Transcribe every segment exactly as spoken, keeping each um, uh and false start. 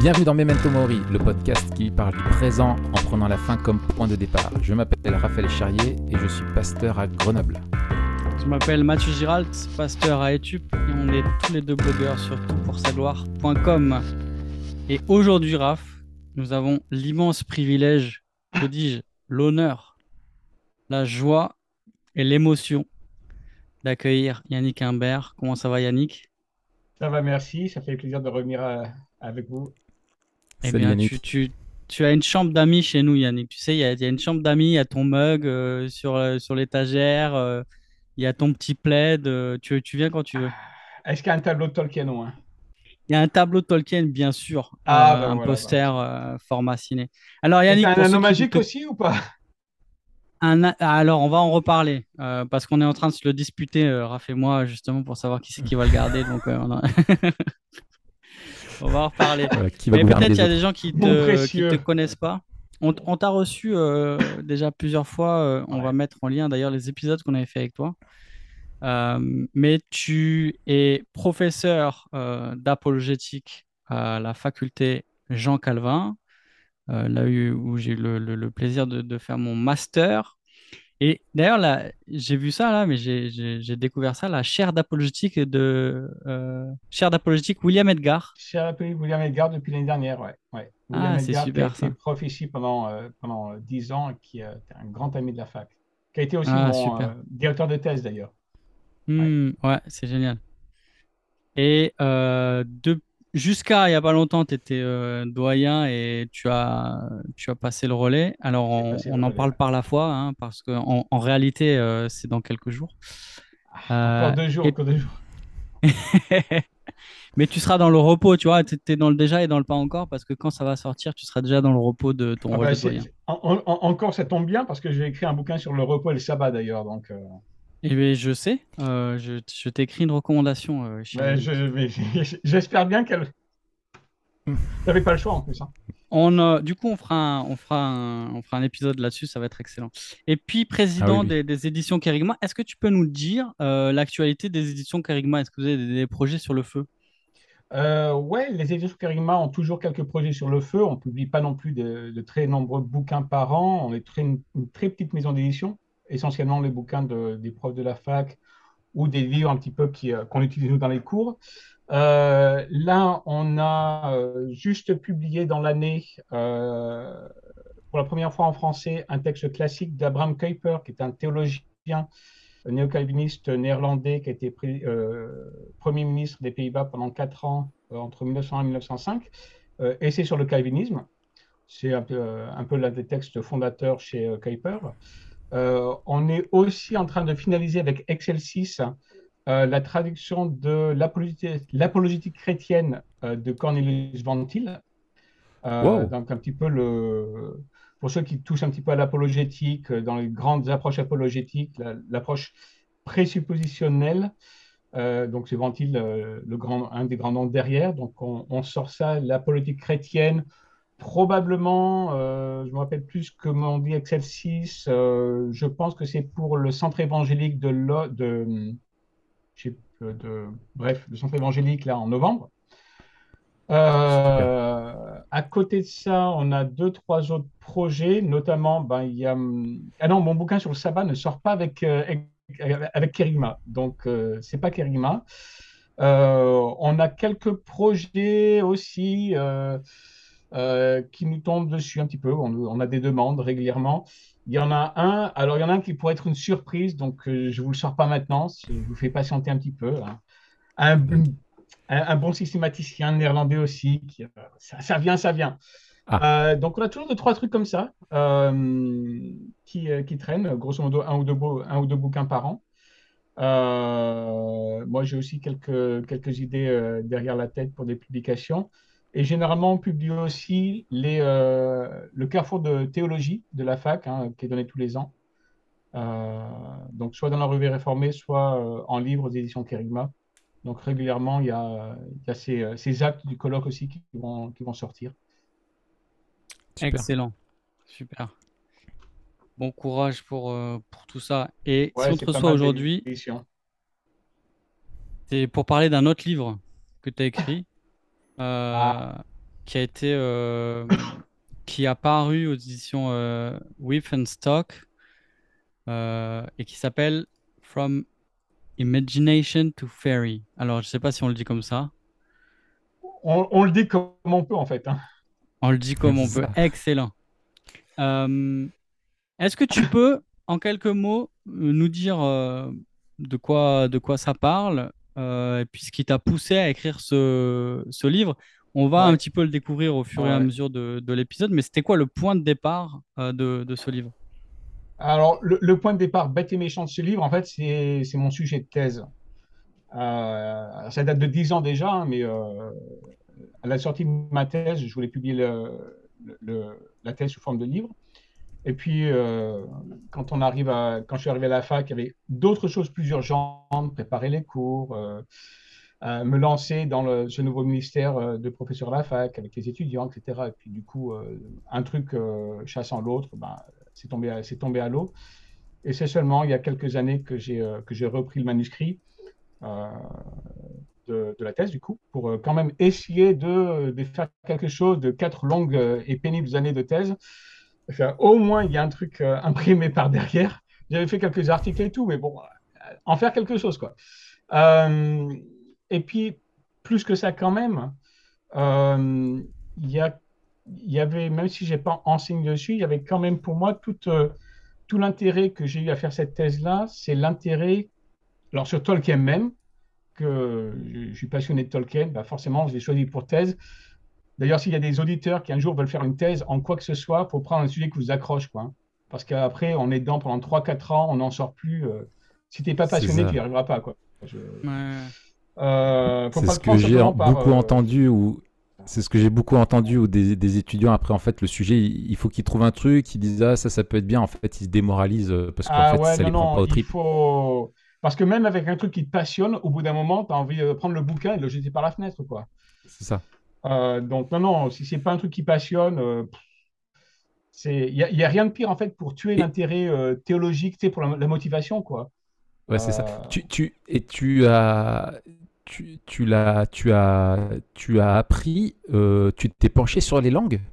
Bienvenue dans Memento Mori, le podcast qui parle du présent en prenant la fin comme point de départ. Je m'appelle Raphaël Charrier et je suis pasteur à Grenoble. Je m'appelle Mathieu Giralt, pasteur à Etup et on est tous les deux blogueurs sur tout pour sa gloire point com. Et aujourd'hui, Raph, nous avons l'immense privilège, que dis-je, l'honneur, la joie et l'émotion d'accueillir Yannick Imbert. Comment ça va, Yannick? Ça va, merci. Ça fait plaisir de revenir à- avec vous. Eh Salut bien, Yannick. tu, tu, tu as une chambre d'amis chez nous, Yannick. Tu sais, il y a, il y a une chambre d'amis, il y a ton mug euh, sur, euh, sur l'étagère, euh, il y a ton petit plaid. euh, tu, tu viens quand tu veux. Est-ce qu'il y a un tableau de Tolkien au moins? Il y a un tableau de Tolkien, bien sûr, Ah, euh, ben un voilà. bah. poster euh, format ciné. Alors, Et Yannick, t'as un pour ceux anneau qui magique te... aussi ou pas? un a- alors, on va en reparler euh, parce qu'on est en train de se le disputer, euh, Raph et moi, justement, pour savoir qui c'est qui va le garder. Donc, euh, on, a- on va en reparler. Voilà, qui va Mais gouverner peut-être il les y a des autres. gens qui Mon te, qui précieux. te connaissent pas. On, t- on t'a reçu euh, déjà plusieurs fois. euh, on va Ouais. mettre en lien d'ailleurs les épisodes qu'on avait fait avec toi. Euh, mais tu es professeur euh, d'apologétique à la faculté Jean Calvin, euh, là où, où j'ai eu le, le- le plaisir de, de faire mon master. Et d'ailleurs, là, j'ai vu ça, là, mais j'ai j'ai- j'ai découvert ça, la chaire d'apologétique de euh, chaire d'apologétique William Edgar. Cher appelé William Edgar depuis l'année dernière. Ouais. Ouais. William Ah, c'est Edgar qui a super été ça. prof ici pendant, euh, pendant dix ans et qui euh, était un grand ami de la fac. Qui a été aussi Ah, mon euh, super. directeur de thèse d'ailleurs. Ouais. Hmm, ouais, c'est génial. Et euh, de, jusqu'à il n'y a pas longtemps, tu étais doyen et tu as, tu as passé le relais. Alors, J'ai on, passé le on en relais. parle Ouais. par la fois, hein, parce qu'en en, en réalité, euh, c'est dans quelques jours. Ah, encore Euh, deux jours, et... encore deux jours. Mais tu seras dans le repos, tu vois, tu es dans le déjà et dans le pas encore, parce que quand ça va sortir, tu seras déjà dans le repos de ton Ah rôle bah, de c'est- doyen. c'est- en- en- encore, ça tombe bien parce que j'ai écrit un bouquin sur le repos et le sabbat d'ailleurs. Donc, euh, Et bien, je sais, euh, je, je t'ai écrit une recommandation, euh, cher mais je- Yannick. mais j'espère bien qu'elle. T'avais pas le choix en plus. Hein. On, euh, du coup, on fera un, on fera un, on fera un épisode là-dessus, ça va être excellent. Et puis, Ah oui, président oui. des, des éditions Kérigma, est-ce que tu peux nous dire euh, l'actualité des éditions Kérigma? Est-ce que vous avez des, des projets sur le feu? Euh, ouais, les éditions Karima ont toujours quelques projets sur le feu. On ne publie pas non plus de, de très nombreux bouquins par an. On est très, une, une très petite maison d'édition, essentiellement les bouquins de- des profs de la fac ou des livres un petit peu qui, euh, qu'on utilise nous dans les cours. Euh, là, on a euh, juste publié dans l'année, euh, pour la première fois en français, un texte classique d'Abraham Kuyper, qui est un théologien néo-calviniste néerlandais qui a été pré- euh, Premier ministre des Pays-Bas pendant quatre ans, euh, entre mille neuf cents et mille neuf cent cinq. Euh, et c'est sur le calvinisme. C'est un peu, euh, un peu l'un des textes fondateurs chez euh, Kuyper. Euh, on est aussi en train de finaliser avec Excel six euh, la traduction de l'apologétique, l'apologétique chrétienne euh, de Cornelius Van Til. Euh, Wow. donc un petit peu le, pour ceux qui touchent un petit peu à l'apologétique, euh, dans les grandes approches apologétiques, la- l'approche présuppositionnelle, euh, donc c'est Ventil euh, le grand, un des grands noms derrière. Donc on, on sort ça, la politique chrétienne, probablement, euh, je me rappelle plus comment on dit Excel six, euh, je pense que c'est pour le centre évangélique de, l'O- de, je sais plus, de bref, le centre évangélique là en novembre. Super. Euh, à côté de ça, on a deux, trois autres projets, notamment, ben, il y a... Ah non, mon bouquin sur le sabbat ne sort pas avec, euh, avec Kerigma, donc euh, c'est pas Kerigma. Euh, on a quelques projets aussi euh, euh, qui nous tombent dessus un petit peu, on, on a des demandes régulièrement. Il y en a un, alors il y en a un qui pourrait être une surprise, donc euh, je ne vous le sors pas maintenant, je vous fais patienter un petit peu. Hein. Un, Ok. un, un bon systématicien néerlandais aussi. Qui, euh, ça, ça vient, ça vient. Ah, Euh, donc, on a toujours deux, trois trucs comme ça euh, qui, euh, qui traînent, grosso modo un ou deux, beaux- un ou deux bouquins par an. Euh, moi, j'ai aussi quelques, quelques idées euh, derrière la tête pour des publications. Et généralement, on publie aussi les, euh, le carrefour de théologie de la fac, hein, qui est donné tous les ans. Euh, donc, soit dans la revue réformée, soit euh, en livre aux éditions Kérigma. Donc régulièrement, il y a, il y a ces, euh, ces actes du colloque aussi qui vont, qui vont sortir. super. Excellent, super. Bon courage pour, euh, pour tout ça. Et si Ouais, on te c'est pas reçoit mal aujourd'hui, d'éditions. c'est pour parler d'un autre livre que tu as écrit, Ah, euh, qui a été, euh, qui a paru aux éditions euh, Wipf and Stock euh, et qui s'appelle From Imagination to Fairy. Alors, je sais pas si on le dit comme ça. On, on le dit comme on peut, en fait, hein. On le dit comme on C'est peut. ça. Excellent. Euh, Est-ce que tu peux, en quelques mots, euh, nous dire euh, de quoi, de quoi ça parle euh, et puis ce qui t'a poussé à écrire ce, ce livre? On va un Ouais, petit peu le découvrir au fur et à ouais. mesure de, de l'épisode, mais c'était quoi le point de départ euh, de, de ce livre? Alors, le, le point de départ bête et méchant de ce livre, en fait, c'est c'est mon sujet de thèse. Euh, ça date de dix ans déjà, hein, mais euh, à la sortie de ma thèse, je voulais publier le, le- le- la thèse sous forme de livre. Et puis, euh, quand on arrive à, quand je suis arrivé à la fac, il y avait d'autres choses plus urgentes, préparer les cours, euh, euh, me lancer dans le- ce nouveau ministère euh, de professeur à la fac avec les étudiants, et cetera. Et puis, du coup, euh, un truc euh, chassant l'autre, ben, c'est tombé, à- c'est tombé à l'eau. Et c'est seulement il y a quelques années que j'ai euh, que j'ai repris le manuscrit euh, de, de la thèse, du coup, pour euh, quand même essayer de, de faire quelque chose de quatre longues euh, et pénibles années de thèse. Enfin, au moins, il y a un truc euh, imprimé par derrière. J'avais fait quelques articles et tout, mais bon, euh, en faire quelque chose, quoi. Euh, et puis, plus que ça quand même, euh, il y a, il y avait, même si j'ai pas enseigné dessus, il y avait quand même pour moi tout, euh, tout l'intérêt que j'ai eu à faire cette thèse-là, c'est l'intérêt, alors sur Tolkien même, que je, je suis passionné de Tolkien, bah forcément, je l'ai choisi pour thèse. D'ailleurs, s'il y a des auditeurs qui un jour veulent faire une thèse en quoi que ce soit, il faut prendre un sujet qui vous accroche, quoi, hein. Parce qu'après, on est dedans pendant trois quatre ans, on n'en sort plus. Euh, si tu n'es pas C'est passionné, tu ça. n'y arriveras pas, quoi. Je, Ouais. euh, faut C'est pas ce le que prendre j'ai en- simplement par. beaucoup euh, entendu ou c'est ce que j'ai beaucoup entendu ou des, des étudiants après en fait le sujet il il faut qu'ils trouvent un truc ils disent ah ça ça peut être bien en fait ils se démoralisent euh, parce qu'en Ah fait ouais, ça non, les prend pas non, aux il tripes. faut. Parce que même avec un truc qui te passionne, au bout d'un moment, tu as envie de prendre le bouquin et de le jeter par la fenêtre, quoi. C'est ça. Euh, donc, non, non, si c'est pas un truc qui passionne, euh, c'est, il y a, il y a rien de pire, en fait, pour tuer Et l'intérêt euh, théologique, tu sais, pour la, la motivation, quoi. ouais c'est ça. Euh, Tu tu et tu as tu, tu l'as tu as tu as appris euh, tu t'es penché sur les langues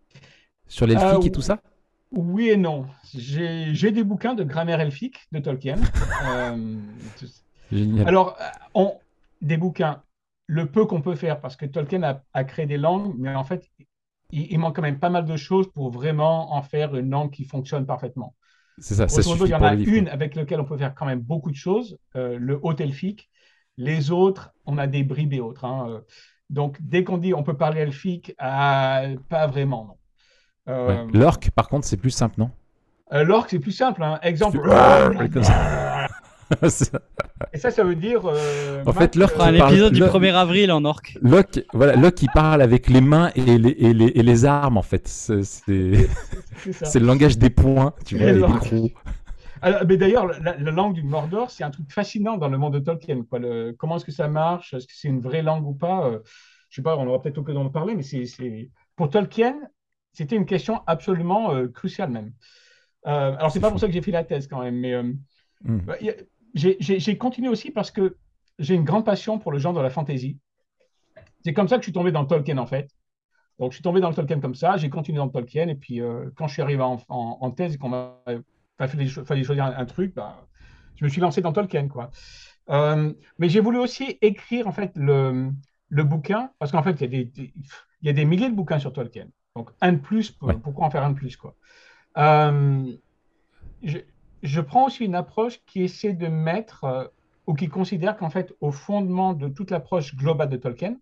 sur l'elfique et euh, tout ça. oui et non. J'ai j'ai des bouquins de grammaire elfique de Tolkien. Euh, Génial. alors, euh, on, des bouquins, le peu qu'on peut faire, parce que Tolkien a, a créé des langues, mais en fait, il, il manque quand même pas mal de choses pour vraiment en faire une langue qui fonctionne parfaitement. C'est ça ça Grosso modo, il suffit y en pour le a livre quoi. une avec laquelle on peut faire quand même beaucoup de choses, euh, le haut elfique. Les autres, on a des bribes et autres, hein. Euh, Donc, dès qu'on dit on peut parler elfique, ah, pas vraiment, non. Ouais. Euh, L'orque par contre c'est plus simple non? euh, L'orque, c'est plus simple, hein. Tu Exemple. fais comme ça. C'est ça. Et ça, ça veut dire euh, En fait Mac. l'orque Fera un il parle épisode du l'or- premier avril en orque. Locke, voilà, Locke, il parle avec les mains et les, et les, et les armes, en fait. C'est, c'est, C'est ça. c'est le langage des poings, tu vois, Et et des l'orque. crocs. Alors, mais d'ailleurs, la, la langue du Mordor, c'est un truc fascinant dans le monde de Tolkien, quoi. Le- comment est-ce que ça marche? Est-ce que c'est une vraie langue ou pas? Euh, je sais pas, on aura peut-être l'occasion d'en parler, mais c'est, c'est... pour Tolkien, c'était une question absolument euh, cruciale même. Euh, alors, c'est C'est pas pour fou. ça que j'ai fait la thèse quand même, mais euh, Hmm. bah, y a- j'ai j'ai- j'ai continué aussi parce que j'ai une grande passion pour le genre de la fantasy. C'est comme ça que je suis tombé dans Tolkien, en fait. Donc, je suis tombé dans le Tolkien comme ça, j'ai continué dans le Tolkien, et puis euh, quand je suis arrivé en, en- en thèse et qu'on m'a enfin, fallait, cho- fallait choisir un, un truc, bah, je me suis lancé dans Tolkien, quoi. Euh, mais j'ai voulu aussi écrire, en fait, le, le bouquin, parce qu'en fait, il y a des, des- il y a des milliers de bouquins sur Tolkien. Donc, un de plus, Ouais, pourquoi en faire un de plus, quoi. Euh, je, je prends aussi une approche qui essaie de mettre, euh, ou qui considère qu'en fait, au fondement de toute l'approche globale de Tolkien,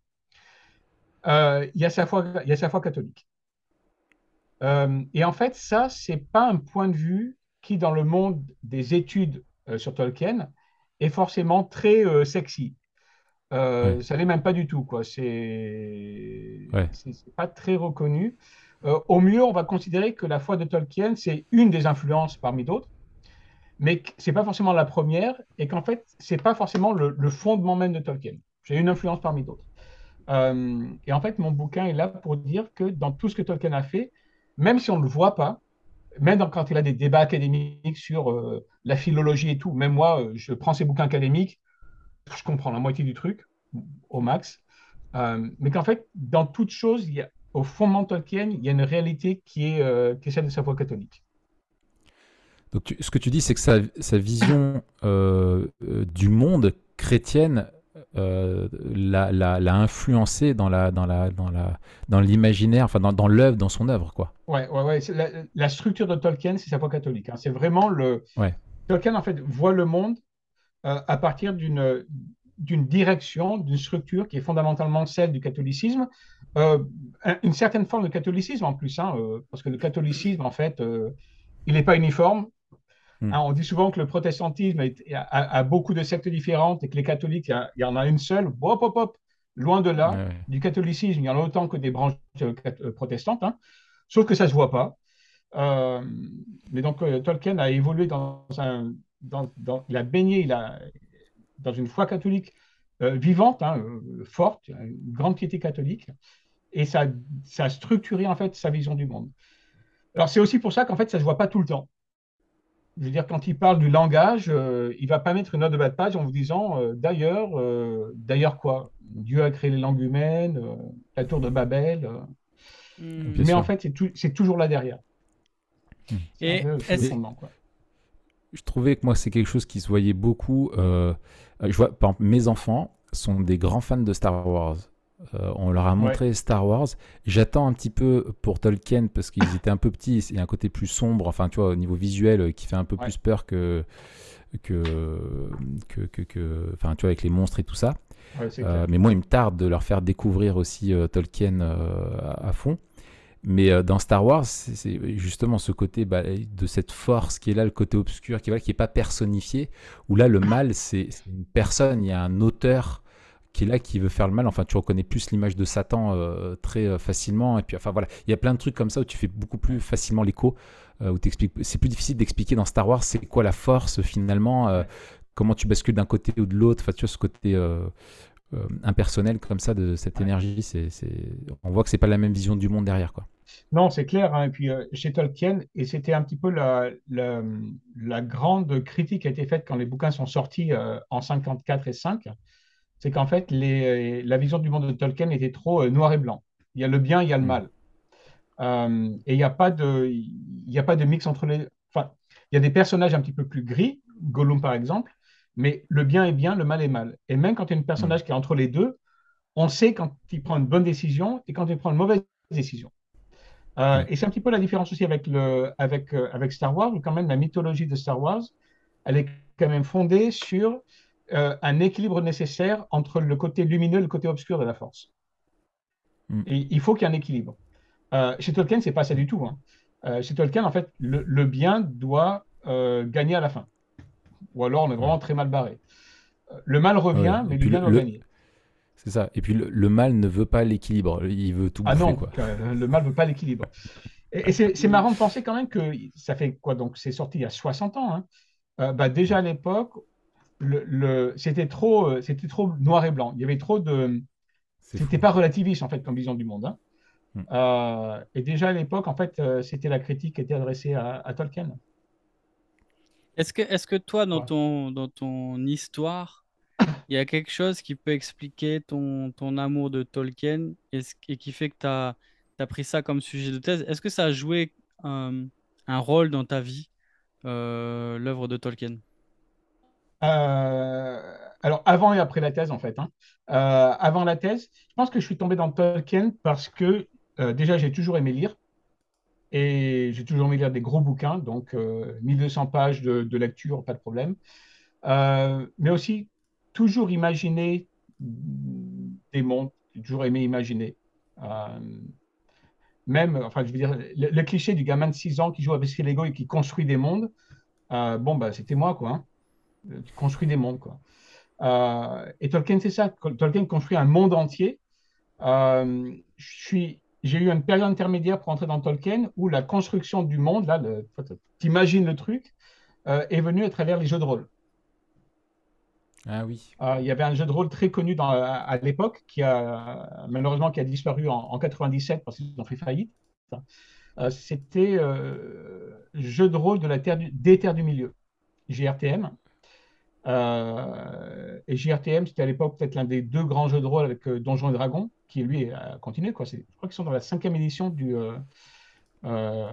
euh, il y a sa foi, il y a sa foi catholique. Euh, et en fait, ça, c'est pas un point de vue qui, dans le monde des études euh, sur Tolkien, est forcément très euh, sexy. ouais, Euh, ça l'est même pas du tout, quoi. C'est ouais, c'est c'est pas très reconnu. Euh, au mieux, on va considérer que la foi de Tolkien, c'est une des influences parmi d'autres, mais que c'est pas forcément la première, et qu'en fait, c'est pas forcément le, le fondement même de Tolkien. C'est une influence parmi d'autres. Euh, et en fait, mon bouquin est là pour dire que dans tout ce que Tolkien a fait, même si on ne le voit pas, même dans- quand il a des débats académiques sur euh, la philologie et tout, même moi, euh, je prends ces bouquins académiques, je comprends la moitié du truc, au max. Euh, mais qu'en fait, dans toute chose, il y a, au fondement de Tolkien, il y a une réalité qui est, euh, qui est celle de sa foi catholique. Donc, tu- ce que tu dis, c'est que sa, sa vision euh, euh, du monde chrétienne euh, l'a, l'a- l'a influencé dans la, dans la, dans la, dans l'imaginaire, enfin dans, dans l'œuvre, dans son œuvre, quoi. Ouais, ouais, ouais. c'est La, la structure de Tolkien, c'est sa foi catholique, hein. C'est vraiment le. Ouais. Tolkien, en fait, voit le monde euh, à partir d'une d'une direction, d'une structure qui est fondamentalement celle du catholicisme, euh, un- une certaine forme de catholicisme en plus, hein, euh, parce que le catholicisme, en fait, euh, il n'est pas uniforme. Hmm. Hein, on dit souvent que le protestantisme est- a, a- a beaucoup de sectes différentes et que les catholiques, il y, a- il y en a une seule. Hop, hop, hop. Loin de Ouais, là, ouais. du catholicisme, il y en a autant que des branches euh, cat- euh, protestantes, hein, sauf que ça ne se voit pas. Euh, mais donc, euh, Tolkien a évolué dans un. Dans, dans- il a baigné il a, dans une foi catholique euh, vivante, hein, euh, forte, une grande piété catholique, et ça, ça a structuré en fait sa vision du monde. Alors, c'est aussi pour ça qu'en fait, ça ne se voit pas tout le temps. Je veux dire, quand il parle du langage, euh, il ne va pas mettre une note de bas de page en vous disant euh, d'ailleurs, euh, d'ailleurs quoi? Dieu a créé les langues humaines, euh, la tour de Babel. euh. Bien Mais en Hmm. sûr. fait, c'est tou- c'est toujours là derrière. Hmm. C'est un Et peu c'est le est-ce... Mais fondement, quoi. je trouvais que moi, c'est quelque chose qui se voyait beaucoup. euh, je vois, par exemple, mes enfants sont des grands fans de Star Wars. Euh, on leur a Ouais, montré Star Wars. J'attends un petit peu pour Tolkien parce qu'ils étaient un peu petits. Il y a un côté plus sombre, enfin, tu vois, au niveau visuel, euh, qui fait un peu ouais, plus peur que, que, que, que, que- enfin, tu vois, avec les monstres et tout ça. ouais, c'est Euh, clair. mais moi, il me tarde de leur faire découvrir aussi euh, Tolkien euh, à, à fond. Mais euh, dans Star Wars, c'est c'est justement ce côté bah, de cette force qui est là, le côté obscur, qui est, voilà, qui est pas personnifié, où là, le mal, c'est c'est une personne, il y a un auteur qui est là, qui veut faire le mal. Enfin, tu reconnais plus l'image de Satan euh, très euh, facilement. Et puis, enfin, voilà, il y a plein de trucs comme ça où tu fais beaucoup plus facilement l'écho, euh, où t'expliques- c'est plus difficile d'expliquer dans Star Wars c'est quoi la force finalement, euh, Ouais. comment tu bascules d'un côté ou de l'autre. Enfin, tu vois, ce côté euh, euh, impersonnel comme ça de cette Ouais. énergie, c'est, c'est... on voit que c'est pas la même vision du monde derrière, quoi. Non, c'est clair, hein. Et puis, euh, chez Tolkien, et c'était un petit peu la, la, la grande critique qui a été faite quand les bouquins sont sortis euh, en cinquante-quatre et cinq, c'est qu'en fait, les, la vision du monde de Tolkien était trop euh, noir et blanc. Il y a le bien, il y a le Mm. mal. Euh, et il n'y a pas de, il y a pas de mix entre les. Enfin, il y a des personnages un petit peu plus gris, Gollum par exemple, mais le bien est bien, le mal est mal. Et même quand il y a un Mm. personnage qui est entre les deux, on sait quand il prend une bonne décision et quand il prend une mauvaise décision. Euh, Ouais. et c'est un petit peu la différence aussi avec, le, avec, euh, avec Star Wars, où quand même la mythologie de Star Wars, elle est quand même fondée sur euh, un équilibre nécessaire entre le côté lumineux et le côté obscur de la force. Mm. Et il faut qu'il y ait un équilibre. Euh, chez Tolkien, c'est pas ça du tout, hein. Euh, chez Tolkien, en fait, le, le bien doit euh, gagner à la fin. Ou alors on est Ouais. vraiment très mal barré. Euh, Le mal Ah ouais. revient, Et mais le puis le, bien doit le- gagner. c'est ça. Et puis le, le mal ne veut pas l'équilibre. Il veut tout Ah bouffer, non, quoi. euh, le mal ne veut pas l'équilibre. Et, et c'est c'est Hmm. marrant de penser quand même que ça fait quoi? Donc, c'est sorti il y a soixante ans, hein. Euh, bah, déjà Ouais. à l'époque, le, le- c'était trop, euh, c'était trop noir et blanc. Il y avait trop de. C'est C'était fou. pas relativiste, en fait, comme vision du monde, hein. Mm. Euh, et déjà à l'époque, en fait, euh, c'était la critique qui était adressée à, à Tolkien. Est-ce que, est-ce que toi, dans Ouais. ton, dans ton histoire, il y a quelque chose qui peut expliquer ton, ton amour de Tolkien et, ce- et qui fait que tu as pris ça comme sujet de thèse? Est-ce que ça a joué euh, un rôle dans ta vie, euh, l'œuvre de Tolkien? Euh, alors, avant et après la thèse, en fait, hein. Euh, avant la thèse, je pense que je suis tombé dans Tolkien parce que euh, déjà, j'ai toujours aimé lire et j'ai toujours aimé lire des gros bouquins, donc euh, mille deux cents pages de, de lecture, pas de problème. Euh, mais aussi, toujours imaginer des mondes, j'ai toujours aimé imaginer. Euh, Même, enfin, je veux dire, le, le cliché du gamin de six ans qui joue avec ses Lego et qui construit des mondes, euh, bon, bah, c'était moi, quoi, hein. Tu construis des mondes, quoi. Euh, et Tolkien, c'est ça. Tolkien construit un monde entier. Euh, je suis, j'ai eu une période intermédiaire pour entrer dans Tolkien où la construction du monde, là, tu imagines le truc, euh, est venue à travers les jeux de rôle. Ah oui. Euh, il y avait un jeu de rôle très connu dans, à, à l'époque qui a malheureusement qui a disparu en, en quatre-vingt-dix-sept parce qu'ils ont fait faillite. Euh, c'était euh, jeu de rôle de la terre du, des terres du milieu, G R T M. Euh, et J R T M, c'était à l'époque peut-être l'un des deux grands jeux de rôle avec euh, Donjons et Dragons. qui lui a continué, quoi. C'est- Je crois qu'ils sont dans la cinquième édition du, euh, euh,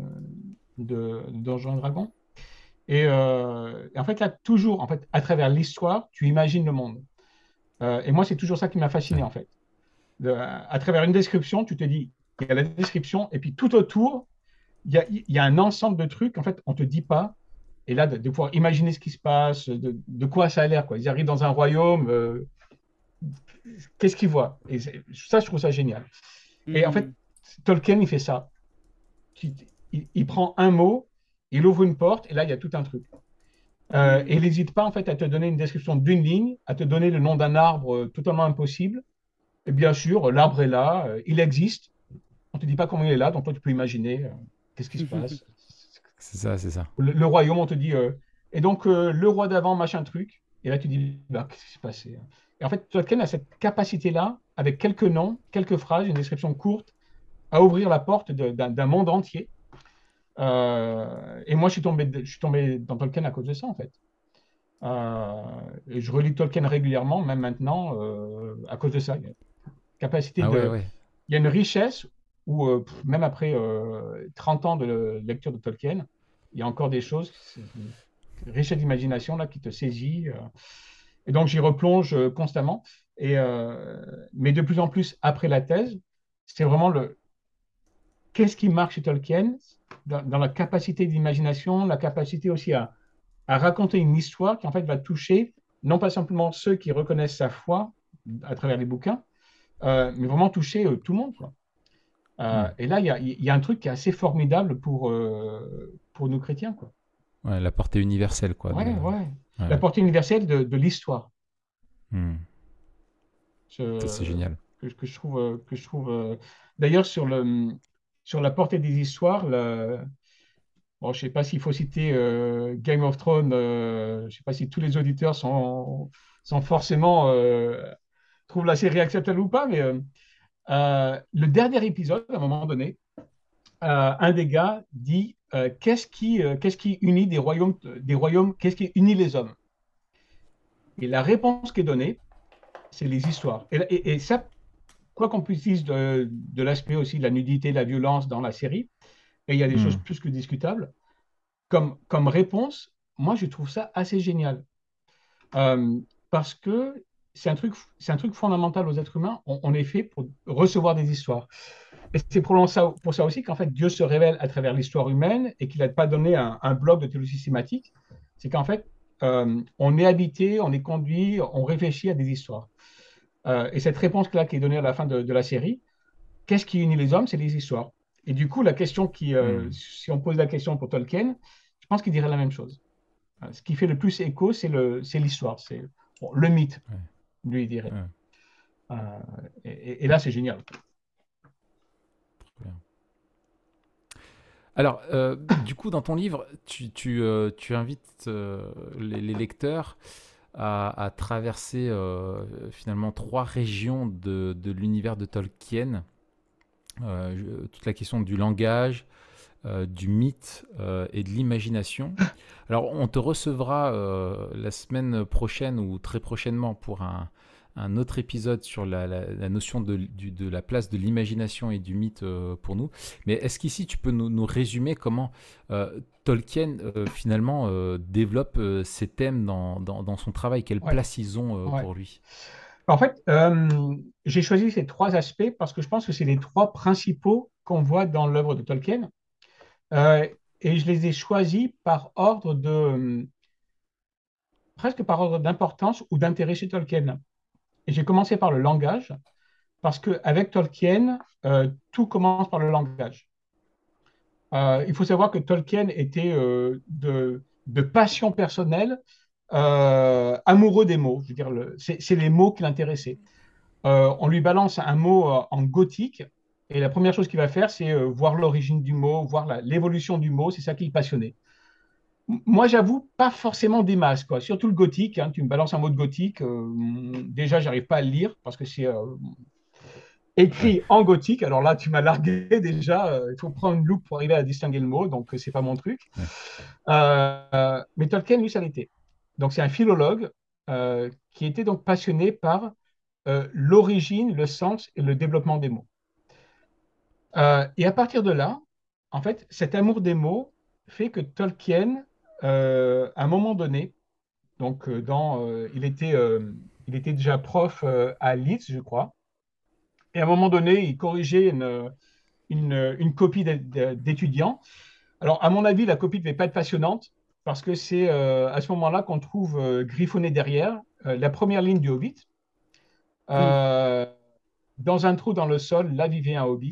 de, de Donjons et Dragons. Et, euh, et en fait, là, toujours, en fait, à travers l'histoire, tu imagines le monde. Euh, et moi, c'est toujours ça qui m'a fasciné, Ouais. en fait. De- à travers une description, tu te dis, il y a la description, et puis tout autour, il y a, il y a un ensemble de trucs, en fait, on ne te dit pas. Et là, de, de pouvoir imaginer ce qui se passe, de, de quoi ça a l'air, quoi. Ils arrivent dans un royaume, euh, qu'est-ce qu'ils voient? Et c'est- ça, je trouve ça génial. Et en fait, Hmm. Tolkien, il fait ça. Il, il- il prend un mot, il ouvre une porte, et là, il y a tout un truc. Euh, et Hmm. il n'hésite pas, en fait, à te donner une description d'une ligne, à te donner le nom d'un arbre euh, totalement impossible. Et bien sûr, l'arbre est là, euh, il existe. On ne te dit pas comment il est là, donc toi, tu peux imaginer euh, qu'est-ce qui se passe. C'est ça, c'est ça. Le, le royaume, on te dit. euh, et donc, euh, le roi d'avant, machin truc. Et là, tu dis, bah, qu'est-ce qui s'est passé? Et en fait, Tolkien a cette capacité-là, avec quelques noms, quelques phrases, une description courte, à ouvrir la porte de- d'un d'un monde entier. Euh, et moi, je suis tombé, de- je suis tombé dans Tolkien à cause de ça, en fait. Euh, et je relis Tolkien régulièrement, même maintenant, euh, à cause de ça. Il y a une capacité Ah ouais, de. ouais. Il y a une richesse où, euh, pff, même après euh, trente ans de lecture de Tolkien, il y a encore des choses, c'est une richesse d'imagination là qui te saisit. euh. Et donc, j'y replonge euh, constamment. Et, euh, mais de plus en plus, après la thèse, c'est vraiment le qu'est-ce qui marque chez Tolkien dans, dans la capacité d'imagination, la capacité aussi à, à raconter une histoire qui en fait va toucher non pas simplement ceux qui reconnaissent sa foi à travers les bouquins, euh, mais vraiment toucher euh, tout le monde, quoi. Euh, Hmm. et là, il y a, il y a un truc qui est assez formidable pour, euh, pour nous chrétiens, quoi. Ouais, la portée universelle, quoi. De... Ouais, ouais. La Ouais. portée universelle de, de l'histoire. Hmm. Ça, c'est Je- génial. que, que je trouve, euh, que je trouve. euh, D'ailleurs, sur le, sur la portée des histoires, le- bon, je ne sais pas s'il faut citer euh, Game of Thrones. Euh, je ne sais pas si tous les auditeurs sont, sont forcément euh, trouvent la série acceptable ou pas, mais euh, euh, le dernier épisode, à un moment donné, euh, un des gars dit euh, qu'est-ce qui, euh, qu'est-ce qui unit des royaumes, des royaumes, qu'est-ce qui unit les hommes? Et la réponse qui est donnée, c'est les histoires. Et, et- et ça, quoi qu'on puisse dire de, de l'aspect aussi de la nudité, de la violence dans la série, et il y a des choses Hmm. plus que discutables, comme, comme réponse, moi je trouve ça assez génial. Euh, parce que c'est un truc, c'est un truc fondamental aux êtres humains. On, on est fait pour recevoir des histoires. Et c'est pour ça, pour ça aussi qu'en fait Dieu se révèle à travers l'histoire humaine et qu'il n'a pas donné un, un bloc de théologie systématique. C'est qu'en fait, euh, on est habité, on est conduit, on réfléchit à des histoires. Euh, et cette réponse-là qui est donnée à la fin de, de la série, qu'est-ce qui unit les hommes? C'est les histoires. Et du coup, la question qui, euh, Hmm. si on pose la question pour Tolkien, je pense qu'il dirait la même chose. Euh, Ce qui fait le plus écho, c'est le, c'est l'histoire, c'est bon, le mythe, Ouais. lui, il dirait. Ouais. Euh, et, et là, c'est génial. Trop bien. Alors, euh, du coup, dans ton livre, tu, tu, euh, tu invites euh, les, les lecteurs à, à traverser euh, finalement trois régions de, de l'univers de Tolkien. Euh, je- toute la question du langage, euh, du mythe euh, et de l'imagination. Alors, on te recevra euh, la semaine prochaine ou très prochainement pour un, un autre épisode sur la, la- la notion de, du- de la place de l'imagination et du mythe euh, pour nous. Mais est-ce qu'ici, tu peux nous, nous résumer comment euh, Tolkien, euh, finalement, euh, développe euh, ces thèmes dans, dans- dans son travail? Quelle Ouais, place ils ont euh, ouais. pour lui? En fait, euh, j'ai choisi ces trois aspects parce que je pense que c'est les trois principaux qu'on voit dans l'œuvre de Tolkien. Euh, et je les ai choisis par ordre de, presque par ordre d'importance ou d'intérêt chez Tolkien. Et j'ai commencé par le langage parce qu'avec Tolkien, euh, tout commence par le langage. Euh, il faut savoir que Tolkien était euh, de, de passion personnelle, euh, amoureux des mots. Je veux dire, le- c'est c'est les mots qui l'intéressaient. Euh, on lui balance un mot euh, en gothique, et la première chose qu'il va faire, c'est euh, voir l'origine du mot, voir la- l'évolution du mot. C'est ça qui le passionnait. M- Moi, j'avoue, pas forcément des masses, quoi. Surtout le gothique, hein. Tu me balances un mot de gothique, euh, déjà, j'arrive pas à le lire parce que c'est euh, Ouais. écrit en gothique. Alors là, tu m'as largué déjà. Euh, il faut prendre une loupe pour arriver à distinguer le mot, donc euh, c'est pas mon truc. Ouais. Euh, mais Tolkien, lui, ça l'était. Donc c'est un philologue euh, qui était donc passionné par euh, l'origine, le sens et le développement des mots. Euh, et à partir de là, en fait, cet amour des mots fait que Tolkien, euh, à un moment donné, donc euh, dans, euh, il était, euh, il était déjà prof euh, à Leeds, je crois, et à un moment donné, il corrigeait une, une, une copie d'étudiants. Alors, à mon avis, la copie ne devait pas être passionnante parce que c'est euh, à ce moment-là qu'on trouve euh, griffonné derrière euh, la première ligne du Hobbit. Hmm. Euh, dans un trou dans le sol, là vivait un Hobbit,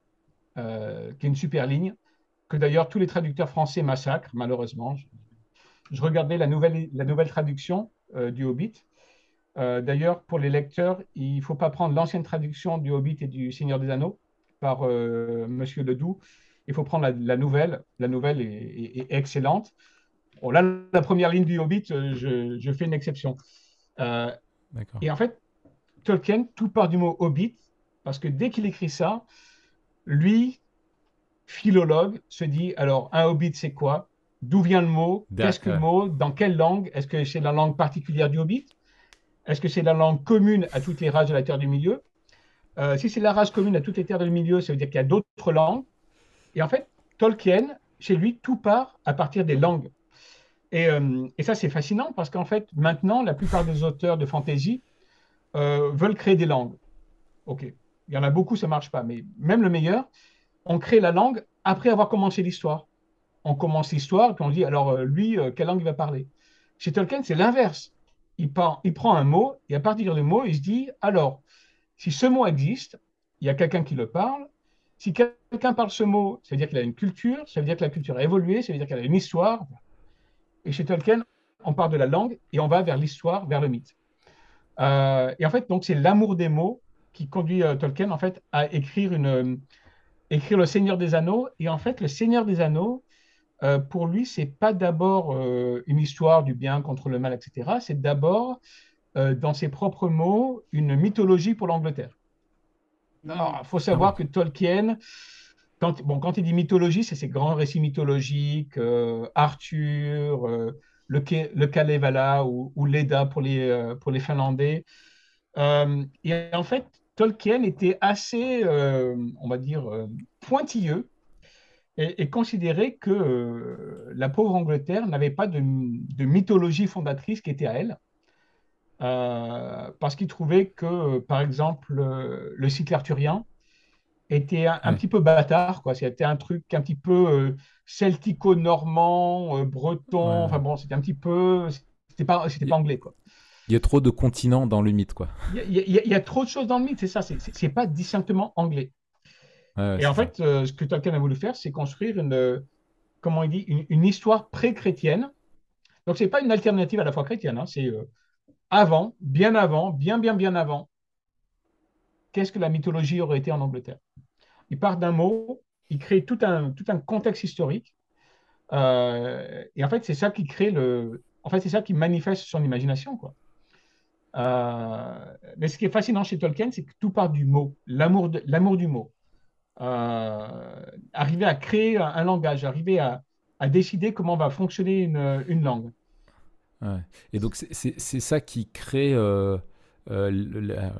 euh, qui est une super ligne, que d'ailleurs tous les traducteurs français massacrent, malheureusement. Je, je regardais la nouvelle, la nouvelle traduction euh, du Hobbit. Euh, d'ailleurs, pour les lecteurs, il ne faut pas prendre l'ancienne traduction du Hobbit et du Seigneur des Anneaux par euh, Monsieur Ledoux. Il faut prendre la, la nouvelle. La nouvelle est, est- est excellente. Bon, là, la première ligne du Hobbit, euh, je, je fais une exception. Euh, D'accord. et en fait, Tolkien, tout part du mot Hobbit, parce que dès qu'il écrit ça, lui, philologue, se dit, alors, un Hobbit, c'est quoi? D'où vient le mot? Qu'est-ce que le D'accord. mot? Dans quelle langue? Est-ce que c'est la langue particulière du Hobbit? Est-ce que c'est la langue commune à toutes les races de la Terre du Milieu? Euh, si c'est la race commune à toutes les terres du milieu, ça veut dire qu'il y a d'autres langues. Et en fait, Tolkien, chez lui, tout part à partir des langues. Et, euh, et ça, c'est fascinant parce qu'en fait, maintenant, la plupart des auteurs de fantasy euh, veulent créer des langues. OK. Il y en a beaucoup, ça ne marche pas. Mais même le meilleur, on crée la langue après avoir commencé l'histoire. On commence l'histoire, puis on dit, alors euh, lui, euh, quelle langue il va parler? Chez Tolkien, c'est l'inverse. Il, part- il prend un mot, et à partir du mot, il se dit, alors, si ce mot existe, il y a quelqu'un qui le parle. Si quelqu'un parle ce mot, ça veut dire qu'il a une culture, ça veut dire que la culture a évolué, ça veut dire qu'elle a une histoire. Et chez Tolkien, on part de la langue et on va vers l'histoire, vers le mythe. Euh, et en fait, donc c'est l'amour des mots qui conduit euh, Tolkien en fait à écrire une, euh, écrire le Seigneur des Anneaux. Et en fait, le Seigneur des Anneaux, euh, pour lui, c'est pas d'abord euh, une histoire du bien contre le mal, et cetera. C'est d'abord, euh, dans ses propres mots, une mythologie pour l'Angleterre. Hmm. Alors, il faut Ah oui. savoir que Tolkien, quand, bon, quand il dit mythologie, c'est ses grands récits mythologiques, euh, Arthur, euh, le, Ke- le Kalevala ou, ou Leda pour les, euh, pour les Finlandais. Euh, et en fait, Tolkien était assez, euh, on va dire, euh, pointilleux et, et considérait que euh, la pauvre Angleterre n'avait pas de, de mythologie fondatrice qui était à elle. Euh, parce qu'il trouvait que, par exemple, euh, le cycle arthurien, était un, un Ouais. petit peu bâtard, quoi. C'était un truc un petit peu euh, celtico-normand, euh, breton. Ouais. Enfin bon, c'était un petit peu, c'était pas, c'était Il pas anglais, quoi. y a trop de continents dans le mythe, quoi. Il y, a- il y a- il y a trop de choses dans le mythe, c'est ça. C'est c'est- c'est pas distinctement anglais. Ouais, ouais, Et en c'est ça. fait, euh, ce que Tolkien a voulu faire, c'est construire une, euh, comment il dit, une, une histoire pré-chrétienne. Donc c'est pas une alternative à la foi chrétienne, hein. C'est euh, avant, bien avant, bien bien bien avant. Qu'est-ce que la mythologie aurait été en Angleterre? Il part d'un mot, il crée tout un tout un contexte historique. Euh, et en fait, c'est ça qui crée le. En fait, c'est ça qui manifeste son imagination, quoi. Euh, mais ce qui est fascinant chez Tolkien, c'est que tout part du mot, l'amour de- l'amour du mot. Euh, arriver à créer un, un langage, arriver à, à décider comment va fonctionner une, une langue. Ouais. Et donc, c'est c'est- c'est ça qui crée. euh, euh, le- le- euh,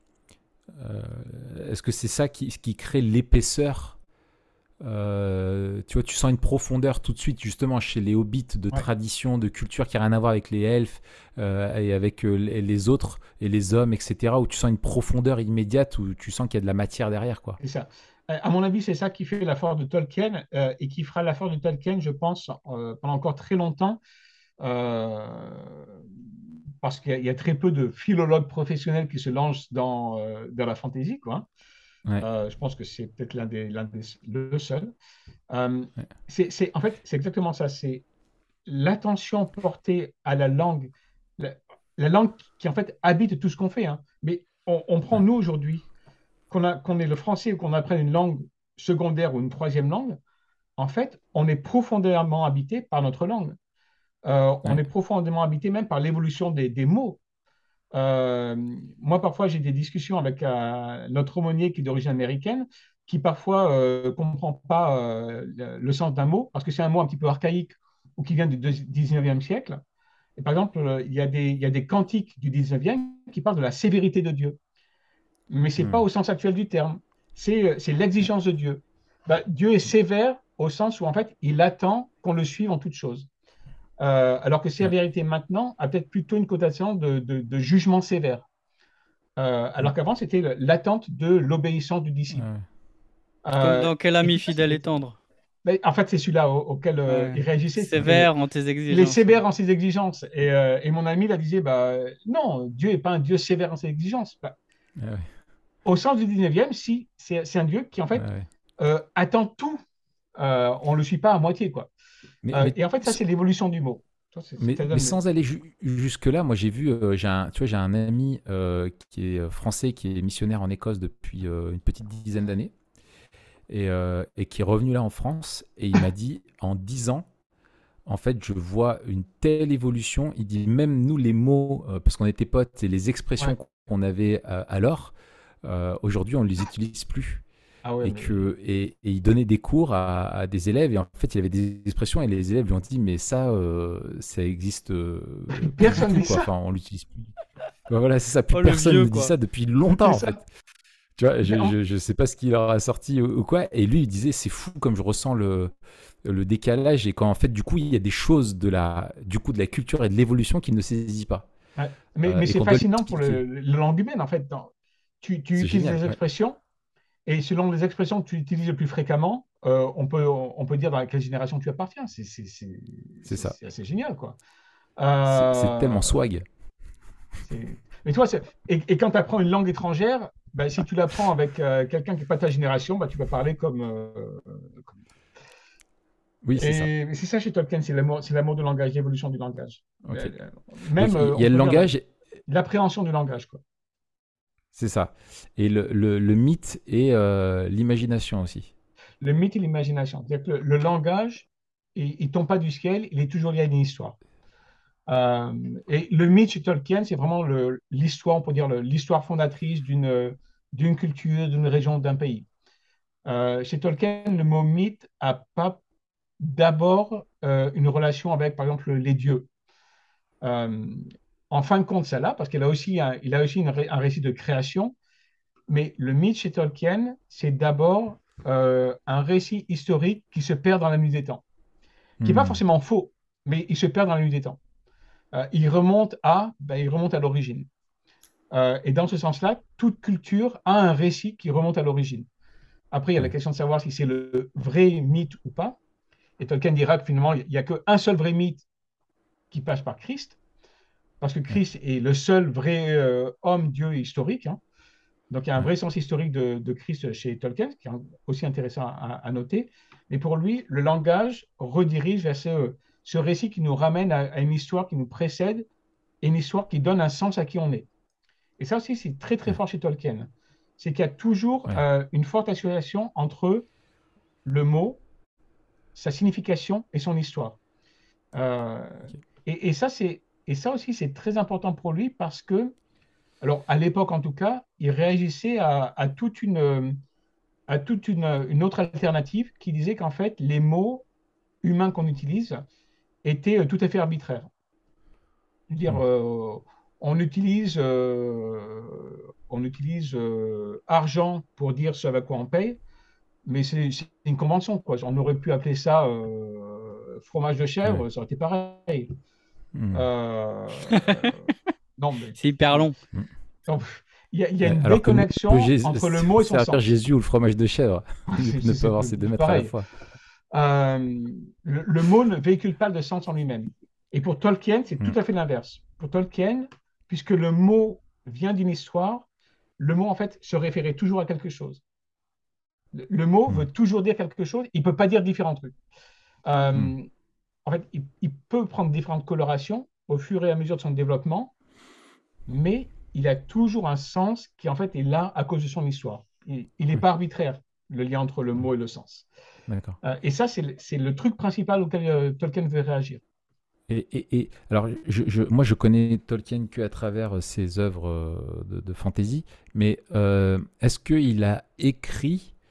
euh, Est-ce que c'est ça qui, qui crée l'épaisseur? Euh, tu vois, tu sens une profondeur tout de suite, justement, chez les hobbits de Ouais, tradition, de culture qui n'a rien à voir avec les elfes euh, et avec euh, les les autres et les hommes, et cetera. Où tu sens une profondeur immédiate, où tu sens qu'il y a de la matière derrière, quoi. c'est ça. Euh, À mon avis, c'est ça qui fait la force de Tolkien euh, et qui fera la force de Tolkien, je pense, euh, pendant encore très longtemps. Euh, parce qu'il y, a il y a très peu de philologues professionnels qui se lancent dans, euh, dans la fantaisie, quoi. Ouais, Euh, je pense que c'est peut-être l'un des, l'un des le seul. Euh, ouais, c'est, c'est- en fait, c'est exactement ça. C'est l'attention portée à la langue, la, la langue qui en fait habite tout ce qu'on fait, hein. Mais on, on prend ouais, nous aujourd'hui, qu'on a, qu'on ait le français ou qu'on apprenne une langue secondaire ou une troisième langue, en fait, on est profondément habité par notre langue. Euh, on ouais. est profondément habité même par l'évolution des, des mots. Euh, Moi, parfois, j'ai des discussions avec euh, notre aumônier qui est d'origine américaine, qui parfois ne comprend pas euh, le, le sens d'un mot, parce que c'est un mot un petit peu archaïque ou qui vient du dix-neuvième siècle. Et par exemple, euh, il y a des, il y a des cantiques du dix-neuvième qui parlent de la sévérité de Dieu. Mais ce n'est pas Hmm. au sens actuel du terme. C'est euh, c'est l'exigence de Dieu. Bah, Dieu est sévère au sens où, en fait, il attend qu'on le suive en toutes choses. Euh, alors que Ouais. sévérité maintenant a peut-être plutôt une connotation de, de, de jugement sévère. Euh, Hmm. alors qu'avant, c'était le- l'attente de l'obéissance du disciple. Ouais. Comme Euh, dans Quel et ami tout ça, c'est fidèle et des- tendre. mais en fait, c'est celui-là au- auquel euh, Ouais. il réagissait. C'était, Sévère en tes il est exigences. Ouais. sévère en ses exigences. Et, euh, et mon ami, là, disait, bah, non, Dieu n'est pas un Dieu sévère en ses exigences. Bah, Ouais, ouais, au sens du dix-neuvième, si, c'est c'est un Dieu qui, en ouais, fait, ouais. euh, attend tout. Euh, on ne le suit pas à moitié, quoi. Mais, Euh, mais, et en fait, ça, c'est l'évolution du mot. Ça, c'est- mais, ça mais donne- sans aller ju- jusque-là, moi j'ai vu, euh, j'ai un, tu vois, j'ai un ami euh, qui est euh, français, qui est missionnaire en Écosse depuis euh, une petite dizaine d'années, et, euh, et qui est revenu là en France, et il m'a dit, en dix ans, en fait, je vois une telle évolution. Il dit, même nous, les mots, euh, parce qu'on était potes, et les Ouais. expressions qu'on avait euh, alors, euh, aujourd'hui, on ne les utilise plus. Ah ouais, Et, mais que, et, et il donnait des cours à, à des élèves, et en fait, il avait des expressions, et les élèves lui ont dit, mais ça, euh, ça existe euh, plus du personne tout, dit quoi. ça. Enfin, on l'utilise plus. Ouais, voilà, c'est ça, plus Oh, le personne vieux, ne dit quoi. ça depuis longtemps, C'est en fait. ça. Tu vois, Mais je, en- je, je sais pas ce qu'il leur a sorti ou, ou quoi. Et lui, il disait, c'est fou comme je ressens le, le décalage, et quand en fait, du coup, il y a des choses de la, du coup, de la culture et de l'évolution qu'il ne saisit pas, ouais. Mais, euh, mais et c'est qu'on doit lui fascinant pour expliquer. le, la langue humaine, en fait. Dans- tu, tu C'est utilises génial, des ouais. expressions, et selon les expressions que tu utilises le plus fréquemment, euh, on peut, on peut dire dans quelle génération tu appartiens. C'est c'est- c'est- C'est c'est- ça. c'est assez génial, quoi. C'est c'est tellement Euh, swag. c'est- mais toi, c'est- et, et quand tu apprends une langue étrangère, bah, si tu l'apprends avec euh, quelqu'un qui n'est pas de ta génération, bah, tu vas parler comme, euh, comme- Oui, c'est ça. Et c'est ça chez Tolkien, c'est l'amour, c'est l'amour du langage, l'évolution du langage. Ok. Euh, Donc, Même, il euh, y on a le peut dire, la- langage, l'appréhension du langage, quoi. c'est ça. Et le, le, le mythe et euh, l'imagination aussi. Le mythe et l'imagination. C'est-à-dire que le, le langage, il ne tombe pas du ciel, il est toujours lié à une histoire. Euh, et le mythe chez Tolkien, c'est vraiment le- l'histoire, on peut dire le- l'histoire fondatrice d'une d'une culture, d'une région, d'un pays. Euh, chez Tolkien, le mot mythe a pas d'abord euh, une relation avec, par exemple, les dieux. Euh, En fin de compte, ça l'a, parce qu'il a aussi, un, il a aussi une ré- un récit de création, mais le mythe chez Tolkien, c'est d'abord euh, un récit historique qui se perd dans la nuit des temps, qui n'est pas Hmm. forcément faux, mais il se perd dans la nuit des temps. Euh, il remonte à, ben, il remonte à l'origine. Euh, et dans ce sens-là, toute culture a un récit qui remonte à l'origine. Après, il y a la Ouais. question de savoir si c'est le vrai mythe ou pas. Et Tolkien dira que finalement, il n'y a qu'un seul vrai mythe qui passe par Christ, parce que Ouais. Christ est le seul vrai euh, homme, Dieu historique, hein. Donc il y a un Ouais. vrai sens historique de, de Christ chez Tolkien, qui est aussi intéressant à, à noter. Mais pour lui, le langage redirige vers ce, ce récit qui nous ramène à, à une histoire qui nous précède et une histoire qui donne un sens à qui on est. Et ça aussi, c'est très très Ouais. fort chez Tolkien. C'est qu'il y a toujours Ouais. euh, une forte association entre le mot, sa signification et son histoire. Euh, Ok. et, et ça, c'est, et ça aussi, c'est très important pour lui parce que, alors à l'époque en tout cas, il réagissait à, à toute une, à toute une, une autre alternative qui disait qu'en fait, les mots humains qu'on utilise étaient euh, tout à fait arbitraires. Je veux dire, Hmm. euh, on utilise, euh, on utilise euh, argent pour dire ce avec quoi on paye, mais c'est c'est une convention, quoi. On aurait pu appeler ça euh, fromage de Ouais. chèvre, ça aurait été pareil. Hmm. Euh, non, mais C'est hyper long. Hmm. donc, il y a, il y a Ouais. une Alors que le mot peut déconnexion Jés- entre le mot et son servir sens. Jésus ou le fromage de chèvre. Il C'est ne c'est- peut c'est avoir plus, ces deux plus maîtres à la pareil. fois. Euh, le, le mot ne véhicule pas de sens en lui-même. Et pour Tolkien, c'est tout Hmm. à fait l'inverse. Pour Tolkien, puisque le mot vient d'une histoire, le mot, en fait, se référait toujours à quelque chose. Le, le mot Hmm. veut toujours dire quelque chose, il ne peut pas dire différents trucs. Hmm. Euh, En fait, il, il peut prendre différentes colorations au fur et à mesure de son développement, mais il a toujours un sens qui, en fait, est là à cause de son histoire. Il n'est Ouais. pas arbitraire, le lien entre le Hmm. mot et le sens. D'accord. Euh, et ça, c'est le, c'est le truc principal auquel euh, Tolkien veut réagir. Et, et, et alors, je, je- moi, je connais Tolkien que à travers euh, ses œuvres euh, de, de fantasy, mais euh, est-ce qu'il a écrit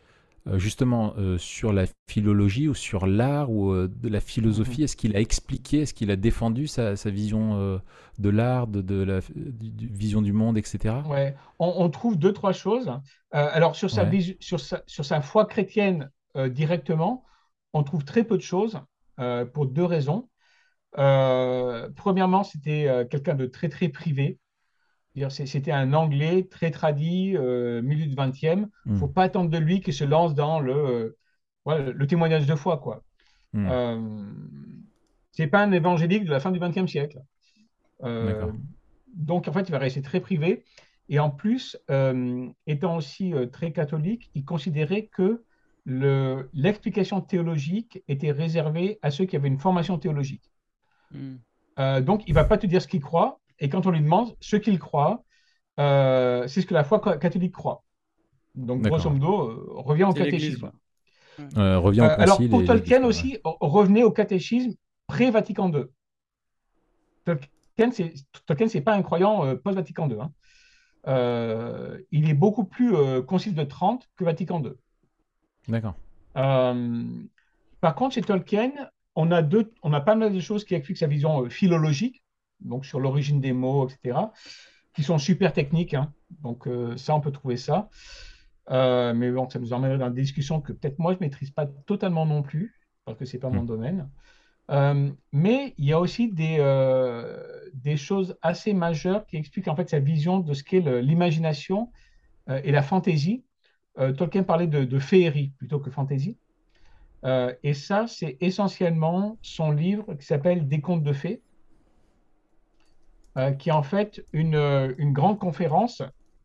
euh, justement euh, sur la philologie ou sur l'art ou euh, de la philosophie? Mhm. Est-ce qu'il a expliqué, est-ce qu'il a défendu sa, sa vision euh, de l'art, de, de la du- du- vision du monde, et cetera? Ouais. On, on trouve deux, trois choses. Euh, alors, sur sa, Ouais, visu- sur sa, sur sa foi chrétienne euh, directement, on trouve très peu de choses euh, pour deux raisons. Euh, premièrement, c'était euh, quelqu'un de très, très privé. C'est-à-dire, c'est- C'était un Anglais très tradit, euh, milieu du vingtième. Il ne hmm, faut pas attendre de lui qu'il se lance dans le, euh, voilà, le témoignage de foi, quoi. hmm, Euh, c'est pas un évangélique de la fin du vingtième siècle. Euh, d'accord, donc, en fait, il va rester très privé. Et en plus, euh, étant aussi euh, très catholique, il considérait que le, l'explication théologique était réservée à ceux qui avaient une formation théologique. Hmm. Euh, donc, il ne va pas te dire ce qu'il croit. Et quand on lui demande ce qu'il croit, euh, c'est ce que la foi ca- catholique croit. Donc, grosso d'accord. modo, euh, revient au C'est l'Église, catéchisme. quoi. Ouais. Euh, revient au Euh, alors, concile pour et l'Église, Tolkien quoi. Ouais. aussi, o- revenez au catéchisme pré-Vatican deux. Tolkien, c'est, Tolkien, c'est pas un croyant euh, post-Vatican deux, hein. Euh, il est beaucoup plus euh, Concile de Trente que Vatican deux. D'accord. Euh, Par contre, chez Tolkien, on a, deux, on a pas mal de choses qui expliquent sa vision euh, philologique, donc sur l'origine des mots, et cetera, qui sont super techniques, hein. Donc, euh, ça, on peut trouver ça. Euh, mais bon, ça nous emmènerait dans des discussions que peut-être moi, je ne maîtrise pas totalement non plus, parce que ce n'est pas Hmm. mon domaine. Euh, mais il y a aussi des, euh, des choses assez majeures qui expliquent en fait sa vision de ce qu'est le- l'imagination euh, et la fantaisie. Euh, Tolkien parlait de, de féerie plutôt que fantaisie. Euh, et ça, c'est essentiellement son livre qui s'appelle Des contes de fées, euh, qui est en fait une, euh, une grande conférence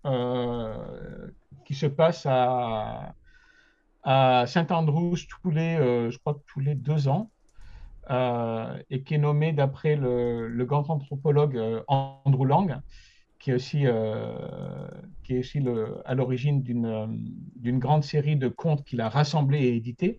euh, qui se passe à, à Saint-Andrews tous les, euh, je crois, que tous les deux ans, euh, et qui est nommée d'après le, le grand anthropologue euh, Andrew Lang, qui est aussi, euh, qui est aussi le, à l'origine d'une euh, d'une grande série de contes qu'il a rassemblés et édités,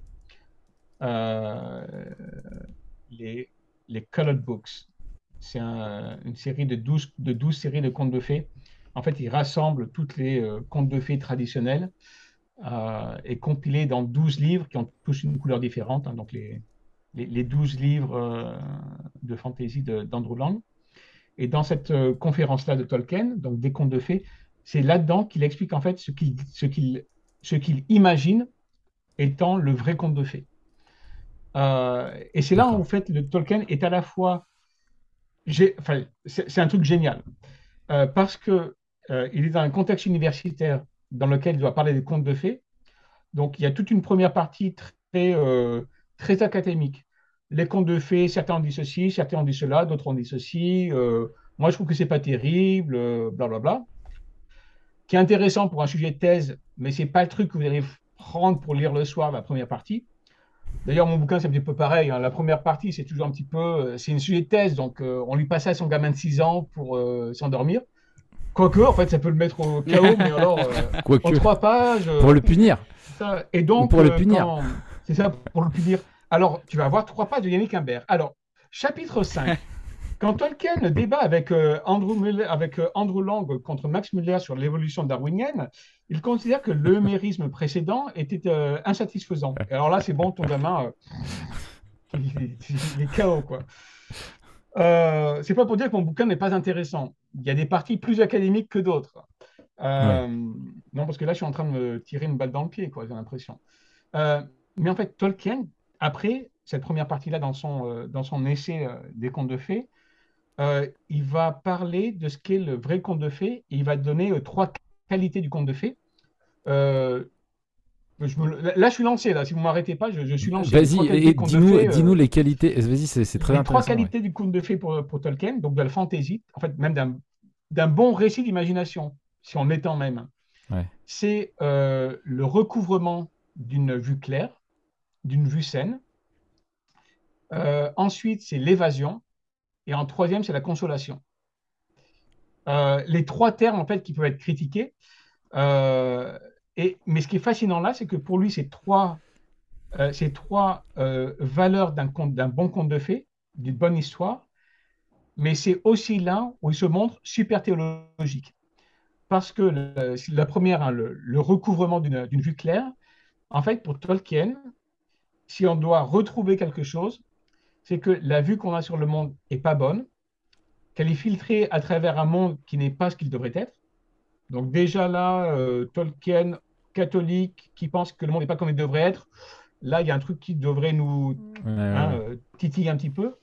euh, les, les Colored Books. C'est un- une série de douze de douze séries de contes de fées. En fait, il rassemble toutes les euh, contes de fées traditionnels euh, et compilés dans douze livres qui ont tous une couleur différente, hein, donc les, les, les douze livres euh, de fantasy de- d'Andrew Lang. Et dans cette euh, conférence-là de Tolkien, donc des contes de fées, c'est là-dedans qu'il explique en fait ce qu'il ce qu'il ce qu'il imagine étant le vrai conte de fées. Euh, et c'est là où en D'accord. fait le Tolkien est à la fois, j'ai- enfin, c'est c'est un truc génial euh, parce que euh, il est dans un contexte universitaire dans lequel il doit parler des contes de fées. Donc il y a toute une première partie très euh, très académique. Les contes de fées, certains ont dit ceci, certains ont dit cela, d'autres ont dit ceci. Euh, moi, je trouve que c'est pas terrible, euh, blablabla. Qui est intéressant pour un sujet de thèse, mais c'est pas le truc que vous allez prendre pour lire le soir, la première partie. D'ailleurs, mon bouquin, c'est un petit peu pareil, hein. La première partie, c'est toujours un petit peu. euh, C'est une sujet de thèse, donc euh, on lui passe ça à son gamin de six ans pour euh, s'endormir. Quoique, en fait, ça peut le mettre au chaos, mais alors, euh, en Quoique, trois pages. pour euh, le punir. ça. Et Ou donc, pour le euh, punir. quand. C'est ça, pour le punir. Alors, tu vas avoir trois pages de Yannick Imbert. Alors, chapitre cinq. Quand Tolkien débat avec, euh, Andrew Muller- avec euh, Andrew Lang contre Max Muller sur l'évolution darwinienne, il considère que le mérisme précédent était euh, insatisfaisant. Et alors là, c'est bon, ton gamin, euh, il, est, il est K O, quoi. Euh, c'est pas pour dire que mon bouquin n'est pas intéressant. Il y a des parties plus académiques que d'autres. Ouais. Euh, non, parce que là, je suis en train de me tirer une balle dans le pied, quoi, j'ai l'impression. Euh, mais en fait, Tolkien, après cette première partie-là dans son, euh, dans son essai euh, des contes de fées, euh, il va parler de ce qu'est le vrai conte de fées et il va donner euh, trois qualités du conte de fées. Euh, je me- là, je suis lancé, là. Si vous ne m'arrêtez pas, je, je suis lancé. Les Vas-y, trois qualités et du conte de dis-nous, fées, dis-nous euh, les qualités. Vas-y, c'est c'est très les trois intéressant. Ouais. qualités du conte de fées pour, pour Tolkien, donc de la fantaisie, en fait, même d'un d'un bon récit d'imagination, si on l'étend même, Ouais. c'est euh, le recouvrement d'une vue claire, d'une vue saine. Euh, ensuite, c'est l'évasion. Et en troisième, c'est la consolation. Euh, les trois termes, en fait, qui peuvent être critiqués. Euh, et, mais ce qui est fascinant là, c'est que pour lui, ces trois, euh, ces trois euh, valeurs d'un conte, d'un bon conte de fées, d'une bonne histoire, mais c'est aussi là où il se montre super théologique. Parce que le- la première, hein, le, le recouvrement d'une d'une vue claire, En fait, pour Tolkien, si on doit retrouver quelque chose, c'est que la vue qu'on a sur le monde est pas bonne, qu'elle est filtrée à travers un monde qui n'est pas ce qu'il devrait être. Donc déjà là, euh, Tolkien, catholique, qui pense que le monde n'est pas comme il devrait être, là, il y a un truc qui devrait nous Ouais, ouais, hein, ouais. euh, titiller un petit peu.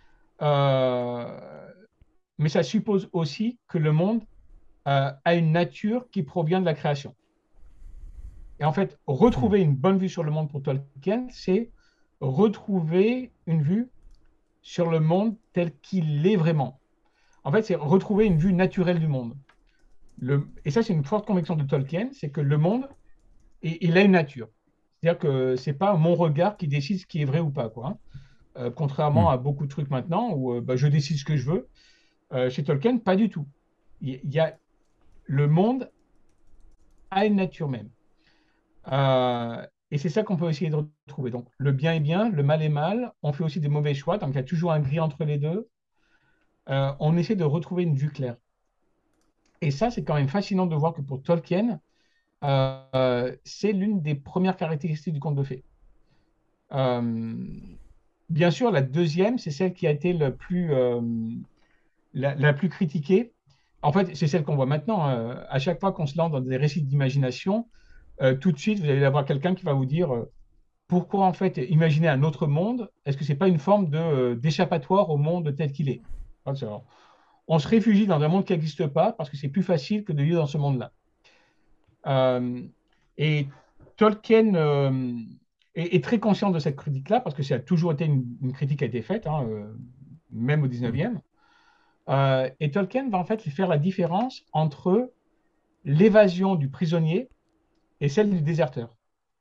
Euh, mais ça suppose aussi que le monde euh, a une nature qui provient de la création. Et en fait, Hmm. retrouver une bonne vue sur le monde pour Tolkien, c'est retrouver une vue sur le monde tel qu'il est vraiment. En fait, c'est retrouver une vue naturelle du monde. Le, et ça, c'est une forte conviction de Tolkien, c'est que le monde, il, il a une nature. C'est-à-dire que c'est pas mon regard qui décide ce qui est vrai ou pas, quoi, hein. Euh, Hmm. contrairement à beaucoup de trucs maintenant où euh, bah, je décide ce que je veux. Euh, chez Tolkien, pas du tout. Il, il y a, le monde a une nature même. Euh, et c'est ça qu'on peut essayer de retrouver. Donc, le bien est bien, le mal est mal. On fait aussi des mauvais choix, donc il y a toujours un gris entre les deux. Euh, on essaie de retrouver une vue claire. Et ça, c'est quand même fascinant de voir que pour Tolkien, euh, c'est l'une des premières caractéristiques du conte de fées. Euh, bien sûr, la deuxième, c'est celle qui a été le plus, euh, la, la plus critiquée. En fait, c'est celle qu'on voit maintenant. Euh, à chaque fois qu'on se lance dans des récits d'imagination, euh, tout de suite, vous allez avoir quelqu'un qui va vous dire euh, pourquoi en fait imaginer un autre monde? Est-ce que c'est pas une forme de, euh, d'échappatoire au monde tel qu'il est? Enfin, on se réfugie dans un monde qui n'existe pas parce que c'est plus facile que de vivre dans ce monde-là. Euh, et Tolkien euh, est, est, très conscient de cette critique-là parce que ça a toujours été une, une critique qui a été faite, hein, euh, même au Hmm. dix-neuvième. Euh, et Tolkien va en fait faire la différence entre l'évasion du prisonnier et celle du déserteur.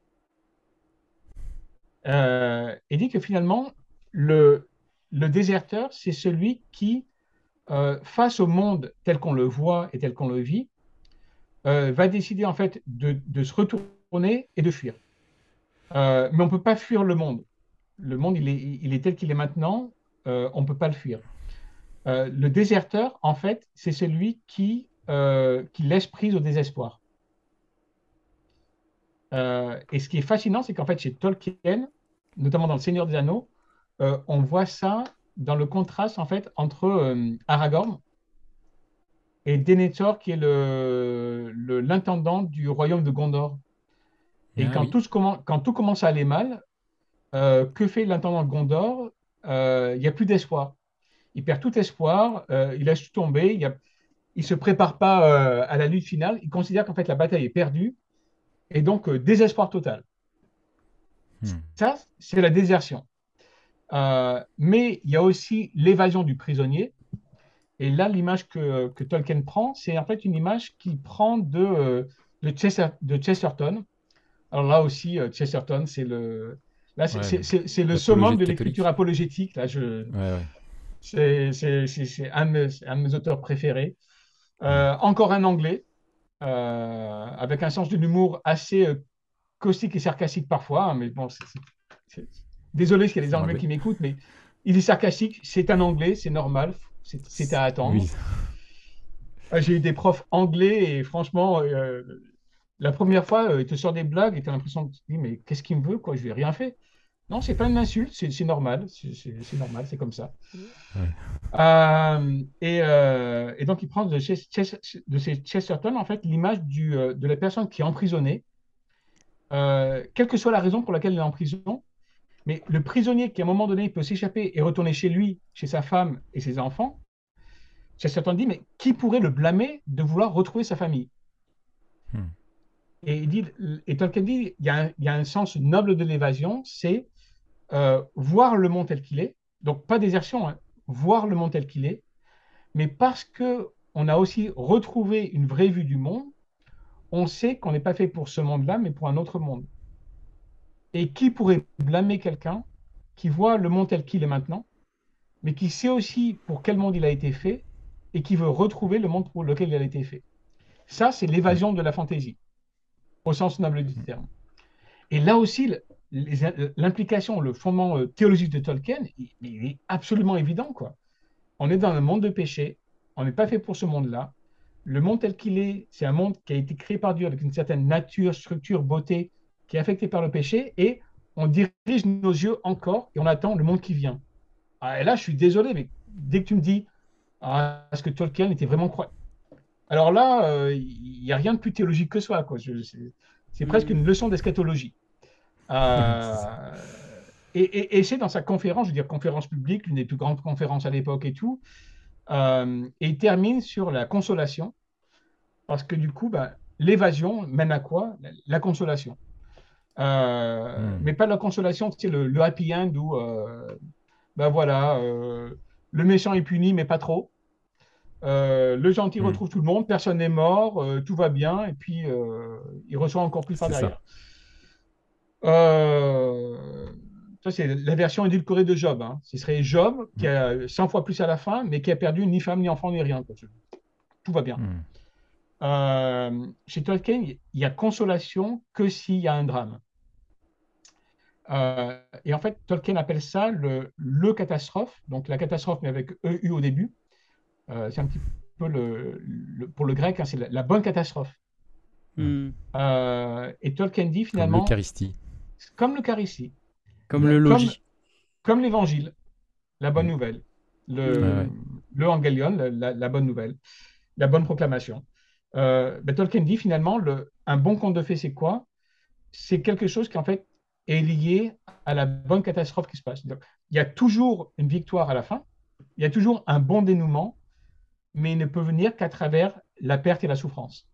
Euh, et dit que finalement, le, le déserteur, c'est celui qui, euh, face au monde tel qu'on le voit et tel qu'on le vit, euh, va décider en fait de, de se retourner et de fuir. Euh, mais on ne peut pas fuir le monde. Le monde, il est, il est tel qu'il est maintenant, euh, on ne peut pas le fuir. Euh, le déserteur, en fait, c'est celui qui, euh, qui laisse prise au désespoir. Euh, et ce qui est fascinant, c'est qu'en fait, chez Tolkien, notamment dans Le Seigneur des Anneaux, euh, on voit ça dans le contraste en fait entre euh, Aragorn et Denethor, qui est le, le- l'intendant du royaume de Gondor. Et Ah quand oui. tout, se commen- quand tout commence à aller mal, euh, que fait l'intendant de Gondor? Euh, Il n'y a plus d'espoir. Il perd tout espoir, euh, il laisse tout tomber, il ne se prépare pas euh, à la lutte finale, il considère qu'en fait la bataille est perdue, et donc euh, désespoir total. Hmm. Ça, c'est la désertion. Euh, mais il y a aussi l'évasion du prisonnier. Et là, l'image que, que Tolkien prend, c'est en fait une image qu'il prend de, euh, de, Chester- de Chesterton. Alors là aussi, euh, Chesterton, c'est le, là, c'est Ouais, c'est- le- c'est- c'est le summum l'apologète de l'écriture catholique. apologétique. Là, je, Ouais, ouais. c'est c'est- c'est- c'est un, de mes c'est un de mes auteurs préférés. Hmm. Euh, encore un anglais, euh, avec un sens de l'humour assez euh, caustique et sarcastique parfois, hein, mais bon, c'est- c'est- c'est- désolé s'il y a des C'est Anglais anglais. qui m'écoutent, mais il est sarcastique, c'est un Anglais, c'est normal, c'est c'est à attendre. Oui. Euh, J'ai eu des profs anglais et franchement, euh, la première fois, euh, il te sort des blagues et tu as l'impression que tu te dis, mais qu'est-ce qu'il me veut, quoi, je lui ai rien fait. Non, c'est pas une insulte, c'est c'est normal, c'est c'est- c'est normal, c'est comme ça. Ouais. Euh, et, euh, et donc, il prend de, chez, de ces Chesterton, en fait, l'image du, euh, de la personne qui est emprisonnée, euh, quelle que soit la raison pour laquelle il est en prison. Mais le prisonnier qui, à un moment donné, peut s'échapper et retourner chez lui, chez sa femme et ses enfants, Chesterton dit, mais qui pourrait le blâmer de vouloir retrouver sa famille? Hmm. Et, il dit, et Tolkien dit, il y, a un, il y a un sens noble de l'évasion, c'est euh, voir le monde tel qu'il est, donc pas désertion, hein, voir le monde tel qu'il est, mais parce que on a aussi retrouvé une vraie vue du monde, on sait qu'on n'est pas fait pour ce monde-là, mais pour un autre monde. Et qui pourrait blâmer quelqu'un qui voit le monde tel qu'il est maintenant, mais qui sait aussi pour quel monde il a été fait et qui veut retrouver le monde pour lequel il a été fait. Ça, c'est Hmm. l'évasion de la fantaisie, au sens noble du terme. Et là aussi, l'implication, le fondement euh, théologique de Tolkien, il, il est absolument évident, quoi. On est dans un monde de péché, on n'est pas fait pour ce monde-là. Le monde tel qu'il est, c'est un monde qui a été créé par Dieu avec une certaine nature, structure, beauté, qui est affecté par le péché, et on dirige nos yeux encore et on attend le monde qui vient. Ah, et là, je suis désolé, mais dès que tu me dis, ah, est-ce que Tolkien était vraiment croyant? Alors là, euh, il n'y a rien de plus théologique que soi, quoi. Je- c'est c'est presque Hmm. une leçon d'eschatologie. C'est ça. Euh, et et- et c'est dans sa conférence, je veux dire, conférence publique, l'une des plus grandes conférences à l'époque et tout, euh, et il termine sur la consolation, parce que du coup, bah, l'évasion mène à quoi? La, la consolation. Euh, Hmm. mais pas la consolation, c'est le, le happy end où, euh, bah voilà, euh, le méchant est puni, mais pas trop. Euh, le gentil Hmm. retrouve tout le monde, personne n'est mort, euh, tout va bien, et puis euh, il reçoit encore plus par C'est ça. derrière. Euh, Ça, c'est la version édulcorée de Job, hein. Ce serait Job qui Hmm. a cent fois plus à la fin, mais qui a perdu ni femme, ni enfant, ni rien, quoi. Tout va bien. Hmm. Euh, chez Tolkien, il y a consolation que s'il y a un drame. Euh, et en fait, Tolkien appelle ça le, le catastrophe, donc la catastrophe, mais avec E U au début. Euh, c'est un petit peu le, le- pour le grec, hein, c'est la, la bonne catastrophe. Hmm. Hmm. Euh, et Tolkien dit Comme finalement, l'Eucharistie. comme l'Eucharistie, Comme le- le comme, logis. comme l'Évangile, la bonne Hmm. nouvelle, Ouais, le, Hmm. ouais. le Evangelion, la, la- la bonne nouvelle, la bonne proclamation. Euh, ben, Tolkien dit finalement, le, un bon conte de fées, c'est quoi? C'est quelque chose qui en fait est lié à la bonne catastrophe qui se passe. Donc, il y a toujours une victoire à la fin, il y a toujours un bon dénouement, mais il ne peut venir qu'à travers la perte et la souffrance.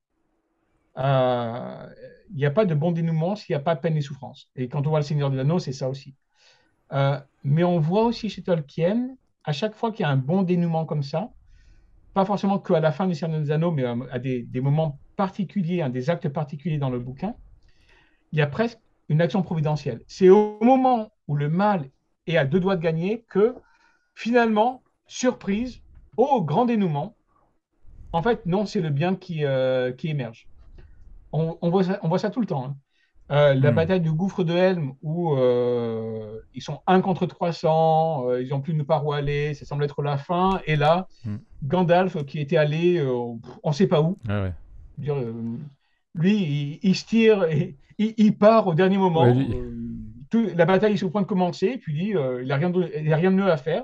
Euh, il n'y a pas de bon dénouement s'il n'y a pas peine et souffrance. Et quand on voit le Seigneur de l'Anneau, c'est ça aussi. Euh, mais on voit aussi chez Tolkien, à chaque fois qu'il y a un bon dénouement comme ça, pas forcément qu'à la fin du Seigneur des Anneaux, mais à des, des moments particuliers, à des actes particuliers dans le bouquin, il y a presque une action providentielle. C'est au moment où le mal est à deux doigts de gagner que finalement, surprise, au grand dénouement, en fait, non, c'est le bien qui, euh, qui émerge. On, on voit ça, on voit ça tout le temps, hein. Euh, la Hmm. bataille du gouffre de Helm, où euh, ils sont un contre trois cents, euh, ils n'ont plus de part où aller, ça semble être la fin. Et là, Hmm. Gandalf, qui était allé, euh, on ne sait pas où, Ouais, ouais. dire, euh, lui, il, il se tire et il, il part au dernier Ouais, moment. lui- Euh, tout- la bataille est sur le point de commencer, et puis il dit, euh, il n'a rien, de- il a rien de mieux à faire.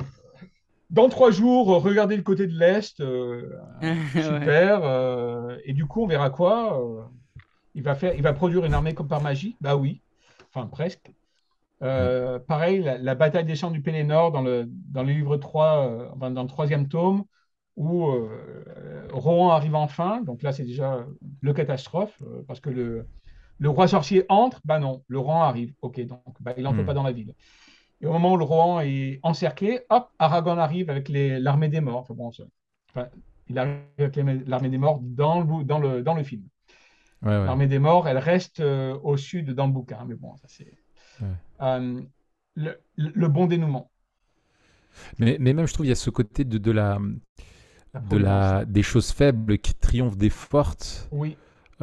Dans trois jours, euh, regardez le côté de l'Est, euh, Ouais. super. Euh, et du coup, on verra quoi. euh, il va faire, il va produire une armée comme par magie. Bah oui, enfin presque. Hmm. Euh, pareil, la, la bataille des champs du Pélénor dans le, dans le livre trois, euh, enfin, dans le troisième tome, où euh, Rohan arrive enfin. Donc là, c'est déjà le catastrophe, euh, parce que le, le roi sorcier entre, bah non, le Rohan arrive. Ok, donc bah, il n'entre Hmm. pas dans la ville. Et au moment où le Rohan est encerclé, hop, Aragorn arrive avec les- l'armée des morts. Enfin, bon, ça- enfin, il arrive avec les- l'armée des morts dans le, dans le, dans le film. Ouais, ouais. L'armée des morts, elle reste euh, au sud dans le bouquin. Mais bon, ça c'est Ouais. euh, le, le bon dénouement, Mais, mais même, je trouve, il y a ce côté de, de la, la de providence. la, des choses faibles qui triomphent des fortes, Oui,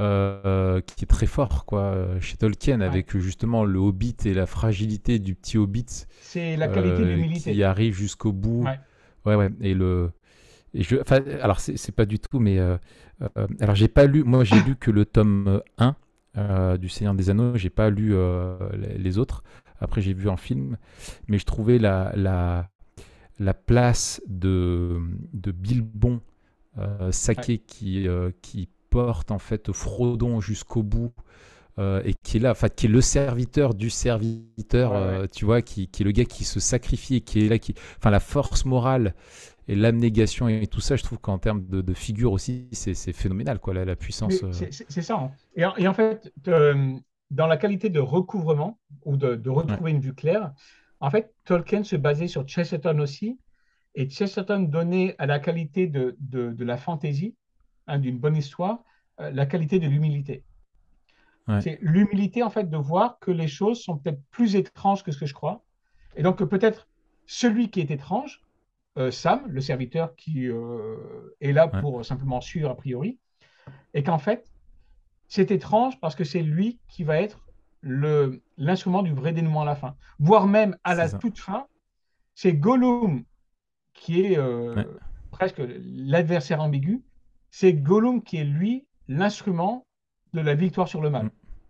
euh, qui est très fort, quoi, euh, chez Tolkien, ouais. avec justement le Hobbit et la fragilité du petit Hobbit C'est la qualité de euh, qui l'humilité. arrive jusqu'au bout. Ouais, Ouais, ouais. Et le. Et je, enfin, alors, c'est c'est pas du tout, mais. Euh, euh, alors, j'ai pas lu. Moi, j'ai lu que le tome un euh, du Seigneur des Anneaux. J'ai pas lu euh, les, les autres. Après, j'ai vu en film. Mais je trouvais la, la, la place de, de Bilbon euh, ouais, Saké qui, euh, qui porte en fait Frodon jusqu'au bout euh, et qui est là, enfin qui est le serviteur du serviteur, ouais, ouais. euh, tu vois, qui, qui est le gars qui se sacrifie, qui est là, qui, enfin la force morale et l'abnégation et tout ça, je trouve qu'en termes de, de figure aussi, c'est c'est phénoménal quoi, la, la puissance. Mais euh. c'est c'est- c'est ça, hein. Et, en, et en fait, euh, dans la qualité de recouvrement ou de, de Ouais, retrouver une vue claire, en fait, Tolkien se basait sur Chesterton aussi. Et Chesterton donnait à la qualité de, de, de la fantaisie, hein, d'une bonne histoire, euh, la qualité de l'humilité. ouais, C'est l'humilité, en fait, de voir que les choses sont peut-être plus étranges que ce que je crois. Et donc, que peut-être celui qui est étrange, euh, Sam, le serviteur qui euh, est là ouais, pour simplement suivre a priori, et qu'en fait, c'est étrange parce que c'est lui qui va être le, l'instrument du vrai dénouement à la fin. Voire même à c'est la ça. toute fin, c'est Gollum qui est euh, Ouais, presque l'adversaire ambigu. C'est Gollum qui est, lui, l'instrument de la victoire sur le mm, mal.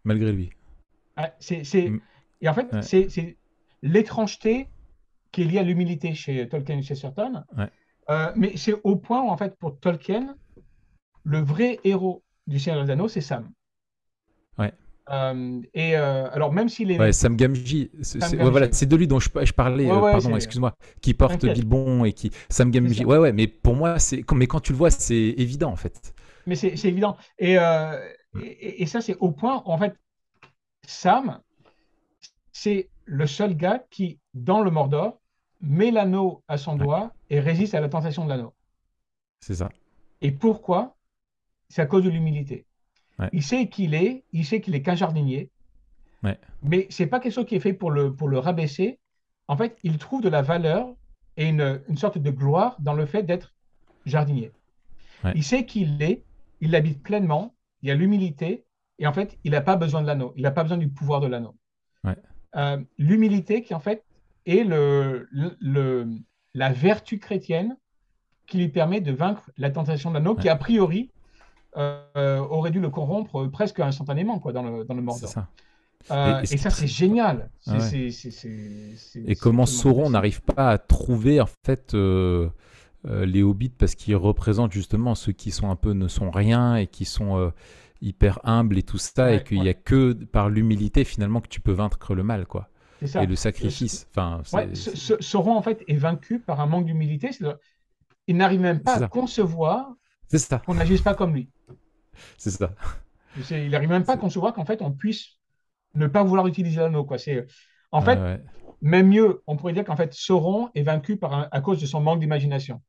malgré lui. Ah, c'est, c'est... Mm. Et en fait, Ouais, c'est, c'est l'étrangeté qui est liée à l'humilité chez Tolkien et Chesterton. ouais, Euh, mais c'est au point où, en fait, pour Tolkien, le vrai héros du Seigneur des Anneaux, c'est Sam. ouais. Euh, et euh, alors, même s'il Ouais, est Sam Gamgee, c'est Sam c'est- ouais, voilà, Gamgee, c'est de lui dont je, je parlais, ouais, euh, ouais, pardon, c'est... excuse-moi, qui porte T'inquiète, Bilbon et qui. Sam c'est Gamgee, ça. ouais, ouais, mais pour moi, c'est. Mais quand tu le vois, c'est évident en fait. Mais c'est c'est évident. Et, euh, et, et ça, c'est au point où, en fait, Sam, c'est le seul gars qui, dans le Mordor, met l'anneau à son Ouais, doigt et résiste à la tentation de l'anneau. c'est ça. Et pourquoi? C'est à cause de l'humilité. Ouais, Il sait qui il est, il sait qu'il est qu'un jardinier, ouais, mais c'est pas quelque chose qui est fait pour le, pour le rabaisser. En fait, il trouve de la valeur et une, une sorte de gloire dans le fait d'être jardinier. ouais, Il sait qui il est, il l'habite pleinement, il y a l'humilité, et en fait, il n'a pas besoin de l'anneau, il n'a pas besoin du pouvoir de l'anneau. ouais, Euh, l'humilité qui, en fait, est le, le, le- la vertu chrétienne qui lui permet de vaincre la tentation de l'anneau, ouais, qui, a priori, euh, aurait dû le corrompre presque instantanément quoi, dans le, dans le c'est Mordor. ça. Et, Euh, et et c'est ça, c'est très. génial. Ah C'est ouais. c'est- c'est- c'est- c'est- Et c'est comment absolument Sauron fantastique. n'arrive pas à trouver en fait euh, euh, les hobbits parce qu'ils représentent justement ceux qui sont un peu ne sont rien et qui sont euh, hyper humbles et tout ça et Ouais, qu'il ouais, y a que par l'humilité finalement que tu peux vaincre le mal quoi. c'est Et ça. le Euh, ce- sacrifice, enfin ouais, c'est ce- c'est ce- Sauron, en fait, est vaincu par un manque d'humilité. C'est-à-dire, il n'arrive même pas c'est à ça, concevoir c'est ça, qu'on n'agisse pas comme lui. c'est ça. C'est- Il n'arrive même pas à C'est- concevoir qu'en fait, on puisse ne pas vouloir utiliser l'anneau, quoi. C'est, en Ouais, fait, ouais. même mieux, on pourrait dire qu'en fait, Sauron est vaincu par un- à cause de son manque d'imagination.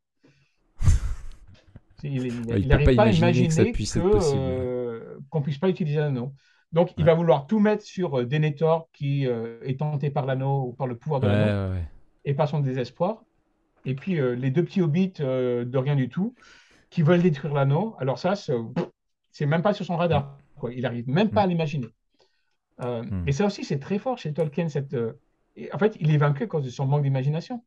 C'est- Il Ouais, il peut pas n'arrive pas à imaginer que ça imaginer puisse que, être possible. euh, qu'on puisse pas utiliser l'anneau. Donc, il Ouais, va vouloir tout mettre sur euh, Denethor, qui euh, est tenté par l'anneau ou par le pouvoir de ouais, l'anneau ouais, ouais. et par son désespoir. Et puis, euh, les deux petits hobbits euh, de rien du tout qui veulent détruire l'anneau. Alors ça, c'est c'est même pas sur son Mm, radar, quoi. Il n'arrive même pas mm, à l'imaginer. Euh, et mm, ça aussi, c'est très fort chez Tolkien. Cette, euh, et en fait, il est vaincu à cause de son manque d'imagination.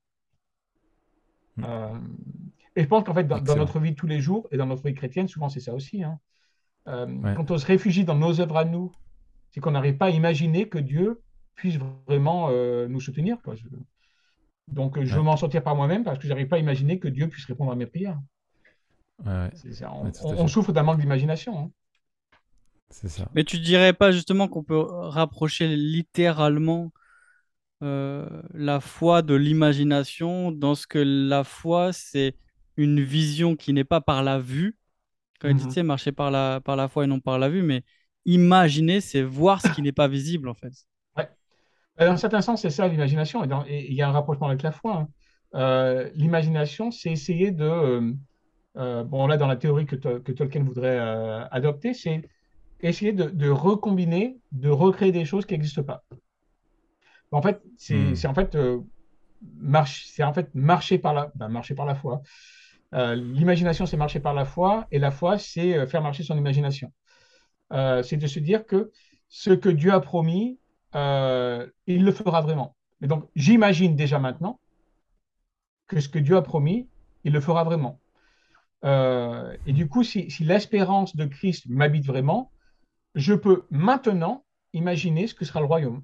mm. Euh, et je pense qu'en fait, dans, dans Excellent. notre vie de tous les jours et dans notre vie chrétienne, souvent, c'est ça aussi, hein. Euh, Ouais, quand on se réfugie dans nos œuvres à nous, c'est qu'on n'arrive pas à imaginer que Dieu puisse vraiment euh, nous soutenir, quoi. Je- donc, je veux ouais, m'en sortir par moi-même parce que j'arrive pas à imaginer que Dieu puisse répondre à mes prières. ouais, ouais, C'est ça. ouais, On, tout à on- on fait. souffre d'un manque d'imagination, hein. C'est ça. Mais tu dirais pas justement qu'on peut rapprocher littéralement euh, la foi de l'imagination dans ce que la foi, c'est une vision qui n'est pas par la vue. Quand il dit, tu Mhm. sais, marcher par la, par la foi et non par la vue, mais imaginer, c'est voir ce qui n'est pas visible, en fait. Ouais. Dans un certain sens, c'est ça l'imagination. Et dans- et il y a un rapprochement avec la foi, hein. Euh, l'imagination, c'est essayer de. Euh, euh, bon, là, dans la théorie que, To- que Tolkien voudrait euh, adopter, c'est essayer de, de recombiner, de recréer des choses qui n'existent pas. En fait, c'est Mm, c'est en fait, euh, marche, c'est en fait marcher par la, ben, marcher par la foi. Euh, l'imagination, c'est marcher par la foi, et la foi, c'est euh, faire marcher son imagination. Euh, c'est de se dire que ce que Dieu a promis, euh, il le fera vraiment. Et donc, j'imagine déjà maintenant que ce que Dieu a promis, il le fera vraiment. Euh, et du coup, si, si l'espérance de Christ m'habite vraiment, je peux maintenant imaginer ce que sera le royaume.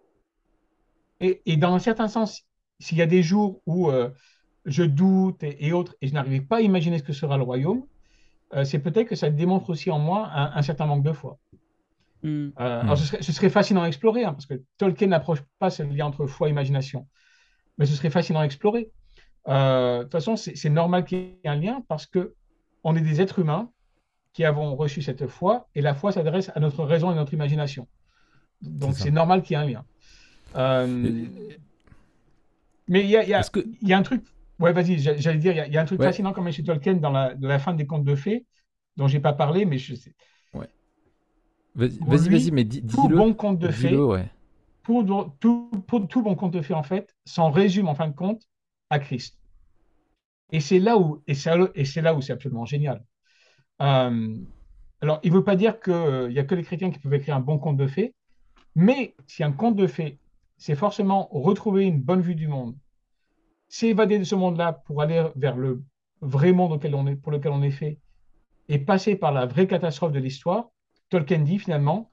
Et, et dans un certain sens, s'il y a des jours où euh, je doute et, et autres, et je n'arrive pas à imaginer ce que sera le royaume, euh, c'est peut-être que ça démontre aussi en moi un, un certain manque de foi. Hmm. Euh, alors, mm. ce serait, ce serait fascinant à explorer, hein, parce que Tolkien n'approche pas ce lien entre foi et imagination, mais ce serait fascinant à explorer. Euh, de toute façon, c'est c'est normal qu'il y ait un lien parce que on est des êtres humains qui avons reçu cette foi, et la foi s'adresse à notre raison et notre imagination. C'est Donc, c'est ça. normal qu'il y ait un lien. Euh, Et- mais il y a, il y a- Est-ce que. il y a un truc, ouais, vas-y, j'a- j'allais dire, il y a, il y a un truc Ouais, fascinant comme chez Tolkien dans la, de la fin des contes de fées, dont j'ai pas parlé, mais je sais. ouais. Vas-y, Pour vas-y, vas-y, lui, mais dis- tout dis-le. bon conte de Dis-le, fées, ouais. pour, tout, pour tout bon conte de fées, en fait, s'en résume en fin de compte à Christ. Et c'est là où, et c'est et c'est là où c'est absolument génial. Euh, alors, il ne veut pas dire qu'il n'y a que les chrétiens qui peuvent écrire un bon conte de fées, mais si un conte de fées, c'est forcément retrouver une bonne vue du monde, s'évader de ce monde-là pour aller vers le vrai monde auquel on est, pour lequel on est fait, et passer par la vraie catastrophe de l'histoire, Tolkien dit finalement,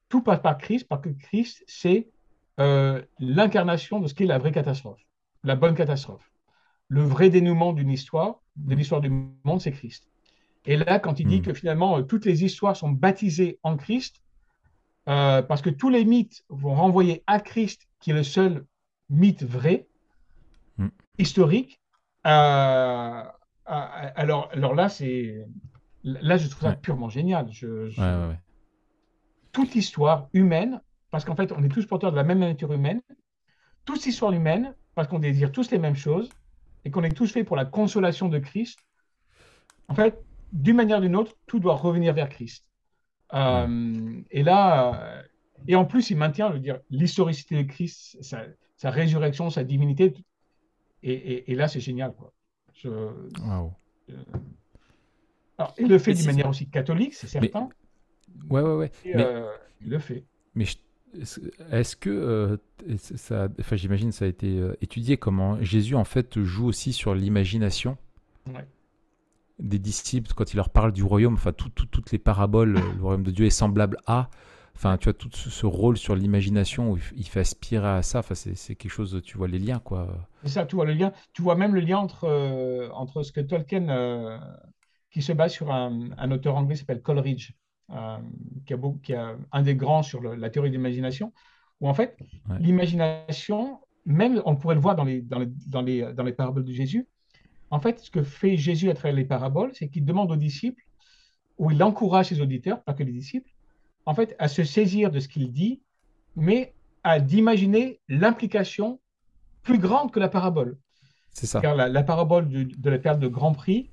tout passe par Christ, parce que Christ, c'est euh, l'incarnation de ce qu'est la vraie catastrophe, la bonne catastrophe. Le vrai dénouement d'une histoire, de l'histoire du monde, c'est Christ. Et là, quand il dit Hmm. que finalement, euh, toutes les histoires sont baptisées en Christ, euh, parce que tous les mythes vont renvoyer à Christ, qui est le seul mythe vrai, Hmm. historique, euh, alors, alors là, c'est, là, je trouve ça Ouais. purement génial. Je, Ouais, je- ouais, ouais. Toute histoire humaine, parce qu'en fait, on est tous porteurs de la même nature humaine, toute histoire humaine, parce qu'on désire tous les mêmes choses, et qu'on est tous faits pour la consolation de Christ. En fait, d'une manière ou d'une autre, tout doit revenir vers Christ. Ouais. Euh, et là, euh, et en plus, il maintient, je veux dire, l'historicité de Christ, sa, sa résurrection, sa divinité. Et, et- et là, c'est génial, quoi. Je- Waouh. je- alors, il le fait Et d'une si, manière aussi catholique, c'est Mais certain. ouais, ouais, ouais. Et, Mais euh, il le fait. Mais je- est-ce que euh, ça, enfin j'imagine ça a été euh, étudié comment Jésus en fait joue aussi sur l'imagination Ouais. des disciples quand il leur parle du royaume, enfin tout- tout- toutes les paraboles, euh, le royaume de Dieu est semblable à, enfin tu vois tout ce, ce rôle sur l'imagination où il f- il fait aspirer à ça, enfin c'est c'est quelque chose, tu vois les liens quoi. C'est ça, tu vois le lien. Tu vois même le lien entre, euh, entre ce que Tolkien, euh, qui se base sur un, un auteur anglais qui s'appelle Coleridge, euh, qui a, beau- qui a un des grands sur le- la théorie de l'imagination, où en fait, Ouais, l'imagination, même on pourrait le voir dans les, dans les, dans les, dans les paraboles de Jésus, en fait, ce que fait Jésus à travers les paraboles, c'est qu'il demande aux disciples, ou il encourage ses auditeurs, pas que les disciples, en fait, à se saisir de ce qu'il dit, mais à d'imaginer l'implication plus grande que la parabole. c'est ça. Car la, la parabole du- de la perle de Grand Prix,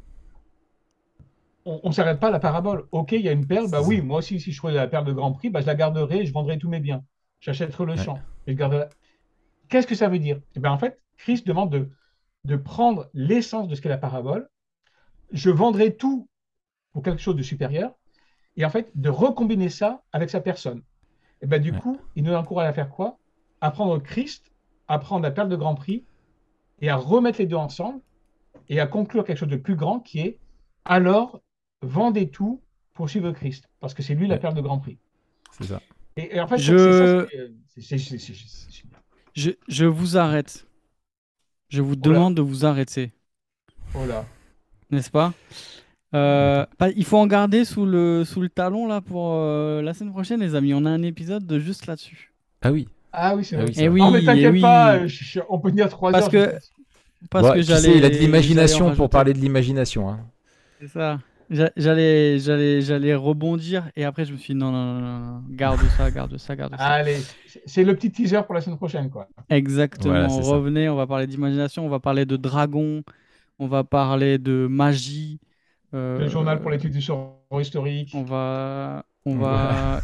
on ne s'arrête pas à la parabole. OK, il y a une perle, bah C'est oui, ça. moi aussi, si je trouvais la perle de Grand Prix, bah, je la garderai et je vendrai tous mes biens. J'achèterai le Ouais, champ. Et je garderai... Qu'est-ce que ça veut dire? Eh bien, en fait, Christ demande de, de prendre l'essence de ce qu'est la parabole. Je vendrai tout pour quelque chose de supérieur. Et en fait, de recombiner ça avec sa personne. Et ben, du ouais, coup, il nous encourage à faire quoi? À prendre Christ, à prendre la perle de Grand Prix et à remettre les deux ensemble et à conclure quelque chose de plus grand qui est alors vendez tout pour suivre Christ parce que c'est lui la ouais, perle de Grand Prix. c'est ça. Et, et en fait, c'est c'est ça, je, c'est c'est- c'est- c'est- c'est génial. je, je vous arrête. Je vous Oh là, demande de vous arrêter, oh là. n'est-ce pas? Euh, bah, il faut en garder sous le, sous le talon là pour euh, la semaine prochaine, les amis. On a un épisode de juste là-dessus. Ah oui, Ah oui, c'est ah vrai. oui c'est Et vrai. Oh, mais oui, et t'inquiète pas, oui. euh, je- je- on peut tenir trois Parce heures juste que, là-dessus. parce Bon, que tu sais, il a de j'allais, j'allais en l'imagination pour rajouter. parler de l'imagination, hein. C'est ça. J'a- J'allais, j'allais, j'allais rebondir et après je me suis dit non, non, non, non, non, garde ça, garde ça, garde ça. Allez, c'est c'est le petit teaser pour la semaine prochaine, quoi. Voilà, Exactement. c'est ça. Revenez, on va parler d'imagination, on va parler de dragons, on va parler de magie, Le journal pour euh, l'étude du sort on historique. va, on Voilà, va.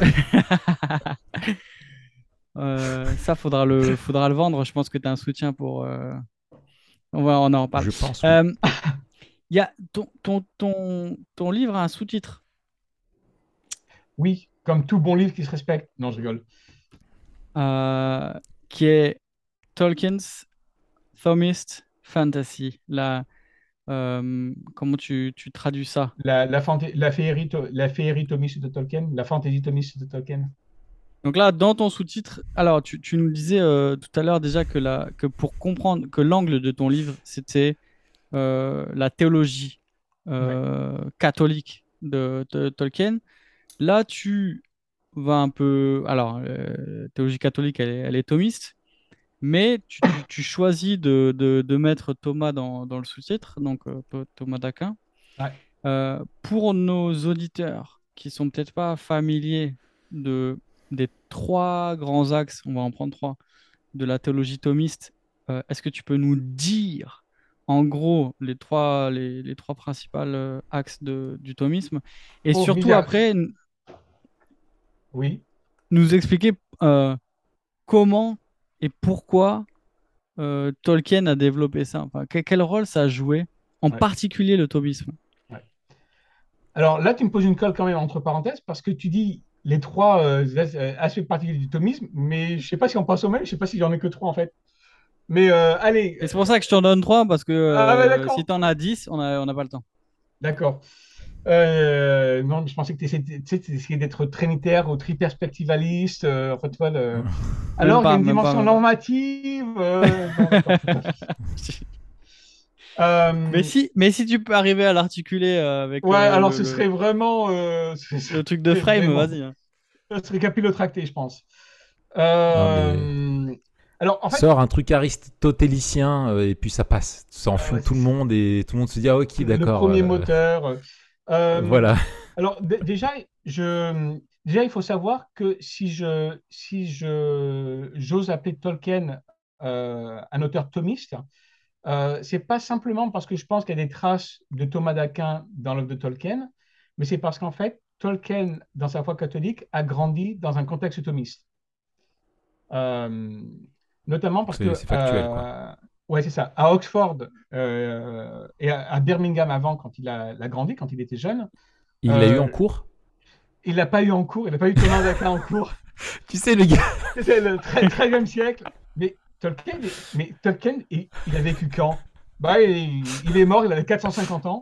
Euh, ça, faudra le, faudra le vendre. Je pense que tu as un soutien pour. euh, On va, on en reparle. je pense oui. Euh, il y a ton, ton, ton, ton livre a un sous-titre. Oui, comme tout bon livre qui se respecte. Non, je rigole. euh, qui est Tolkien's Thomist Fantasy. La, euh, comment tu, tu traduis ça? La, la, fanta- la féerie, to- la féerie thomiste de Tolkien, la fantaisie thomiste de Tolkien. Donc là, dans ton sous-titre, alors tu, tu nous disais euh, tout à l'heure déjà que, la, que pour comprendre que l'angle de ton livre, c'était euh, la théologie Ouais. euh, catholique de, de Tolkien. Là, tu vas un peu. Alors, euh, théologie catholique, elle est, elle est thomiste, mais tu, tu- tu choisis de, de- de mettre Thomas dans, dans le sous-titre, donc euh, Tho- Thomas d'Aquin. Ouais. Euh, pour nos auditeurs qui sont peut-être pas familiers de, des trois grands axes, on va en prendre trois, de la théologie thomiste, euh, est-ce que tu peux nous dire en gros les trois, les, les trois principaux euh, axes de- du thomisme et Oh, surtout milliards. après n- Oui. nous expliquer euh, comment et pourquoi euh, Tolkien a développé ça. Enfin, que- quel rôle ça a joué, en Ouais. particulier le thomisme. Ouais. Alors là, tu me poses une colle quand même entre parenthèses parce que tu dis les trois euh, as- euh, aspects particuliers du thomisme, mais je sais pas si on passe au même, je sais pas s'il y en a que trois en fait. Mais euh, allez, Et c'est pour ça que je t'en donne trois, parce que ah ouais, euh, si d'accord, tu en as dix, on a, on n'a pas le temps. d'accord. Euh, non, mais je pensais que tu essayais d'être trinitaire ou triperspectivaliste. Euh, en fait, tu vois, le... Même Alors, il y a pas, une même pas, dimension même pas. normative. Euh, non, d'accord. Mais Euh, si, mais si tu peux arriver à l'articuler euh, avec ouais, euh, alors le, ce serait le, vraiment, euh, ce le truc de serait frame, vraiment, vas-y, hein. ce serait capillotracté, je pense. Non, mais Euh, alors, en fait, sors un truc aristotélicien euh, et puis ça passe. Ça ouais, ouais, enfume c'est tout le ça. monde et tout le monde se dit ah ok Le, le d'accord. premier euh, moteur. Euh, voilà. alors, d- déjà, je, déjà, il faut savoir que si je, si je, j'ose appeler Tolkien euh, un auteur thomiste, euh, c'est pas simplement parce que je pense qu'il y a des traces de Thomas d'Aquin dans l'œuvre de Tolkien, mais c'est parce qu'en fait, Tolkien, dans sa foi catholique, a grandi dans un contexte thomiste. Euh, Notamment parce C'est que, c'est factuel quoi. euh, ouais, c'est ça, à Oxford euh, et à, à Birmingham avant, quand il a, a grandi, quand il était jeune, Il l'a eu en euh, cours. il n'a pas eu en cours, il n'a pas eu Thomas d'Aquin en cours. Tu sais le gars. C'était le treizième siècle. Mais Tolkien, mais Tolkien il, il a vécu quand? Bah, il, il est mort, il avait quatre cent cinquante ans.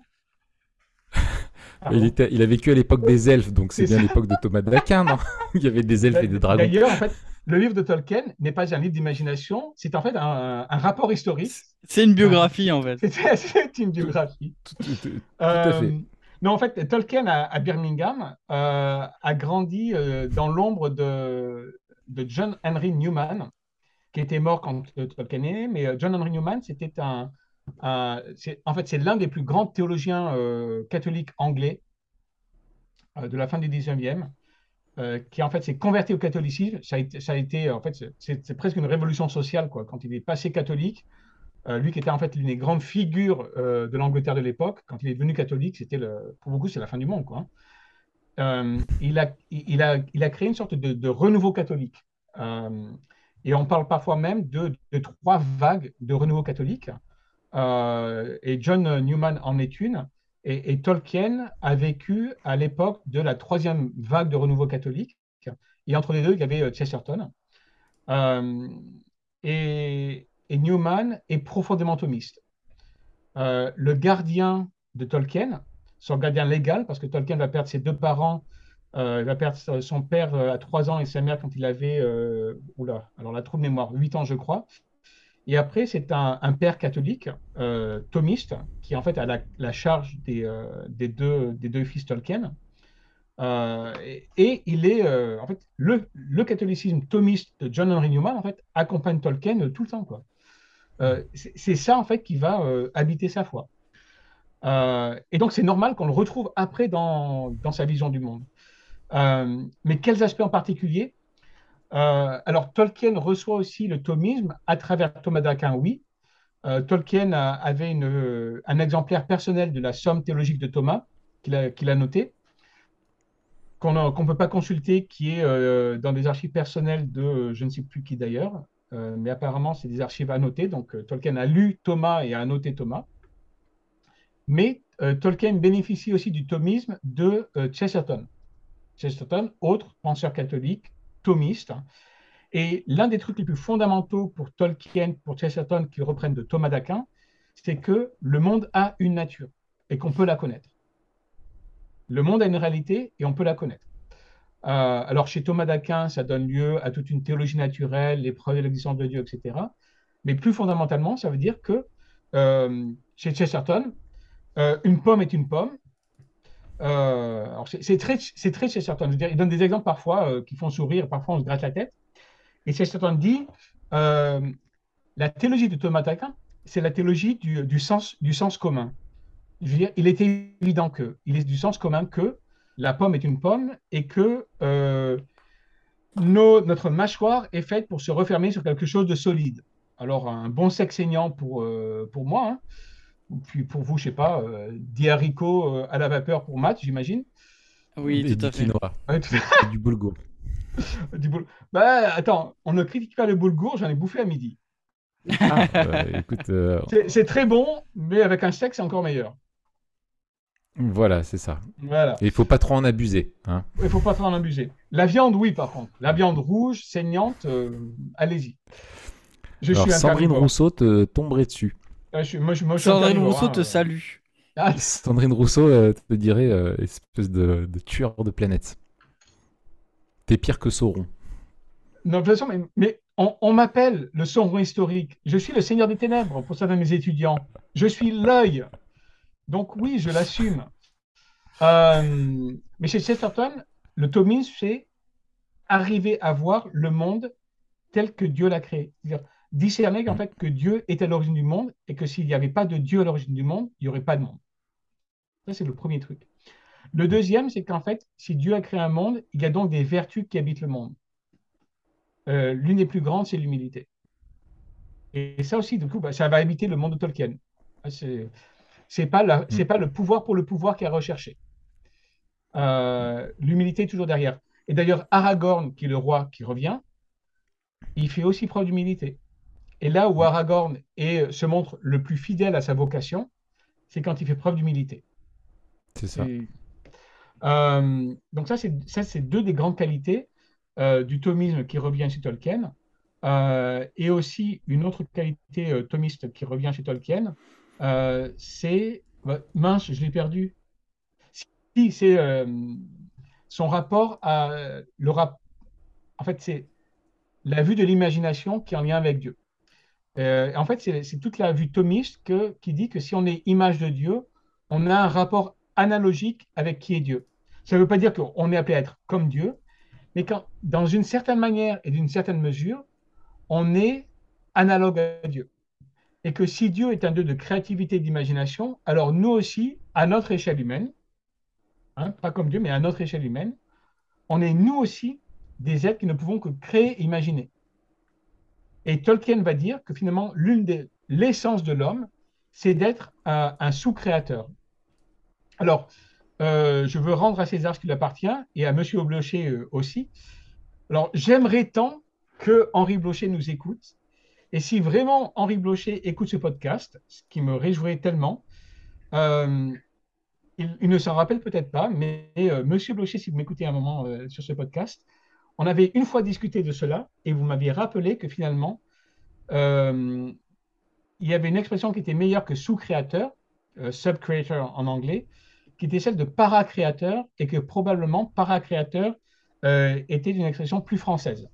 Ah Il, bon? était, il a vécu à l'époque des elfes, donc c'est C'est bien ça. l'époque de Thomas d'Aquin, non? Il y avait des elfes et des dragons. D'ailleurs, en fait, le livre de Tolkien n'est pas un livre d'imagination, c'est en fait un, un rapport historique. C'est une C'est un- biographie en fait. c'est- c'est une Tout, biographie. tout- tout- tout à fait. Euh, non, en fait, Tolkien à, à Birmingham euh, a grandi euh, dans l'ombre de, de John Henry Newman, qui était mort quand euh, Tolkien est né. Mais euh, John Henry Newman, c'était un, un- c'est, en fait, c'est l'un des plus grands théologiens euh, catholiques anglais euh, de la fin du dix-neuvième, euh, qui en fait s'est converti au catholicisme. Ça a été, ça a été en fait, c'est c'est presque une révolution sociale, quoi. Quand il est passé catholique, euh, lui qui était en fait l'une des grandes figures euh, de l'Angleterre de l'époque, quand il est devenu catholique, c'était le, pour beaucoup, c'est la fin du monde, quoi. Euh, il a, il a, il a créé une sorte de, de renouveau catholique. Euh, et on parle parfois même de, de trois vagues de renouveau catholique. Euh, et John Newman en est une. Et, et Tolkien a vécu à l'époque de la troisième vague de renouveau catholique. Et entre les deux, il y avait euh, Chesterton. Euh, et, et Newman est profondément thomiste. Euh, le gardien de Tolkien, son gardien légal, parce que Tolkien va perdre ses deux parents, euh, il va perdre son père euh, à trois ans et sa mère quand il avait, euh, oula, alors la trou de mémoire, huit ans je crois. Et après, c'est un, un père catholique, euh, thomiste, qui en fait a la, la charge des, euh, des, deux, des deux fils Tolkien. Euh, et, et il est, euh, en fait, le, le catholicisme thomiste de John Henry Newman, en fait, accompagne Tolkien tout le temps, quoi. Euh, c'est c'est ça, en fait, qui va euh, habiter sa foi. Euh, et donc, c'est normal qu'on le retrouve après dans, dans sa vision du monde. Euh, mais quels aspects en particulier? Euh, alors, Tolkien reçoit aussi le thomisme à travers Thomas d'Aquin, oui. Euh, Tolkien a- avait une, euh, un exemplaire personnel de la Somme théologique de Thomas qu'il a, qu'il a noté, qu'on ne peut pas consulter, qui est euh, dans des archives personnelles de euh, je ne sais plus qui d'ailleurs, euh, mais apparemment, c'est des archives annotées. Donc, euh, Tolkien a lu Thomas et a annoté Thomas. Mais euh, Tolkien bénéficie aussi du thomisme de euh, Chesterton. Chesterton, autre penseur catholique, thomiste. Et l'un des trucs les plus fondamentaux pour Tolkien, pour Chesterton, qui reprennent de Thomas d'Aquin, c'est que le monde a une nature et qu'on peut la connaître. Le monde a une réalité et on peut la connaître. Euh, alors chez Thomas d'Aquin, ça donne lieu à toute une théologie naturelle, les preuves de l'existence de Dieu, et cetera. Mais plus fondamentalement, ça veut dire que euh, chez Chesterton, euh, une pomme est une pomme. Euh, alors c'est c'est très, c'est très Chesterton. Je veux dire, il donne des exemples parfois euh, qui font sourire, parfois on se gratte la tête. Et Chesterton dit euh, la théologie de Thomas d'Aquin, c'est la théologie du, du sens, du sens commun. Je veux dire, il est évident que, il est du sens commun que la pomme est une pomme et que euh, nos- notre mâchoire est faite pour se refermer sur quelque chose de solide. Alors, un bon sec saignant pour, euh, pour moi, hein, puis pour vous, je sais pas, euh, des haricots euh, à la vapeur pour Matt, j'imagine. Oui, Et tout du à fait. quinoa Ouais, tout- et du boulgour. du boul- Bah, attends, on ne critique pas le boulgour, j'en ai bouffé à midi. Ah, bah, écoute, euh, C'est c'est très bon, mais avec un steak, c'est encore meilleur. voilà, c'est ça. Voilà. Et il faut pas trop en abuser, hein. Il ne faut pas trop en abuser. La viande, oui, par contre. La viande rouge, saignante, euh, allez-y. Je Alors, suis un Sandrine carnivore. Rousseau te tomberait dessus. Ah, je suis- moi, je, moi, je suis un Sandrine carnivore, Rousseau hein, te euh. salue. Ah, Sandrine Rousseau euh, te dirait euh, espèce de, de tueur de planète. T'es pire que Sauron. non, de toute façon, mais, mais on, on m'appelle le Sauron historique. Je suis le Seigneur des Ténèbres pour certains de mes étudiants. Je suis l'œil. Donc oui, je l'assume. Euh, mais chez Chesterton, le thomisme, c'est arriver à voir le monde tel que Dieu l'a créé. C'est-à-dire discerner en Mm. fait que Dieu est à l'origine du monde et que s'il n'y avait pas de Dieu à l'origine du monde, il n'y aurait pas de monde. Ça, c'est le premier truc. Le deuxième, c'est qu'en fait, si Dieu a créé un monde, il y a donc des vertus qui habitent le monde. Euh, l'une des plus grandes, c'est l'humilité. Et ça aussi, du coup, bah, ça va habiter le monde de Tolkien. C'est c'est pas la- Mm. c'est pas le pouvoir pour le pouvoir qui est recherché. Euh, l'humilité est toujours derrière. Et d'ailleurs, Aragorn, qui est le roi qui revient, il fait aussi preuve d'humilité. Et là où Mm. Aragorn est, se montre le plus fidèle à sa vocation, c'est quand il fait preuve d'humilité. C'est ça. C'est- Euh, donc ça, c'est ça, c'est deux des grandes qualités euh, du thomisme qui revient chez Tolkien. Euh, et aussi une autre qualité euh, thomiste qui revient chez Tolkien, euh, c'est bah, mince, je l'ai perdu. Si, c'est euh, son rapport à le rap. En fait, c'est la vue de l'imagination qui est en lien avec Dieu. Euh, en fait, c'est c'est toute la vue thomiste que, qui dit que si on est image de Dieu, on a un rapport analogique avec qui est Dieu. Ça ne veut pas dire qu'on est appelé à être comme Dieu, mais quand, dans une certaine manière et d'une certaine mesure, on est analogue à Dieu. Et que si Dieu est un Dieu de créativité et d'imagination, alors nous aussi, à notre échelle humaine, hein, pas comme Dieu, mais à notre échelle humaine, on est nous aussi des êtres qui ne pouvons que créer et imaginer. Et Tolkien va dire que finalement, l'une des l'essence de l'homme, c'est d'être un, un sous-créateur. Alors, euh, je veux rendre à César ce qui lui appartient et à Monsieur Blocher euh, aussi. Alors, j'aimerais tant que Henri Blocher nous écoute. Et si vraiment Henri Blocher écoute ce podcast, ce qui me réjouirait tellement, euh, il, il ne s'en rappelle peut-être pas, mais euh, Monsieur Blocher, si vous m'écoutez un moment euh, sur ce podcast, on avait une fois discuté de cela et vous m'aviez rappelé que finalement, euh, il y avait une expression qui était meilleure que sous-créateur, euh, sub-creator en anglais, qui était celle de paracréateur et que probablement paracréateur euh, était une expression plus française.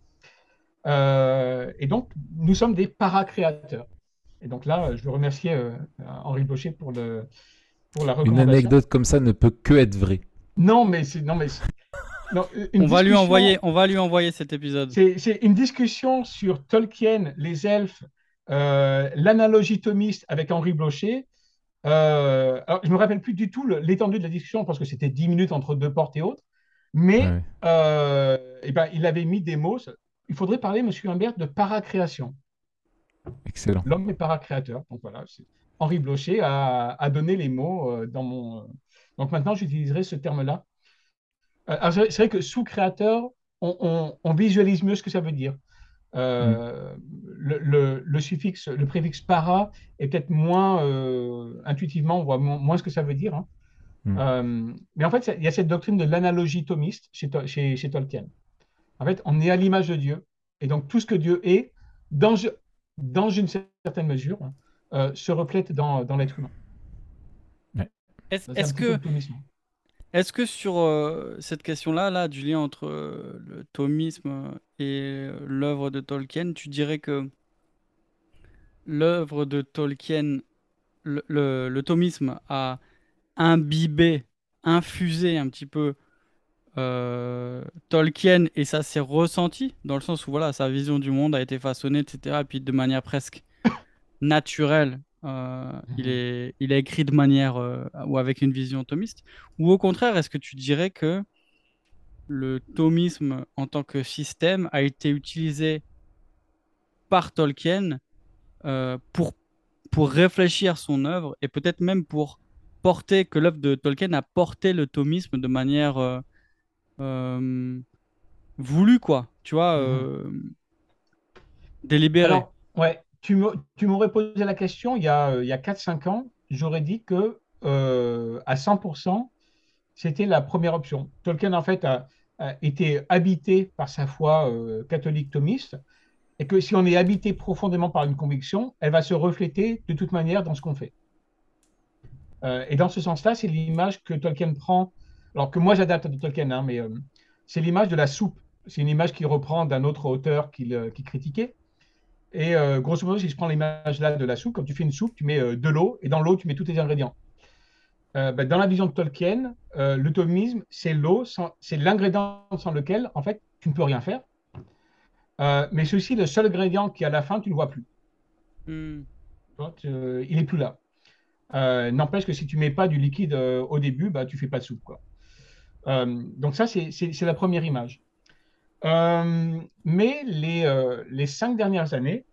Euh, et donc, nous sommes des paracréateurs. Et donc là, je veux remercier euh, Henri Blocher pour, le, pour la Une recommandation. anecdote comme ça ne peut que être vraie. Non, mais c'est non, mais c'est- non, une On va lui discussion. envoyer, on va lui envoyer cet épisode. C'est c'est une discussion sur Tolkien, les elfes, euh, l'analogie thomiste avec Henri Blocher. Euh, alors, je ne me rappelle plus du tout le- l'étendue de la discussion parce que c'était dix minutes entre deux portes et autres. Mais Ouais, euh, eh ben, il avait mis des mots. Il faudrait parler, Monsieur Humbert, de paracréation. excellent. L'homme est paracréateur. Donc voilà, c'est- Henri Blocher a, a donné les mots euh, dans mon. euh, Donc maintenant, j'utiliserai ce terme-là. Euh, alors, c'est c'est vrai que sous-créateur, on, on- on visualise mieux ce que ça veut dire. Mm. Euh, le, le- le suffixe, le préfixe para est peut-être moins euh, intuitivement, on voit mo- moins ce que ça veut dire, hein. Mm. Euh, mais en fait, il y a cette doctrine de l'analogie thomiste chez, To- chez- chez Tolkien. En fait, on est à l'image de Dieu. Et donc, tout ce que Dieu est, dans, dans une certaine mesure, hein, euh, se reflète dans, dans l'être humain. Ouais. Est-ce Ça, c'est un est-ce petit peu que, le thomisme. est-ce que sur euh, cette question-là, là, du lien entre euh, le thomisme et euh, l'œuvre de Tolkien, tu dirais que l'œuvre de Tolkien, le, le, le thomisme a imbibé, infusé un petit peu euh, Tolkien et ça s'est ressenti dans le sens où voilà, sa vision du monde a été façonnée, et cetera. Et puis de manière presque naturelle, euh, il Mhm. est, il est écrit de manière euh, ou avec une vision thomiste. Ou au contraire, est-ce que tu dirais que le thomisme en tant que système a été utilisé par Tolkien euh, pour, pour réfléchir son œuvre et peut-être même pour porter, que l'œuvre de Tolkien a porté le thomisme de manière euh, euh, voulue, quoi, tu vois, Mhm. euh, délibérée. Alors, ouais, tu me- tu m'aurais posé la question il y a, euh, il y a quatre cinq ans, j'aurais dit que euh, à cent pour cent, c'était la première option. Tolkien, en fait, a, a été habité par sa foi euh, catholique thomiste, et que si on est habité profondément par une conviction, elle va se refléter de toute manière dans ce qu'on fait. Euh, et dans ce sens-là, c'est l'image que Tolkien prend, alors que moi j'adapte de Tolkien, hein, mais euh, c'est l'image de la soupe. C'est une image qu'il reprend d'un autre auteur qu'il euh, qu'il critiquait. Et euh, grosso modo, si je prends l'image là de la soupe, quand tu fais une soupe, tu mets euh, de l'eau et dans l'eau, tu mets tous tes ingrédients. Euh, ben, dans la vision de Tolkien, euh, le thomisme, c'est l'eau, sans- c'est l'ingrédient sans lequel, en fait, tu ne peux rien faire. Euh, mais c'est aussi le seul ingrédient qui, à la fin, tu ne vois plus. Hmm. Tu vois, tu- euh, il n'est plus là. Euh, n'empêche que si tu mets pas du liquide euh, au début, bah, tu fais pas de soupe, quoi. Euh, donc ça, c'est c'est- c'est la première image. Euh, mais les, euh, les cinq dernières années,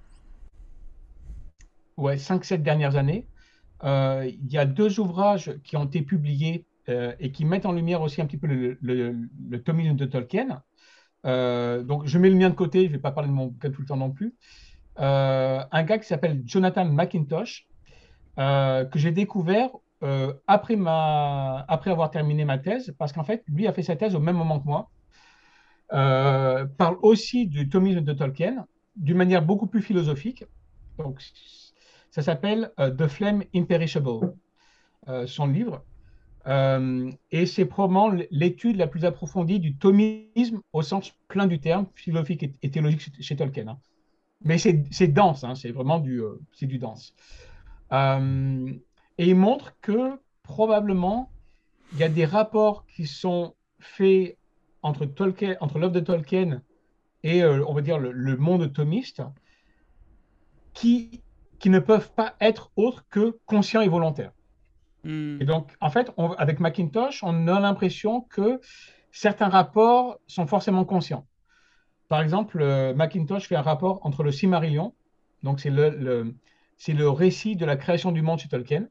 ouais, cinq, sept dernières années, euh, il y a deux ouvrages qui ont été publiés euh, et qui mettent en lumière aussi un petit peu le, le, le thomisme de Tolkien. Euh, donc, je mets le mien de côté, je ne vais pas parler de mon bouquin tout le temps non plus. Euh, un gars qui s'appelle Jonathan McIntosh, euh, que j'ai découvert euh, après, ma, après avoir terminé ma thèse, parce qu'en fait, lui a fait sa thèse au même moment que moi, euh, parle aussi du thomisme de Tolkien d'une manière beaucoup plus philosophique. Donc, ça s'appelle euh, The Flame Imperishable, euh, son livre. Euh, et c'est probablement l'étude la plus approfondie du thomisme au sens plein du terme, philosophique et, et théologique chez, chez Tolkien, hein. Mais c'est dense, hein, c'est vraiment du, euh, c'est du dense. Euh, et il montre que probablement il y a des rapports qui sont faits entre Tolkien, entre l'œuvre de Tolkien et euh, on va dire le, le monde thomiste qui, qui ne peuvent pas être autres que conscients et volontaires. Et Hmm. donc, en fait, on- avec Macintosh, on a l'impression que certains rapports sont forcément conscients. Par exemple, euh, Macintosh fait un rapport entre le Silmarillion, donc c'est le, le- c'est le récit de la création du monde chez Tolkien,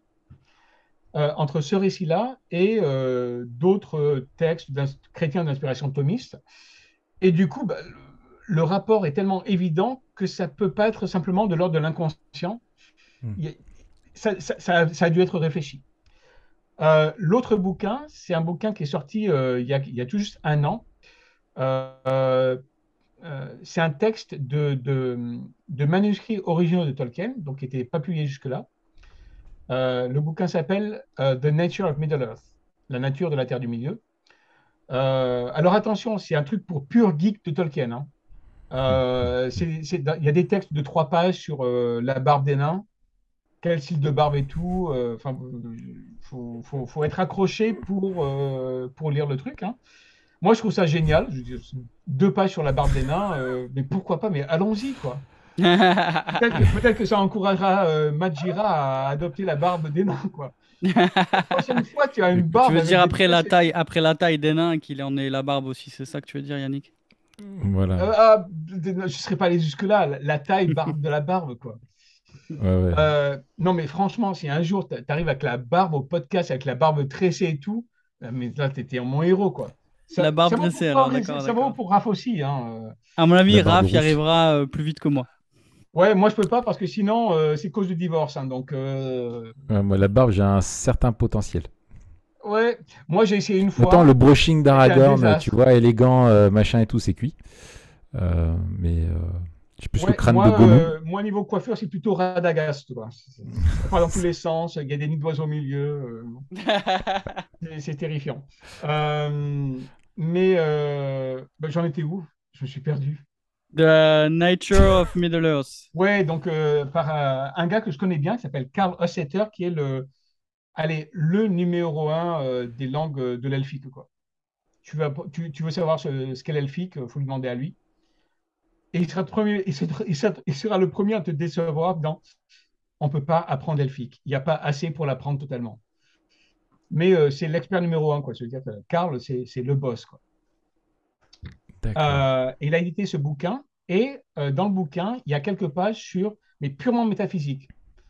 euh, entre ce récit-là et euh, d'autres textes d'ins- chrétiens d'inspiration thomiste. Et du coup, bah, le, le rapport est tellement évident que ça ne peut pas être simplement de l'ordre de l'inconscient. Hmm. Il y a- Ça, ça- ça- ça a dû être réfléchi. Euh, l'autre bouquin, c'est un bouquin qui est sorti euh, il y a, il y a tout juste un an. Euh, euh, c'est un texte de, de, de manuscrits originaux de Tolkien, donc qui n'était pas publié jusque-là. Euh, le bouquin s'appelle euh, The Nature of Middle-earth, la nature de la Terre du Milieu. Euh, alors attention, c'est un truc pour pur geek de Tolkien, hein. Euh, c'est- c'est- il y a des textes de trois pages sur euh, la barbe des nains, quel style de barbe et tout. euh, Enfin, il faut, faut- faut être accroché pour, euh, pour lire le truc, hein. Moi, je trouve ça génial. Je veux dire, deux pages sur la barbe des nains, euh, mais pourquoi pas? Mais allons-y, quoi. Peut-être que, peut-être que ça encouragera euh, Majira à adopter la barbe des nains, quoi. La prochaine fois, tu as une Tu barbe veux avec dire des après la tresses. taille, après la taille des nains qu'il en ait la barbe aussi, c'est ça que tu veux dire, Yannick? Voilà. Euh, ah, je ne serais pas allé jusque-là. La, la taille barbe de la barbe, quoi. Ouais, ouais. Euh, non, mais franchement, si un jour tu arrives avec la barbe au podcast, avec la barbe tressée et tout, euh, mais là, tu étais mon héros, quoi. La Ça, barbe ça vaut pour dressée, toi, alors, mais ça d'accord, ça vaut d'accord. pour Raph aussi, hein. euh. À mon avis, La barbe Raph y rousse. arrivera euh, plus vite que moi. Ouais, moi, je peux pas parce que sinon, euh, c'est cause du divorce, hein, donc, euh, Ouais, moi, la barbe, j'ai un certain potentiel. ouais, moi, j'ai essayé une Autant le fois, brushing c'était un d'Aragorn, tu désastre. vois, élégant, euh, machin et tout, c'est cuit. Euh, mais euh, j'ai plus le Ouais, crâne de moi, Gollum. euh, moi, niveau coiffure, c'est plutôt Radagast, tu vois. C'est- Ça part dans tous les sens, il y a des nids d'oiseaux au milieu. euh, c'est c'est terrifiant. Euh, mais euh, bah, j'en étais où? Je me suis perdu. The Nature of Middle-earth. Ouais, donc euh, par euh, un gars que je connais bien qui s'appelle Karl Hosseter, qui est le, allez, le numéro un euh, des langues euh, de l'elfique, quoi. Tu veux, tu, tu veux savoir ce, ce qu'est l'elfique, il faut lui demander à lui. Et il sera, le premier, il sera, il sera- il sera le premier à te décevoir dans on ne peut pas apprendre elfique. Il n'y a pas assez pour l'apprendre totalement. Mais euh, c'est l'expert numéro un, quoi. C'est-à-dire que Karl, c'est c'est le boss, quoi. D'accord. Euh, il a édité ce bouquin et euh, dans le bouquin, il y a quelques pages sur, mais purement métaphysique.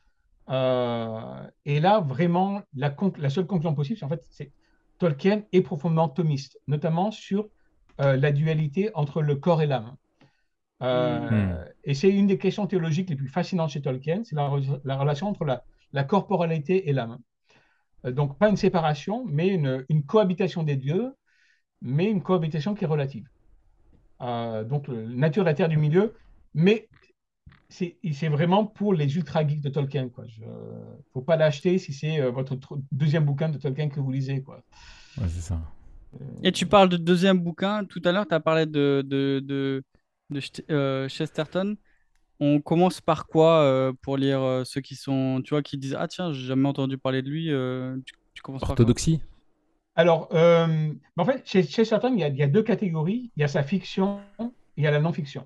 Euh, et là, vraiment, la, conc- la seule conclusion possible, c'est en fait, c'est Tolkien est profondément thomiste, notamment sur euh, la dualité entre le corps et l'âme. Hmm. Hmm. Euh, et c'est une des questions théologiques les plus fascinantes chez Tolkien, c'est la, re- la relation entre la, la corporalité et l'âme. Euh, donc, pas une séparation, mais une, une cohabitation des dieux, mais une cohabitation qui est relative. Euh, donc, la nature de la Terre du milieu, mais c'est c'est vraiment pour les ultra geeks de Tolkien, quoi. Je, faut pas l'acheter si c'est euh, votre tr- deuxième bouquin de Tolkien que vous lisez, quoi. Ouais, c'est ça. Et tu parles de deuxième bouquin. Tout à l'heure, tu as parlé de, de, de, de Cht- euh, Chesterton. On commence par quoi euh, pour lire euh, ceux qui sont, tu vois, qui disent, ah tiens, j'ai jamais entendu parler de lui. euh, tu, tu commences par quoi? Orthodoxie? Alors, euh, en fait, chez, chez Chesterton, il y a, il y a deux catégories. Il y a sa fiction et il y a la non-fiction.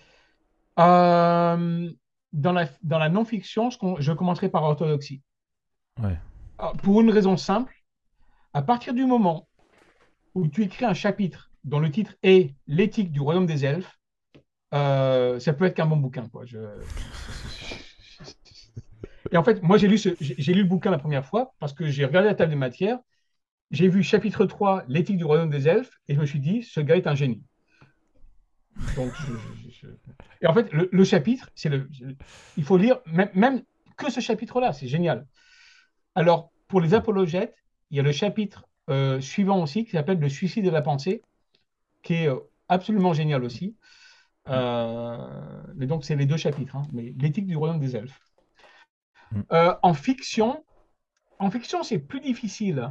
Euh, dans la, dans la non-fiction, ce qu'on- je commencerai par orthodoxie. Ouais. Alors, pour une raison simple, à partir du moment où tu écris un chapitre dont le titre est L'éthique du royaume des elfes, euh, ça peut être qu'un bon bouquin, quoi. Je... Et en fait, moi, j'ai lu, ce- j'ai j'ai lu le bouquin la première fois parce que j'ai regardé la table des matières, j'ai vu chapitre trois, L'éthique du royaume des elfes, et je me suis dit, ce gars est un génie. Donc, je- je- je- Et en fait, le, le chapitre, c'est le, il faut lire même, même que ce chapitre-là, c'est génial. Alors, pour les apologètes, il y a le chapitre euh, suivant aussi qui s'appelle Le suicide de la pensée, qui est euh, absolument génial aussi. Mm. Euh, mais donc, c'est les deux chapitres, hein, mais l'éthique du royaume des elfes. Mm. Euh, en fiction, en fiction, c'est plus difficile.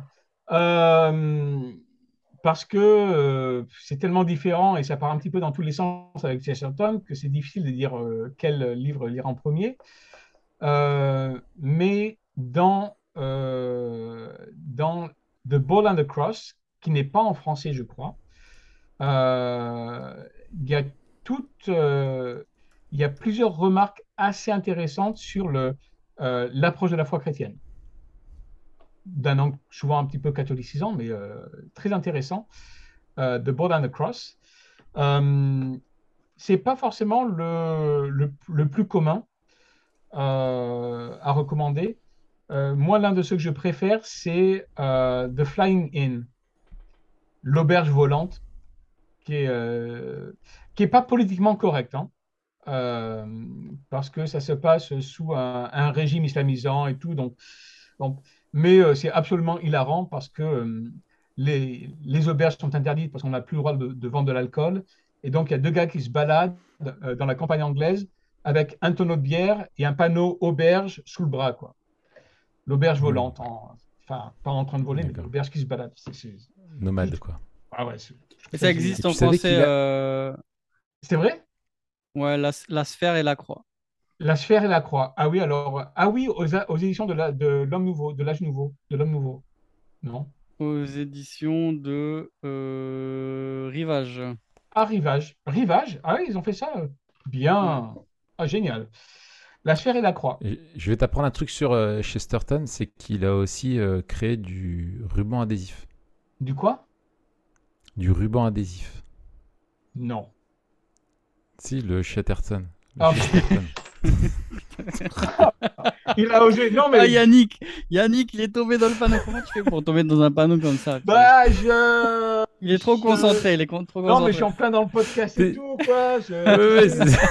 Euh, parce que euh, c'est tellement différent et ça part un petit peu dans tous les sens avec Chesterton que c'est difficile de dire euh, quel livre lire en premier. Euh, mais dans, euh, dans The Ball and the Cross, qui n'est pas en français, je crois, euh, il y a toute, euh, il y a plusieurs remarques assez intéressantes sur le, euh, l'approche de la foi chrétienne, d'un angle souvent un petit peu catholicisant, mais euh, très intéressant. Euh, The Ball and the Cross. Euh, c'est pas forcément le, le, le plus commun euh, à recommander. Euh, moi, l'un de ceux que je préfère, c'est euh, The Flying Inn, l'auberge volante, qui est, euh, qui est pas politiquement correct, hein, euh, parce que ça se passe sous un, un régime islamisant et tout. Donc, donc, mais euh, c'est absolument hilarant parce que euh, les, les auberges sont interdites parce qu'on n'a plus le droit de, de vendre de l'alcool. Et donc, il y a deux gars qui se baladent euh, dans la campagne anglaise avec un tonneau de bière et un panneau auberge sous le bras, quoi. L'auberge Mm. volante, en- enfin, pas en train de voler, mais D'accord. l'auberge qui se balade. C'est, c'est- je- Nomade, quoi. ah ouais, c'est- je trouve Et ça ça génial. Et existe tu en savais français, qu'il a. euh, C'est vrai? ouais, la, la sphère et la croix. La sphère et la croix. Ah oui, alors, ah oui, aux, a- aux éditions de la, de l'homme nouveau, de l'âge nouveau, de l'homme nouveau. Non? Aux éditions de euh, Rivage. Ah, Rivage. Rivage? Ah oui, ils ont fait ça. euh. Ouais. Bien. Ah, génial. La sphère et la croix. Et je vais t'apprendre un truc sur euh, Chesterton, c'est qu'il a aussi euh, créé du ruban adhésif. Du quoi? Du ruban adhésif. Non. Si, le Chatterton. Le Ah, Chesterton. il a osé. Non, Ah, mais. Yannick, Yannick, il est tombé dans le panneau. Comment tu fais pour tomber dans un panneau comme ça? Bah, je. Il est trop je- concentré, il est con- trop Non, mais je suis concentré. en plein dans le podcast et T'es- tout, quoi. Je- Ouais, tu ouais, sais. c'est ça.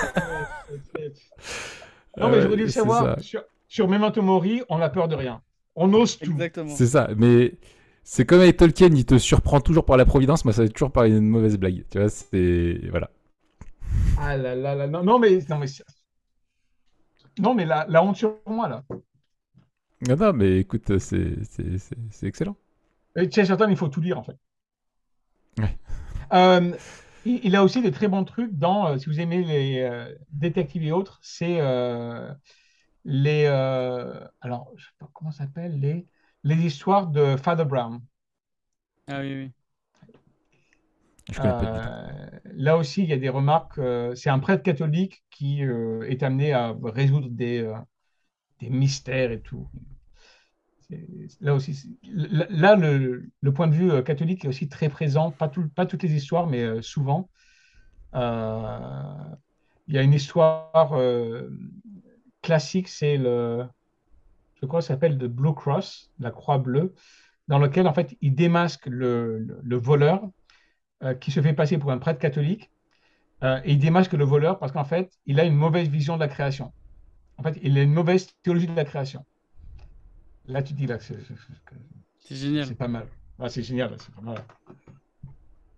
Non, Ah mais j'aurais dû ouais, le c'est savoir. ça. Sur, sur Memento Mori, on a peur de rien. On ose tout. Exactement. C'est ça. Mais c'est comme avec Tolkien, il te surprend toujours par la providence. Moi, ça va être toujours par une mauvaise blague. Tu vois, c'est. Voilà. Ah là là là. Non, non mais, non, mais, c'est- non, mais la, la honte sur moi, là. Non, non, mais écoute, c'est c'est- c'est- c'est excellent. Et Chesterton, il faut tout lire, en fait. Ouais. Euh, il, il a aussi des très bons trucs dans, euh, si vous aimez les euh, détectives et autres, c'est euh, les. euh, alors, je sais pas comment ça s'appelle, les, les histoires de Father Brown. Ah oui, oui. Je connais pas du tout. Euh, là aussi, il y a des remarques. euh, c'est un prêtre catholique qui euh, est amené à résoudre des, euh, des mystères et tout. C'est- Là aussi, c'est- là, là, le, le point de vue euh, catholique est aussi très présent. Pas, tout- pas toutes les histoires, mais euh, souvent. Euh, il y a une histoire euh, classique, c'est le, je crois, que ça s'appelle The Blue Cross, la Croix bleue, dans lequel en fait il démasque le, le- le voleur euh, qui se fait passer pour un prêtre catholique. Euh, et il démasque le voleur parce qu'en fait, il a une mauvaise vision de la création. En fait, il a une mauvaise théologie de la création. Là, tu dis là, c'est C'est c'est- génial. c'est pas mal. Ah, c'est génial, c'est pas mal.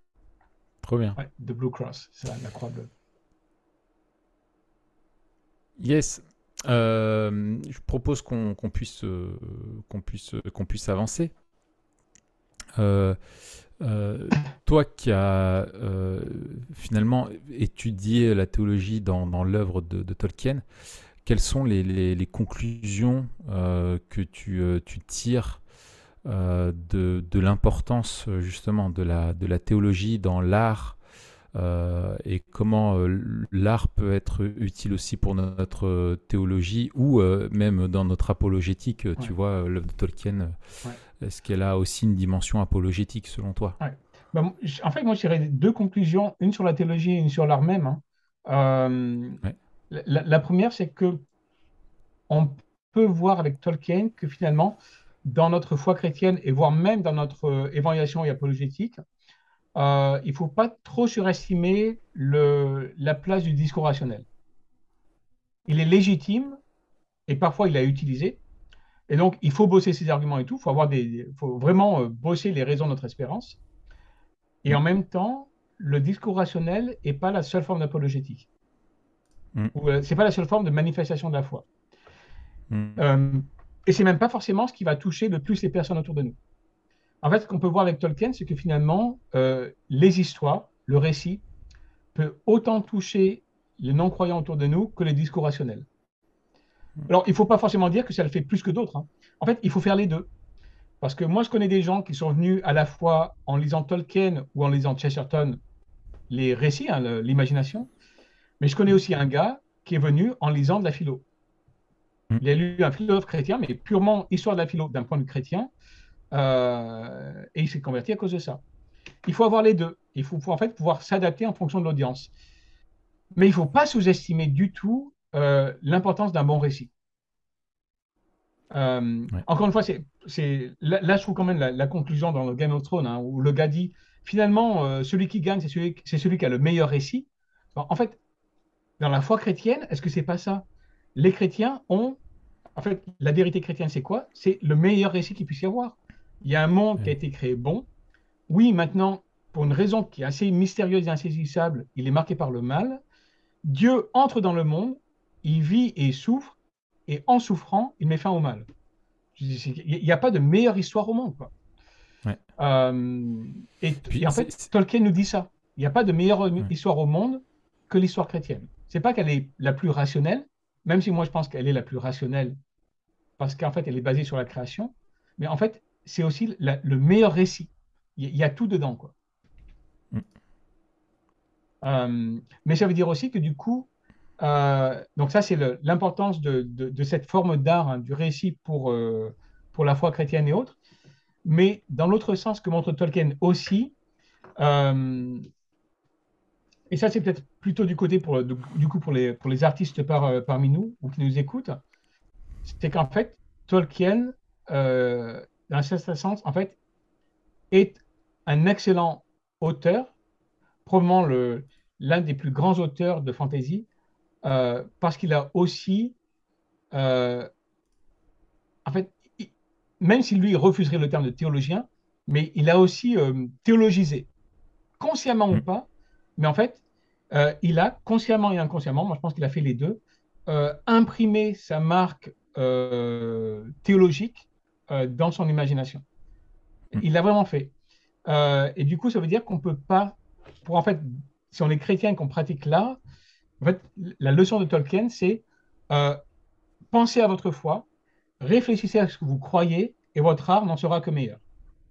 Trop bien. Ouais, The Blue Cross, c'est la, la croix bleue. Yes. Euh, je propose qu'on qu'on puisse, euh, qu'on puisse, qu'on puisse avancer. Euh, euh, Toi qui as euh, finalement étudié la théologie dans, dans l'œuvre de, de Tolkien, quelles sont les, les- les conclusions euh, que tu, euh, tu tires euh, de, de l'importance euh, justement de la, de la théologie dans l'art euh, et comment euh, l'art peut être utile aussi pour notre euh, théologie ou euh, même dans notre apologétique, euh, tu Ouais, vois, euh, l'œuvre de Tolkien, euh, ouais, est-ce qu'elle a aussi une dimension apologétique selon toi? ouais. Ben, moi, j- en fait, moi, je dirais deux conclusions, une sur la théologie et une sur l'art même, hein. Euh, Ouais. la, la- la première, c'est que on peut voir avec Tolkien que finalement, dans notre foi chrétienne et voire même dans notre euh, évaluation et apologétique, euh, il ne faut pas trop surestimer le, la place du discours rationnel. Il est légitime et parfois il est utilisé. Et donc, il faut bosser ses arguments et tout. Il faut, avoir des, faut vraiment euh, bosser les raisons de notre espérance. Et Mm, en même temps, le discours rationnel n'est pas la seule forme d'apologétique. mm, Ou euh, c'est pas la seule forme de manifestation de la foi. mm. Euh, et c'est même pas forcément ce qui va toucher le plus les personnes autour de nous. En fait, ce qu'on peut voir avec Tolkien, c'est que finalement, euh, les histoires, le récit, peut autant toucher les non-croyants autour de nous que les discours rationnels. Alors, il ne faut pas forcément dire que ça le fait plus que d'autres, hein. En fait, il faut faire les deux. Parce que moi, je connais des gens qui sont venus à la fois en lisant Tolkien ou en lisant Chesterton, les récits, hein, le- l'imagination, mais je connais aussi un gars qui est venu en lisant de la philo. Mm. Il a lu un philosophe chrétien, mais purement histoire de la philo d'un point de vue chrétien, euh, et il s'est converti à cause de ça. Il faut avoir les deux. Il faut, faut en fait pouvoir s'adapter en fonction de l'audience. Mais il ne faut pas sous-estimer du tout euh, l'importance d'un bon récit. Euh, Ouais. encore une fois, c'est, c'est, là, là, je trouve quand même la, la conclusion dans le Game of Thrones, hein, où le gars dit, finalement, euh, celui qui gagne, c'est celui, c'est celui qui a le meilleur récit. Bon, en fait, dans la foi chrétienne, est-ce que c'est pas ça? Les chrétiens ont, en fait, la vérité chrétienne, c'est quoi? C'est le meilleur récit qu'il puisse y avoir. Il y a un monde qui a Ouais. été créé bon. Oui, maintenant, pour une raison qui est assez mystérieuse et insaisissable, il est marqué par le mal. Dieu entre dans le monde, il vit et souffre, et en souffrant, il met fin au mal. Il n'y a pas de meilleure histoire au monde, quoi. Ouais. Euh, et, Puis et en c'est, fait, c'est- Tolkien nous dit ça. Il n'y a pas de meilleure ouais. histoire au monde que l'histoire chrétienne. C'est pas qu'elle est la plus rationnelle, même si moi je pense qu'elle est la plus rationnelle, parce qu'en fait elle est basée sur la création, mais en fait c'est aussi la- le meilleur récit. Il y, il y a tout dedans, quoi. Mm. Euh, mais ça veut dire aussi que du coup, euh, donc ça c'est le- l'importance de, de- de cette forme d'art, hein, du récit pour, euh, pour la foi chrétienne et autres. Mais dans l'autre sens que montre Tolkien aussi, euh, et ça c'est peut-être plutôt du côté pour, du du coup pour les, pour les artistes par, euh, parmi nous ou qui nous écoutent, c'est qu'en fait, Tolkien, euh, dans un certain sens, en fait, est un excellent auteur, probablement le, l'un des plus grands auteurs de fantasy, euh, parce qu'il a aussi, euh, en fait, il- même si lui refuserait le terme de théologien, mais il a aussi euh, théologisé, consciemment ou Mm. pas, mais en fait, euh, il a consciemment et inconsciemment, moi je pense qu'il a fait les deux, euh, imprimé sa marque euh, théologique euh, dans son imagination. Mm. Il l'a vraiment fait. Euh, et du coup, ça veut dire qu'on ne peut pas, pour en fait, si on est chrétien et qu'on pratique l'art, en fait, la leçon de Tolkien, c'est euh, pensez à votre foi, réfléchissez à ce que vous croyez, et votre art n'en sera que meilleur.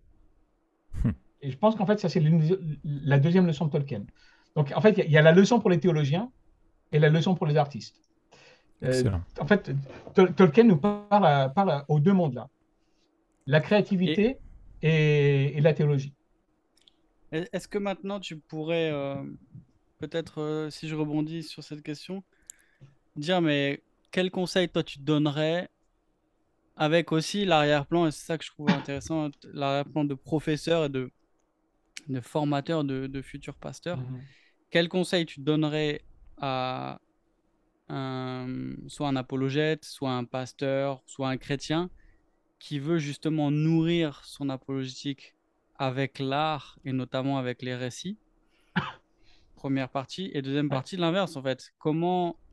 Et je pense qu'en fait, ça, c'est la deuxième leçon de Tolkien. Donc, en fait, il y, y, a la leçon pour les théologiens et la leçon pour les artistes. Euh, Excellent. en fait, Tol Tolkien nous parle, à, parle à, aux deux mondes-là, la Et créativité et, et, la théologie. est-ce que maintenant tu pourrais, euh, peut-être, euh, si je rebondis sur cette question, dire, mais quel conseil toi tu te donnerais avec aussi l'arrière-plan, et c'est ça que je trouve intéressant, l'arrière-plan de professeur et de, de formateur de, de futurs pasteurs. Mm -hmm. Quel conseil tu donnerais à un, soit un apologète, soit un pasteur, soit un chrétien qui veut justement nourrir son apologétique avec l'art et notamment avec les récits, première partie, et deuxième Ouais. partie, l'inverse en fait. Comment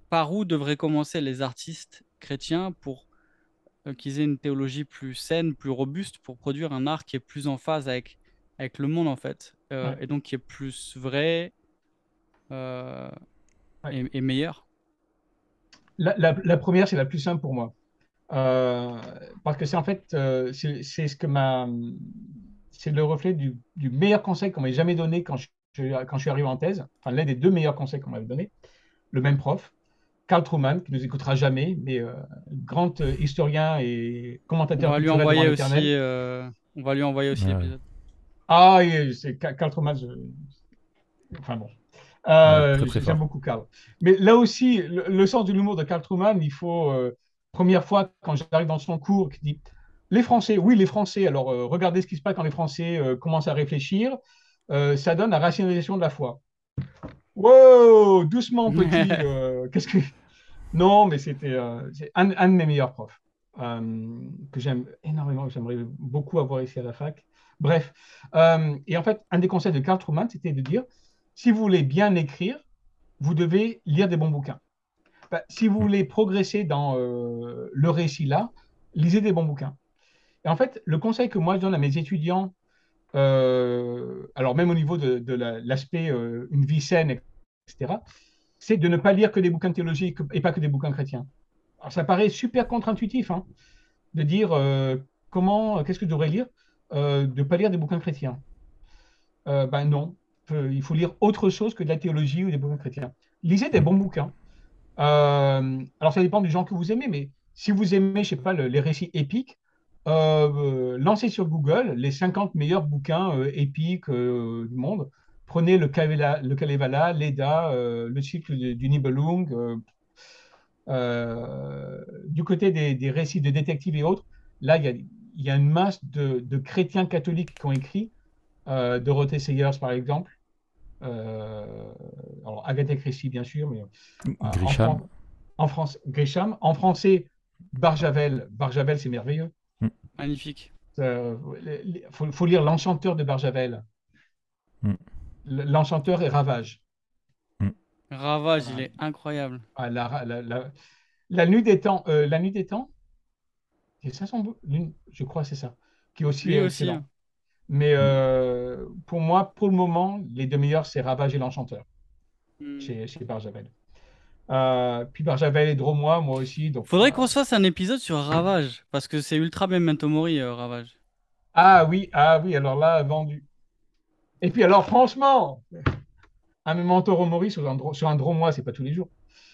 par où devraient commencer les artistes chrétiens pour euh, qu'ils aient une théologie plus saine, plus robuste, pour produire un art qui est plus en phase avec, avec le monde, en fait, euh, Ouais, et donc qui est plus vrai euh, ouais. et, et meilleur. La, la- la première, c'est la plus simple pour moi. Euh, parce que c'est en fait, euh, c'est c'est ce que m'a, c'est le reflet du, du meilleur conseil qu'on m'ait jamais donné quand je, je- quand je suis arrivé en thèse. Enfin, l'un des deux meilleurs conseils qu'on m'avait donné. Le même prof, Carl Truman, qui nous écoutera jamais, mais euh, grand euh, historien et On commentateur va lui culturel devant envoyer aussi, l'Éternel. euh, on va lui envoyer aussi Ouais, ouais. l'épisode. Ah, et c'est Ca- Carl Truman. je- Enfin bon. Ouais, Euh, très très j'aime fort. beaucoup Karl. Mais là aussi, le, le sens de l'humour de Karl Truman, il faut, euh, première fois, quand j'arrive dans son cours, qui dit, les Français, oui, les Français, alors euh, regardez ce qui se passe quand les Français euh, commencent à réfléchir, euh, ça donne la rationalisation de la foi. Wow, doucement, petit, euh, qu'est-ce que... Non, mais c'était euh, c'est un, un de mes meilleurs profs, euh, que j'aime énormément, que j'aimerais beaucoup avoir ici à la fac. Bref, euh, et en fait, un des conseils de Karl Truman, c'était de dire, si vous voulez bien écrire, vous devez lire des bons bouquins. Ben, si vous Mm. voulez progresser dans euh, le récit là, lisez des bons bouquins. Et en fait, le conseil que moi je donne à mes étudiants, euh, alors même au niveau de, de la- l'aspect euh, une vie saine, et cetera, c'est de ne pas lire que des bouquins théologiques et pas que des bouquins chrétiens. Alors ça paraît super contre-intuitif, hein, de dire euh, comment, qu'est-ce que je devrais lire, euh, de ne pas lire des bouquins chrétiens. Euh, ben non, Euh, il faut lire autre chose que de la théologie ou des bouquins chrétiens. Lisez des Mm. bons bouquins. Euh, alors, ça dépend du genre que vous aimez, mais si vous aimez, je sais pas, le- les récits épiques, euh, euh, lancez sur Google les cinquante meilleurs bouquins euh, épiques euh, du monde. Prenez le, Kalevala, le Kalevala, l'Eda, euh, le cycle du, du Nibelung. Euh, euh, du côté des, des récits de détectives et autres, là, il y a, il y a une masse de, de chrétiens catholiques qui ont écrit, euh, Dorothée Sayers, par exemple. Euh, alors, Agatha Christie, bien sûr, mais euh, en, Grisham. Fran- en France, Grisham. En français, Barjavel. Barjavel, c'est merveilleux. Mm. Magnifique. Il faut, faut lire L'Enchanteur de Barjavel. Mm. L'Enchanteur et Ravage. Mm. Ravage, il Ah, est incroyable. ah, la, la- la- la nuit des temps, euh, la nuit des temps, c'est ça son bou- l'une- je crois que c'est ça, qui est aussi Lui euh, aussi, hein. excellent. Mais Mm. euh, pour moi, pour le moment, les deux meilleurs, c'est Ravage et l'Enchanteur Hmm. chez, chez Barjavel. Euh, puis Barjavel et Dromois, moi aussi. Donc, Faudrait qu'on euh, se fasse un épisode sur Ravage, parce que c'est ultra memento mori, euh, Ravage. ah oui, ah oui, alors là, vendu. Et puis alors, franchement, un Memento Mori sur un, dro- sur un Dromois, c'est pas tous les jours.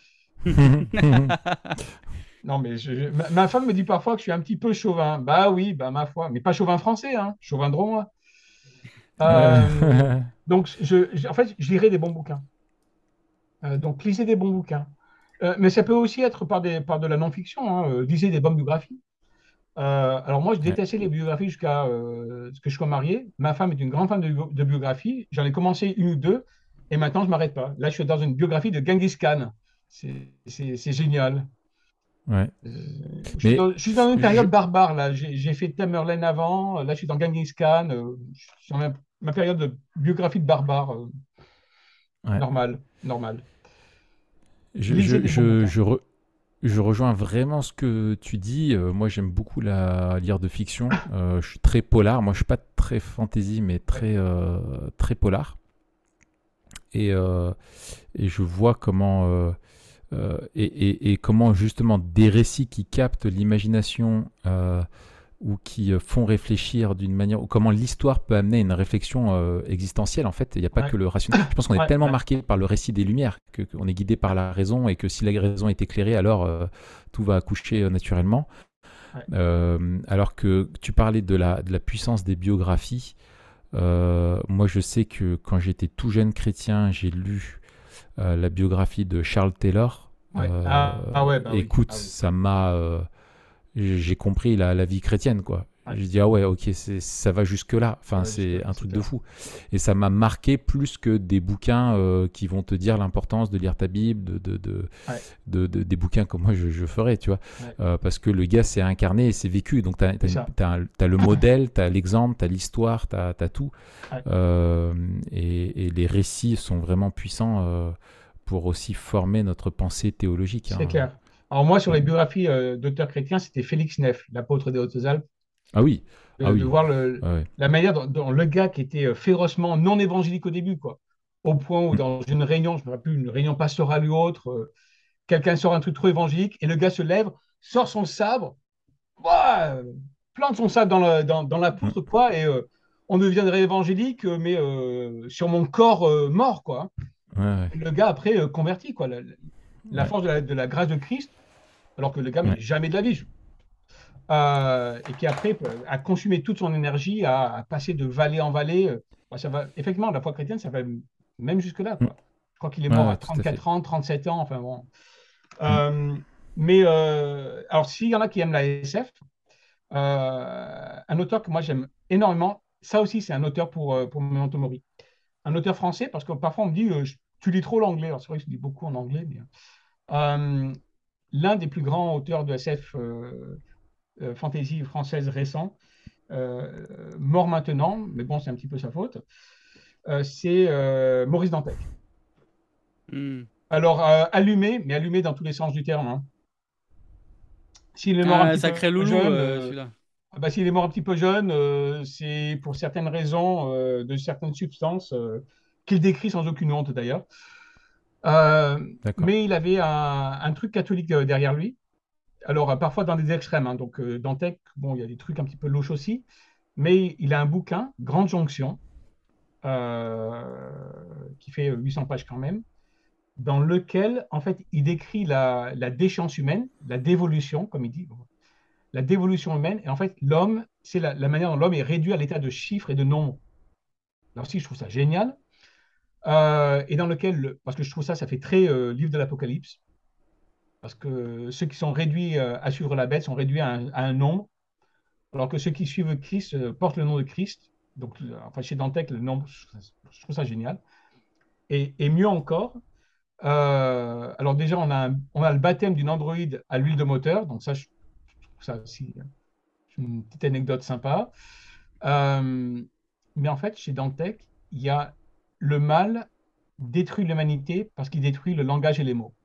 Non, mais je- je- ma, ma femme me dit parfois que je suis un petit peu chauvin. Bah oui, bah ma foi, mais pas chauvin français, hein, chauvin Dromois. Euh, Ouais. donc, je, je- en fait, je lirai des bons bouquins. Euh, donc, lisez des bons bouquins. Euh, mais ça peut aussi être par, des, par de la non-fiction, hein. Euh, lisez des bonnes biographies. Euh, alors moi, je Ouais. détestais les biographies jusqu'à euh, ce que je sois marié. Ma femme est une grande fan de, de biographies. J'en ai commencé une ou deux et maintenant, je ne m'arrête pas. Là, je suis dans une biographie de Genghis Khan. C'est c'est- c'est génial. Ouais. Euh, je suis Mais dans, je suis dans une je... période barbare, là. J'ai j'ai fait Tamerlane avant. Là, je suis dans Genghis Khan. Euh, je suis dans ma, ma période de biographie de barbare. Euh, ouais. normal, normal. Je, Lisez je, des bons je, bouquins. je, re- je rejoins vraiment ce que tu dis. Euh, moi, j'aime beaucoup la lire de fiction. Euh, je suis très polar. Moi, je suis pas très fantasy, mais Ouais, très, euh, très polar. Et, euh, et je vois comment, euh, euh, et, et- et comment justement des récits qui captent l'imagination euh, ou qui euh, font réfléchir d'une manière, ou comment l'histoire peut amener une réflexion euh, existentielle en fait. Il n'y a pas ouais, que le rationnel. Je pense qu'on est ouais, tellement ouais, marqué par le récit des Lumières que qu'on est guidé par la raison et que si la raison est éclairée, alors euh, tout va accoucher euh, naturellement. ouais. Euh, alors que tu parlais de la, de la puissance des biographies. Euh, moi, je sais que quand j'étais tout jeune chrétien, j'ai lu euh, la biographie de Charles Taylor. Ouais. Euh, Ah, ah ouais, bah oui. écoute, Ah oui. ça m'a, euh, j'ai compris la, la vie chrétienne, quoi. Ouais. J'ai dit ah ouais, ok, c'est, ça va jusque là. Ça Enfin, va c'est jusque-là, un c'est truc de clair. fou. Et ça m'a marqué plus que des bouquins euh, qui vont te dire l'importance de lire ta Bible, de, de, de, Ouais, de- de- des bouquins comme moi je, je ferais, tu vois. ouais. Euh, parce que le gars c'est incarné et c'est vécu. Donc t'as, t'as, C'est une- ça. t'as un- t'as le modèle, t'as l'exemple, t'as l'histoire, t'as, t'as tout. Ouais. Euh, et, et les récits sont vraiment puissants euh, pour aussi former notre pensée théologique. C'est hein. clair. Alors moi, sur les biographies euh, d'auteurs chrétiens, c'était Félix Neff, l'apôtre des Hautes-Alpes, Ah oui, de, ah de oui. voir le, Ouais, ouais. la manière dont, dont le gars qui était euh, férocement non évangélique au début, quoi, au point où Mm. dans une réunion, je ne me rappelle plus, une réunion pastorale ou autre, euh, quelqu'un sort un truc trop évangélique et le gars se lève, sort son sabre, ouah, euh, plante son sabre dans, le, dans, dans la Mm. poutre, quoi, et euh, on deviendrait évangélique, euh, mais euh, sur mon corps euh, mort, quoi. Ouais, ouais, Et le gars, après, euh, converti, quoi. La, la ouais, force de la, de la grâce de Christ, alors que le gars, mais ouais. jamais de la vie. Euh, et qui après peut- a consumé toute son énergie à, à passer de vallée en vallée. euh. Bah, ça va, effectivement, la foi chrétienne, ça va même jusque-là, Mm. quoi. Je crois qu'il est Ouais, mort à ouais, tout à fait. trente-quatre ans, trente-sept ans, enfin bon. Mm. Euh, mais euh, alors, s'il y en a qui aiment la S F, euh, un auteur que moi j'aime énormément, ça aussi, c'est un auteur pour, euh, pour Memento Mori. Un auteur français, parce que parfois on me dit, euh, je- tu lis trop l'anglais. Alors, c'est vrai que je lis beaucoup en anglais, mais euh, l'un des plus grands auteurs de S F euh, euh, fantasy française récent, euh, mort maintenant, mais bon, c'est un petit peu sa faute, euh, c'est euh, Maurice Dantec. Hmm. Alors, euh, allumé, mais allumé dans tous les sens du terme. Hein. S'il est mort un Un petit peu sacré loulou, jeune, euh, euh, celui-là. ah bah, s'il est mort un petit peu jeune, euh, c'est pour certaines raisons euh, de certaines substances euh, qu'il décrit sans aucune honte d'ailleurs. Euh, D'accord. mais il avait un, un truc catholique euh, derrière lui. Alors, euh, parfois dans des extrêmes. Hein. Donc, euh, Dantec, bon, il y a des trucs un petit peu louches aussi. Mais il a un bouquin, Grande Jonction, euh, qui fait huit cents pages quand même, dans lequel, en fait, il décrit la, la déchéance humaine, la dévolution, comme il dit, la dévolution humaine. Et en fait, l'homme, c'est la, la manière dont l'homme est réduit à l'état de chiffres et de nombres. Là aussi, je trouve ça génial. Euh, et dans lequel, parce que je trouve ça, ça fait très euh, livre de l'Apocalypse, parce que ceux qui sont réduits euh, à suivre la bête sont réduits à un, à un nombre, alors que ceux qui suivent Christ euh, portent le nom de Christ. Donc, euh, enfin, chez Dantec, le nombre, je trouve ça génial. Et, et mieux encore, euh, alors déjà, on a, un- on a le baptême d'une androïde à l'huile de moteur, donc ça, je, je trouve ça aussi euh, une petite anecdote sympa. Euh, mais en fait, chez Dantec, il y a le mal détruit l'humanité parce qu'il détruit le langage et les mots.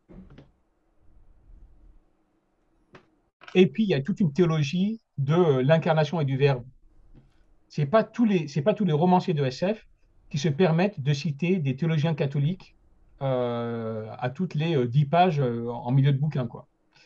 Et puis, il y a toute une théologie de euh, l'incarnation et du verbe. C'est pas tous les, c'est pas tous les romanciers de S F qui se permettent de citer des théologiens catholiques euh, à toutes les euh, dix pages euh, en milieu de bouquin, quoi.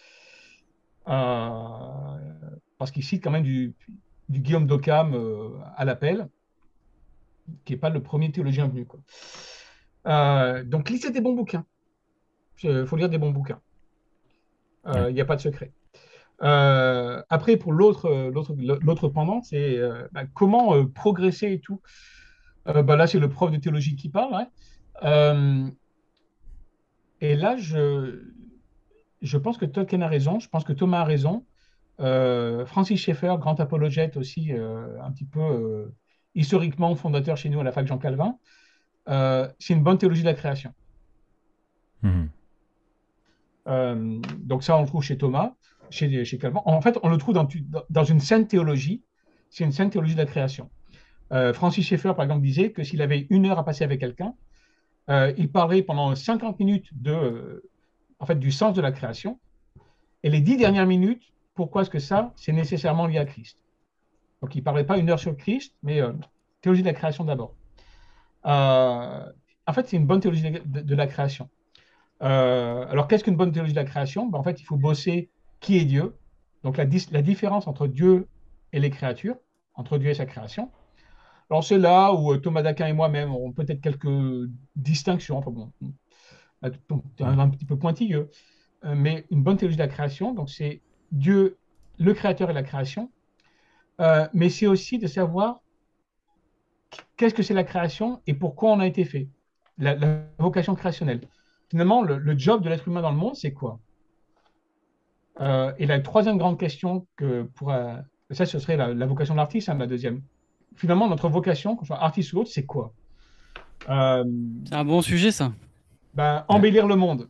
Euh, parce qu'il cite quand même du, du Guillaume d'Occam euh, à l'appel, qui n'est pas le premier théologien venu, quoi. Euh, donc, lisez des bons bouquins. Il faut lire des bons bouquins. Il Ouais. n'y a pas de secret. Euh, après, pour l'autre, l'autre, l'autre pendant, c'est euh, bah, comment euh, progresser et tout. Euh, bah, là, c'est le prof de théologie qui parle. Ouais. Euh, et là, je, je pense que Tolkien a raison. Je pense que Thomas a raison. Euh, Francis Schaeffer, grand apologète aussi, euh, un petit peu euh, historiquement fondateur chez nous à la fac Jean Calvin. Euh, c'est une bonne théologie de la création. Mhm. Euh, donc ça, on le trouve chez Thomas, chez, chez Calvin. En fait, on le trouve dans, dans une sainte théologie. C'est une sainte théologie de la création. Euh, Francis Schaeffer, par exemple, disait que s'il avait une heure à passer avec quelqu'un, euh, il parlerait pendant cinquante minutes de, euh, en fait, du sens de la création. Et les dix dernières minutes, pourquoi est-ce que ça, c'est nécessairement lié à Christ. Donc, il ne parlait pas une heure sur Christ, mais euh, théologie de la création d'abord. Euh, en fait, c'est une bonne théologie de, de, de la création. Euh, alors, qu'est-ce qu'une bonne théologie de la création? Ben, en fait, il faut bosser qui est Dieu. Donc, la, la différence entre Dieu et les créatures, entre Dieu et sa création. Alors, c'est là où euh, Thomas d'Aquin et moi-même auront peut-être quelques distinctions. Enfin bon, un, un petit peu pointilleux. Euh, mais une bonne théologie de la création, donc c'est Dieu, le créateur et la création. Euh, mais c'est aussi de savoir qu'est-ce que c'est la création et pourquoi on a été fait. La, la vocation créationnelle. Finalement, le, le job de l'être humain dans le monde, c'est quoi? Euh, et la troisième grande question que pourra, ça, ce serait la, la vocation de l'artiste, hein, la deuxième. Finalement, notre vocation, qu'on soit artiste ou autre, c'est quoi? euh, C'est un bon sujet, ça. ben, Ouais. embellir le monde.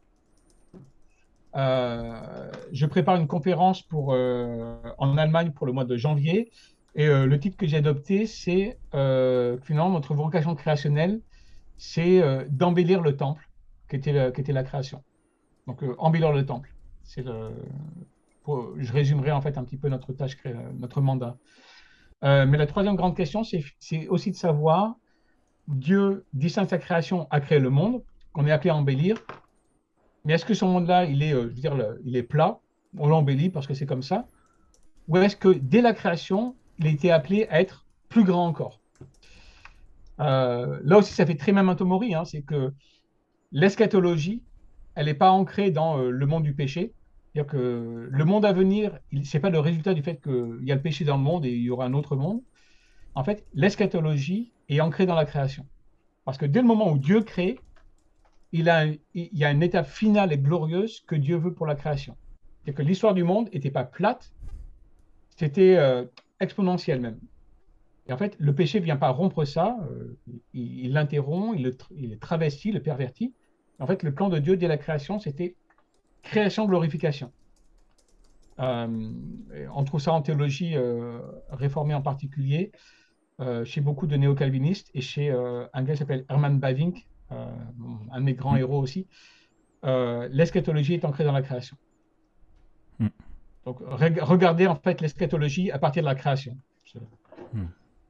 Euh, je prépare une conférence pour, euh, en Allemagne pour le mois de janvier. Et euh, le titre que j'ai adopté, c'est euh, finalement notre vocation créationnelle, c'est euh, d'embellir le temple. qui était, le- qui était la création. Donc, euh, embellir le temple. C'est le, pour- je résumerai en fait un petit peu notre tâche, cré- notre mandat. Euh, mais la troisième grande question, c'est c'est aussi de savoir, Dieu, distinct de sa création, a créé le monde, qu'on est appelé à embellir. Mais est-ce que ce monde-là, il est, euh, je veux dire, le- il est plat, on l'embellit parce que c'est comme ça, ou est-ce que dès la création, il a été appelé à être plus grand encore? Euh, là aussi, ça fait très Memento Mori, hein, c'est que l'eschatologie, elle n'est pas ancrée dans euh, le monde du péché. C'est-à-dire que le monde à venir, ce n'est pas le résultat du fait qu'il y a le péché dans le monde et il y aura un autre monde. En fait, l'eschatologie est ancrée dans la création. Parce que dès le moment où Dieu crée, il, a, il y a une étape finale et glorieuse que Dieu veut pour la création. C'est-à-dire que l'histoire du monde n'était pas plate, c'était euh, exponentiel même. Et en fait, le péché ne vient pas rompre ça, euh, il l'interrompt, il, il, le travestit, le pervertit. En fait, le plan de Dieu dès la création, c'était création, glorification. Euh, on trouve ça en théologie euh, réformée en particulier, euh, chez beaucoup de néo-calvinistes et chez euh, un gars qui s'appelle Herman Bavinck, euh, un de mes grands Mm. héros aussi. Euh, l'eschatologie est ancrée dans la création. Mm. Donc, re regardez en fait l'eschatologie à partir de la création. Mm.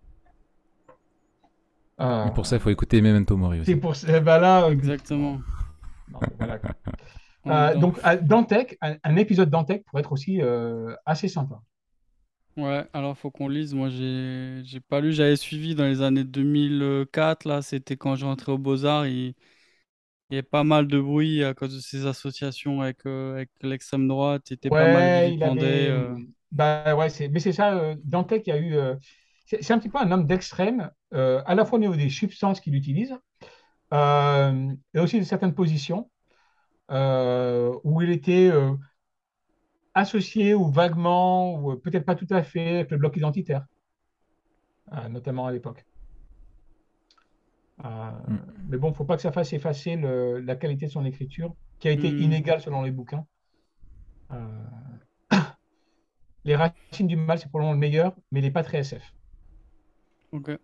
Euh, Et pour ça, il faut écouter Memento Mori c'est aussi. pour ce ben là. Exactement. Non, voilà. On est Euh, dedans. donc, à Dantec, un, un épisode Dantec pourrait être aussi euh, assez sympa. Ouais, alors faut qu'on lise. Moi, j'ai j'ai pas lu. J'avais suivi dans les années deux mille quatre. Là, c'était quand je rentrais aux Beaux-Arts. Il, il y avait pas mal de bruit à cause de ces associations avec, euh, avec l'extrême droite. Il était pas mal Ouais, il vilipendé. avait. euh. Bah ouais, c'est, mais c'est ça. Euh, Dantec, il y a eu. euh, c'est c'est un petit peu un homme d'extrême, euh, à la fois au niveau des substances qu'il utilise, euh, et aussi de certaines positions, euh, où il était euh, associé ou vaguement, ou peut-être pas tout à fait, avec le bloc identitaire, euh, notamment à l'époque. Euh, Mm. mais bon, il ne faut pas que ça fasse effacer le- la qualité de son écriture, qui a été Hmm, inégale selon les bouquins. Euh, Les Racines du Mal, c'est probablement le meilleur, mais il n'est pas très S F. ok.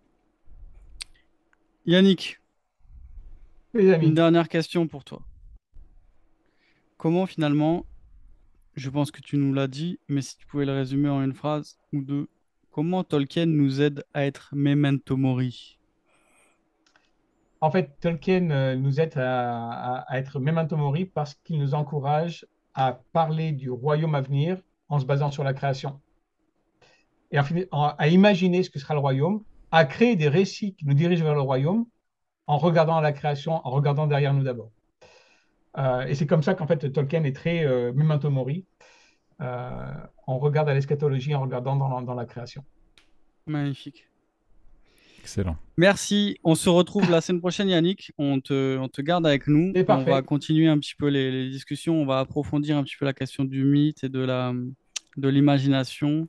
Yannick, Les une amis, dernière question pour toi. Comment finalement, je pense que tu nous l'as dit, mais si tu pouvais le résumer en une phrase ou deux, comment Tolkien nous aide à être Memento Mori? en fait, Tolkien euh, nous aide à, à- à être Memento Mori parce qu'il nous encourage à parler du royaume à venir en se basant sur la création. Et à, à imaginer ce que sera le royaume, à créer des récits qui nous dirigent vers le royaume en regardant à la création, en regardant derrière nous d'abord. Euh, et c'est comme ça qu'en fait Tolkien est très euh, Memento Mori. Euh, on regarde à l'eschatologie en regardant dans la, dans la création. Magnifique. Excellent. Merci. On se retrouve la semaine prochaine, Yannick. On te, on te garde avec nous. C'est On va parfait. continuer un petit peu les, les discussions. On va approfondir un petit peu la question du mythe et de la, de l'imagination.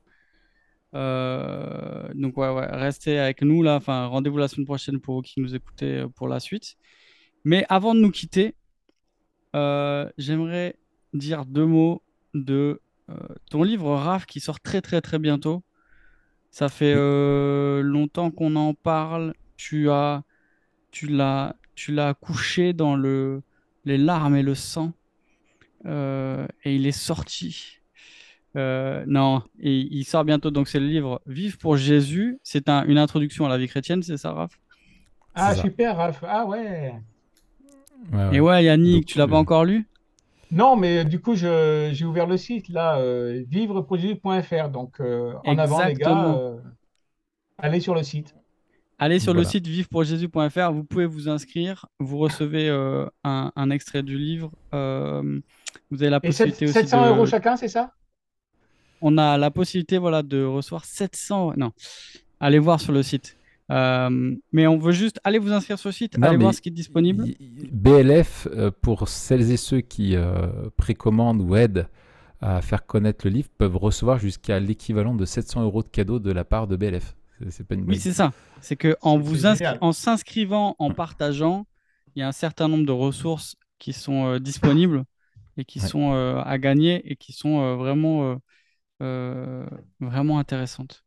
Euh, donc, ouais, ouais, restez avec nous là. Enfin, rendez-vous la semaine prochaine pour vous qui nous écoutez euh, pour la suite. Mais avant de nous quitter, euh, j'aimerais dire deux mots de euh, ton livre Raph qui sort très, très, très bientôt. Ça fait Oui. euh, longtemps qu'on en parle. Tu as tu l'as, tu l'as couché dans le, les larmes et le sang, euh, et il est sorti. Euh, non, et il sort bientôt. Donc c'est le livre Vive pour Jésus. C'est un- une introduction à la vie chrétienne, c'est ça, Raph? C'est Ah, ça. super, Raph. Ah ouais. Ouais, Et ouais. ouais, Yannick, Donc, tu l'as pas euh, encore lu? Non, mais du coup, je- j'ai ouvert le site là, euh, vivre pour jésus point F R. Donc, euh, en avant, les gars, Exactement. euh, allez sur le site. Allez sur le voilà. site vive pour jésus point F R, vous pouvez vous inscrire, vous recevez euh, un, un extrait du livre. Euh, vous avez la Et sept- possibilité aussi 700 euros de... chacun, c'est ça? On a la possibilité voilà, de recevoir sept cents... Non, allez voir sur le site. Euh, mais on veut juste aller vous inscrire sur le site, Non, allez voir mais ce qui est disponible. y- y- B L F, euh, pour celles et ceux qui euh, précommandent ou aident à faire connaître le livre, peuvent recevoir jusqu'à l'équivalent de sept cents euros de cadeaux de la part de B L F. C'est c'est pas une Oui, blague. c'est ça. C'est que en C'est c'est vous inscri- génial. en s'inscrivant, en partageant, il y a un certain nombre de ressources qui sont euh, disponibles et qui Ouais. sont euh, à gagner et qui sont euh, vraiment, euh, euh, vraiment intéressantes.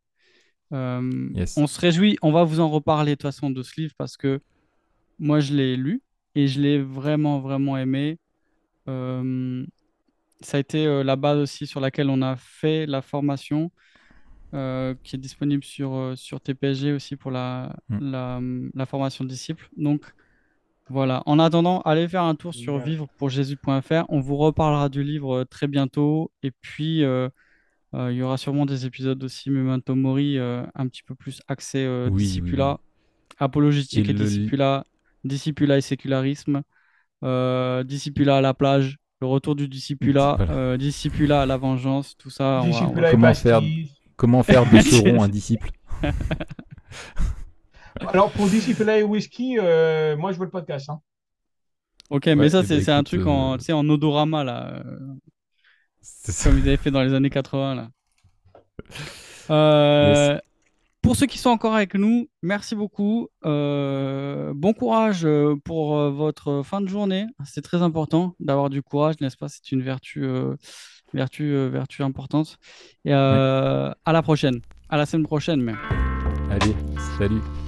Euh, Yes. on se réjouit, on va vous en reparler de toute façon de ce livre parce que moi je l'ai lu et je l'ai vraiment, vraiment aimé. Euh, ça a été euh, la base aussi sur laquelle on a fait la formation, euh, qui est disponible sur, euh, sur T P S G aussi pour la, Mm. la, la formation disciple. Donc voilà. En attendant, allez faire un tour sur Génial. vivre pour jésus point f r. On vous reparlera du livre euh, très bientôt. Et puis, euh, euh, il y aura sûrement des épisodes aussi Memento Mori, euh, un petit peu plus axés euh, Oui, oui, oui. discipula, Et apologétique et le, li- discipula, discipula et sécularisme, euh, discipula à la plage, le retour du discipula, voilà. euh, discipula à la vengeance, tout ça, on va, on va Discipula et faire. Comment faire, Bastille. comment faire de Sauron un disciple? Alors, pour Discipula et Whisky, euh, moi, je veux le podcast. Hein. Ok, mais Ouais, ça, et ben c'est c'est un écoute, truc en, euh, tu sais, en odorama, là, euh, c'est ça. comme ils avaient fait dans les années quatre-vingts, là. Yes. Euh, Pour ceux qui sont encore avec nous, merci beaucoup. Euh, bon courage euh, pour euh, votre fin de journée. C'est très important d'avoir du courage, n'est-ce pas? C'est une vertu, euh, vertu, euh, vertu importante. Et Ouais. euh, à la prochaine. À la semaine prochaine même. Allez, salut.